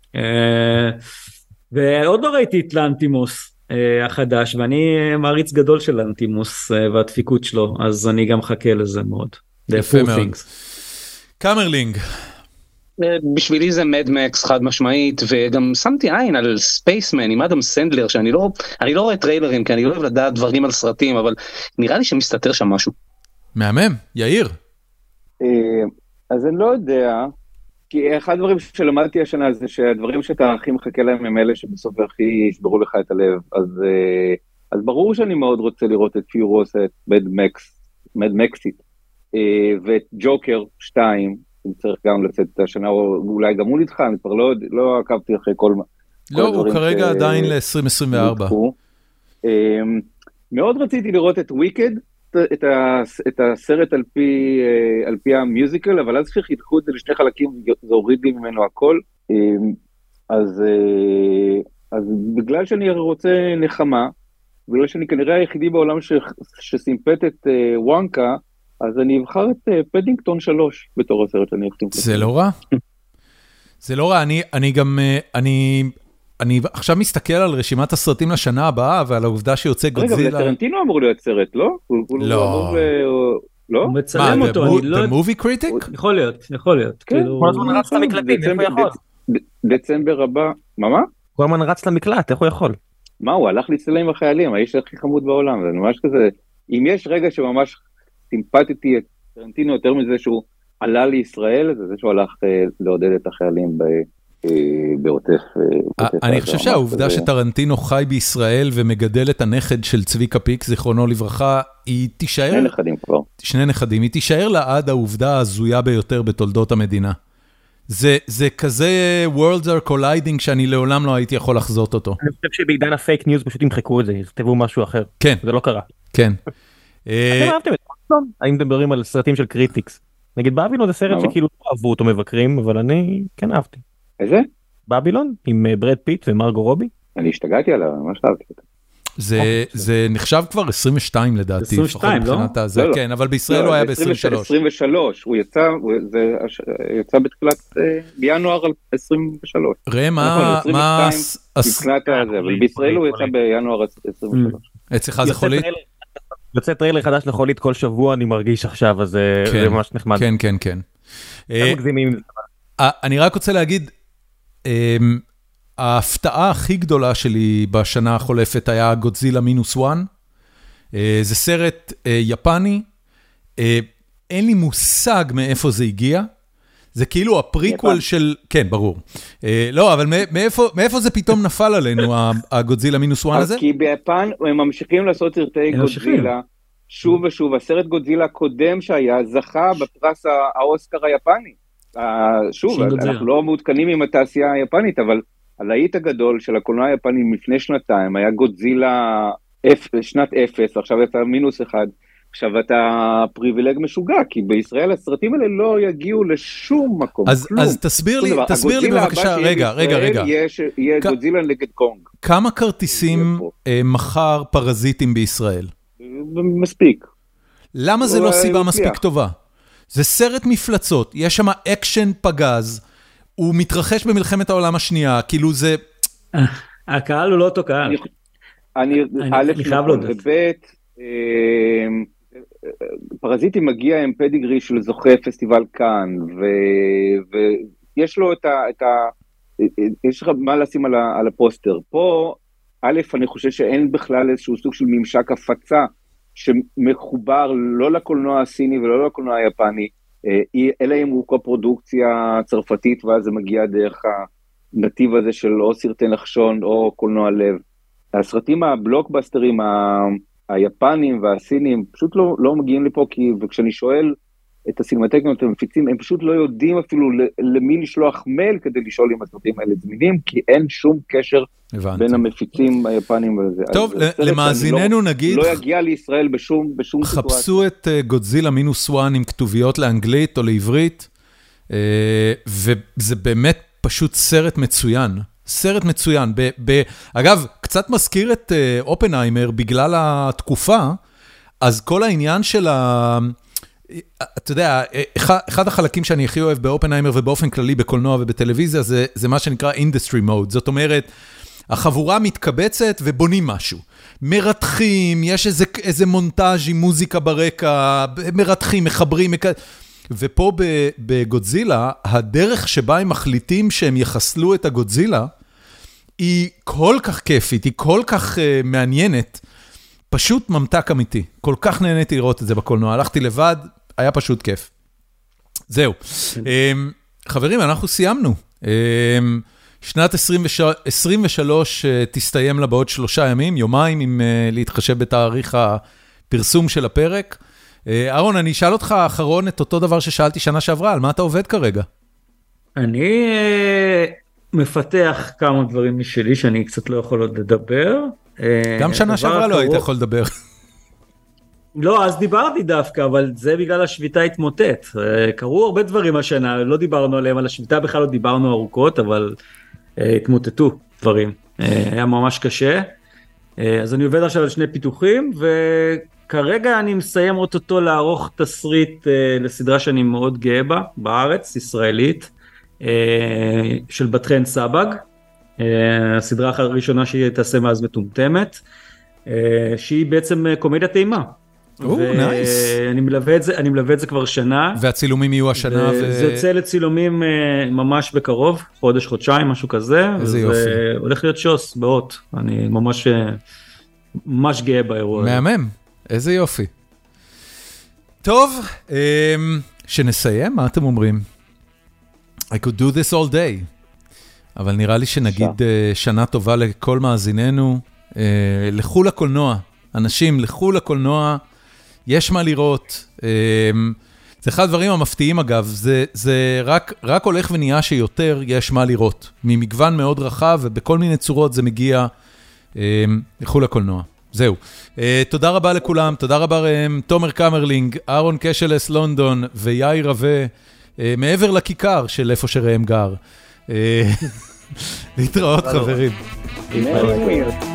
ועוד לא ראיתי את לאנטימוס החדש, ואני מעריץ גדול של לאנטימוס והדפיקות שלו, אז אני גם מחכה לזה מאוד. יפה מאוד. קאמרלינג. בשבילי זה מדמקס חד משמעית, וגם שמתי עין על ספייסמן עם אדם סנדלר, שאני לא רואה טריילרים, כי אני לא אוהב לדעת דברים על סרטים, אבל נראה לי שמסתתר שם משהו. מהמם, יאיר. אז אני לא יודע, כי אחד הדברים שלמדתי השנה זה שהדברים שאתה הכי מחכה להם הם אלה שבסוף הכי ישברו לך את הלב, אז ברור שאני מאוד רוצה לראות את פיורוס, את מדמקסית, ואת ג'וקר 2, אני צריך גם לצאת את השנה, או אולי גם הוא נדחה, אני כבר לא עקבתי אחרי כל לא, הוא כרגע עדיין ל-2024. מאוד רציתי לראות את וויקד, את הסרט על פי המיוזיקל, אבל אז שחיתכו את זה לשני חלקים, זה הוריד לי ממנו הכל, אז בגלל שאני רוצה נחמה, בגלל שאני כנראה היחידי בעולם שסימפט את וונקה, אז אני אבחר את פדינגטון 3 בתור הסרט שאני אכתים. זה לא רע. זה לא רע, אני גם, אני עכשיו מסתכל על רשימת הסרטים לשנה הבאה, ועל העובדה שיוצא גודזילה. רגע, לטרנטינו אמור להיות סרט, לא? לא. לא? הוא מצלם אותו, אני לא... The Movie Critic? יכול להיות. כן, כל הזמן רץ למקלטים, איך הוא יכול? דצמבר הבא, מה? כל הזמן רץ למקלט, איך הוא יכול? מה, הוא הלך להצטלם עם החיילים, האיש הכי חמוד בעולם, זה ממש כזה, אם יש רגע שממש סימפטתי את טרנטינו יותר מזה שהוא עלה לישראל, זה שהוא הלך לעודד את החיילים בעוטף. אני חושב שהעובדה שטרנטינו חי בישראל ומגדל את הנכד של צביקה פיק, זיכרונו לברכה, היא תישאר... שני נכדים כבר. שני נכדים, היא תישאר לעד העובדה הזויה ביותר בתולדות המדינה. זה כזה worlds are colliding שאני לעולם לא הייתי יכול לחזות אותו. אני חושב שבעידן הפייק ניוז פשוט ימחקו את זה, יכתבו משהו אחר. כן. זה לא קרה. כן. אתם אהבתם את זה? האם מדברים על סרטים של קריטיקס? נגיד בבילון זה סרט שכאילו לא אהבו אותו מבקרים, אבל אני כן אהבתי. איזה? בבילון עם ברד פיט ומרגו רובי. אני השתגעתי עליו, ממש אהבתי אותו. זה נחשב כבר 22 לדעתי. 22, לא? כן, אבל בישראל הוא היה ב-23. 23, הוא יצא בתחילת בינואר 23. ראה מה... אבל בישראל הוא יצא בינואר 23. אצלך זה חולית? יוצא טריילר חדש לחולית כל שבוע, אני מרגיש עכשיו, אז זה ממש נחמד. כן, כן, כן. אני רק רוצה להגיד, ההפתעה הכי גדולה שלי בשנה החולפת היה גודזילה -1. זה סרט יפני, אין לי מושג מאיפה זה הגיע, זה כאילו הפריקוול של, כן, ברור. לא, אבל מאיפה זה פתאום נפל עלינו, הגודזילה -1 הזה? כי ביפן הם ממשיכים לעשות סרטי גודזילה, שוב ושוב, הסרט גודזילה הקודם שהיה, זכה בפרס האוסקר היפני. שוב, אנחנו לא מעודכנים עם התעשייה היפנית, אבל הלהיט הגדול של הקולנוע היפני לפני שנתיים, היה גודזילה שנת 0, עכשיו אתה -1, עכשיו אתה פריבילג משוגע, כי בישראל הסרטים האלה לא יגיעו לשום מקום, כלום. אז תסביר לי בבקשה, רגע. יהיה גודזילה נגד קונג. כמה כרטיסים מחר פרזיטים בישראל? מספיק. למה זה לא סיבה מספיק טובה? זה סרט מפלצות, יש שם אקשן פגז, הוא מתרחש במלחמת העולם השנייה, כאילו זה... הקהל הוא לא אותו קהל. אני חייב לו בבית, פרזיטי מגיע עם פדיגרי של זוכה פסטיבל כאן, ויש לו יש לך מה לשים על הפוסטר. פה, א', אני חושב שאין בכלל איזשהו סוג של ממשק הפצה שמחובר לא לקולנוע הסיני ולא לקולנוע היפני, אלא אם הוא קופרודוקציה צרפתית, ואז זה מגיע דרך הנתיב הזה של או סרטי נחשון או קולנוע לב. הסרטים הבלוקבאסטרים היפנים והסינים פשוט לא מגיעים לפה, וכשאני שואל את הסינמטקנות המפיצים, הם פשוט לא יודעים אפילו למי לשלוח מייל כדי לשאול אם הסרטים האלה זמינים, כי אין שום קשר בין המפיצים היפנים וזה. טוב, למאזיננו נגיד, לא יגיע לישראל בשום סיטואציה. חפשו את גודזילה -1 עם כתוביות לאנגלית או לעברית, וזה באמת פשוט סרט מצוין. סרט מצוין. אגב, קצת מזכיר את אופנהיימר בגלל התקופה, אז כל העניין של אתה יודע, אחד החלקים שאני הכי אוהב באופנהיימר ובאופן כללי בקולנוע ובטלוויזיה, זה מה שנקרא industry mode. זאת אומרת, החבורה מתקבצת ובונים משהו. מרתחים, יש איזה מונטאז' עם מוזיקה ברקע, מרתחים, מחברים, ופה בגודזילה, הדרך שבה הם מחליטים שהם יחסלו את הגודזילה, היא כל כך כיפית, היא כל כך מעניינת, פשוט ממתק אמיתי. כל כך נהניתי לראות את זה בקולנוע. הלכתי לבד, היה פשוט כיף. זהו. חברים, אנחנו סיימנו. שנת 2023 תסתיים לה בעוד 3 ימים, יומיים, אם להתחשב בתאריך הפרסום של הפרק. אהרון, אני אשאל אותך האחרון את אותו דבר ששאלתי שנה שעברה, על מה אתה עובד כרגע? אני מפתח כמה דברים משלי שאני קצת לא יכול עוד לדבר. גם שנה שעברה לא היית יכול לדבר. לא, אז דיברתי דווקא, אבל זה בגלל השביתה התמוטט. קרו הרבה דברים השנה, לא דיברנו עליהם, על השביתה בכלל לא דיברנו ארוכות, אבל התמוטטו דברים. היה ממש קשה. אז אני עובד עכשיו על 2 פיתוחים, וכרגע אני מסיים אותו לערוך תסריט לסדרה שאני מאוד גאה בה, בארץ, ישראלית, של בת חן סבג. הסדרה הראשונה שהיא תעשה מאז מטומטמת, שהיא בעצם קומדיית אימה. נייס. אני מלווה את זה כבר שנה. והצילומים יהיו השנה. זה יוצא לצילומים ממש בקרוב, חודש, חודשיים, משהו כזה. איזה יופי. הולך להיות שוס באות. אני ממש גאה באירוע. מהמם, איזה יופי. טוב, שנסיים, מה אתם אומרים? I could do this all day. אבל נראה לי שנגיד שנה טובה לכל מאזיננו. לכו לקולנוע. אנשים, לכו לקולנוע. יש מה לראות. זה אחד הדברים המפתיעים אגב. זה רק הולך ונהיה שיותר יש מה לראות. ממגוון מאוד רחב ובכל מיני צורות זה מגיע. לכו לקולנוע. זהו. תודה רבה לכולם. תודה רבה ראם. תומר קמרלינג, אהרון קשלס לונדון ויאיר רווה. מעבר לכיכר של איפה שראם גר. להתראות חברים.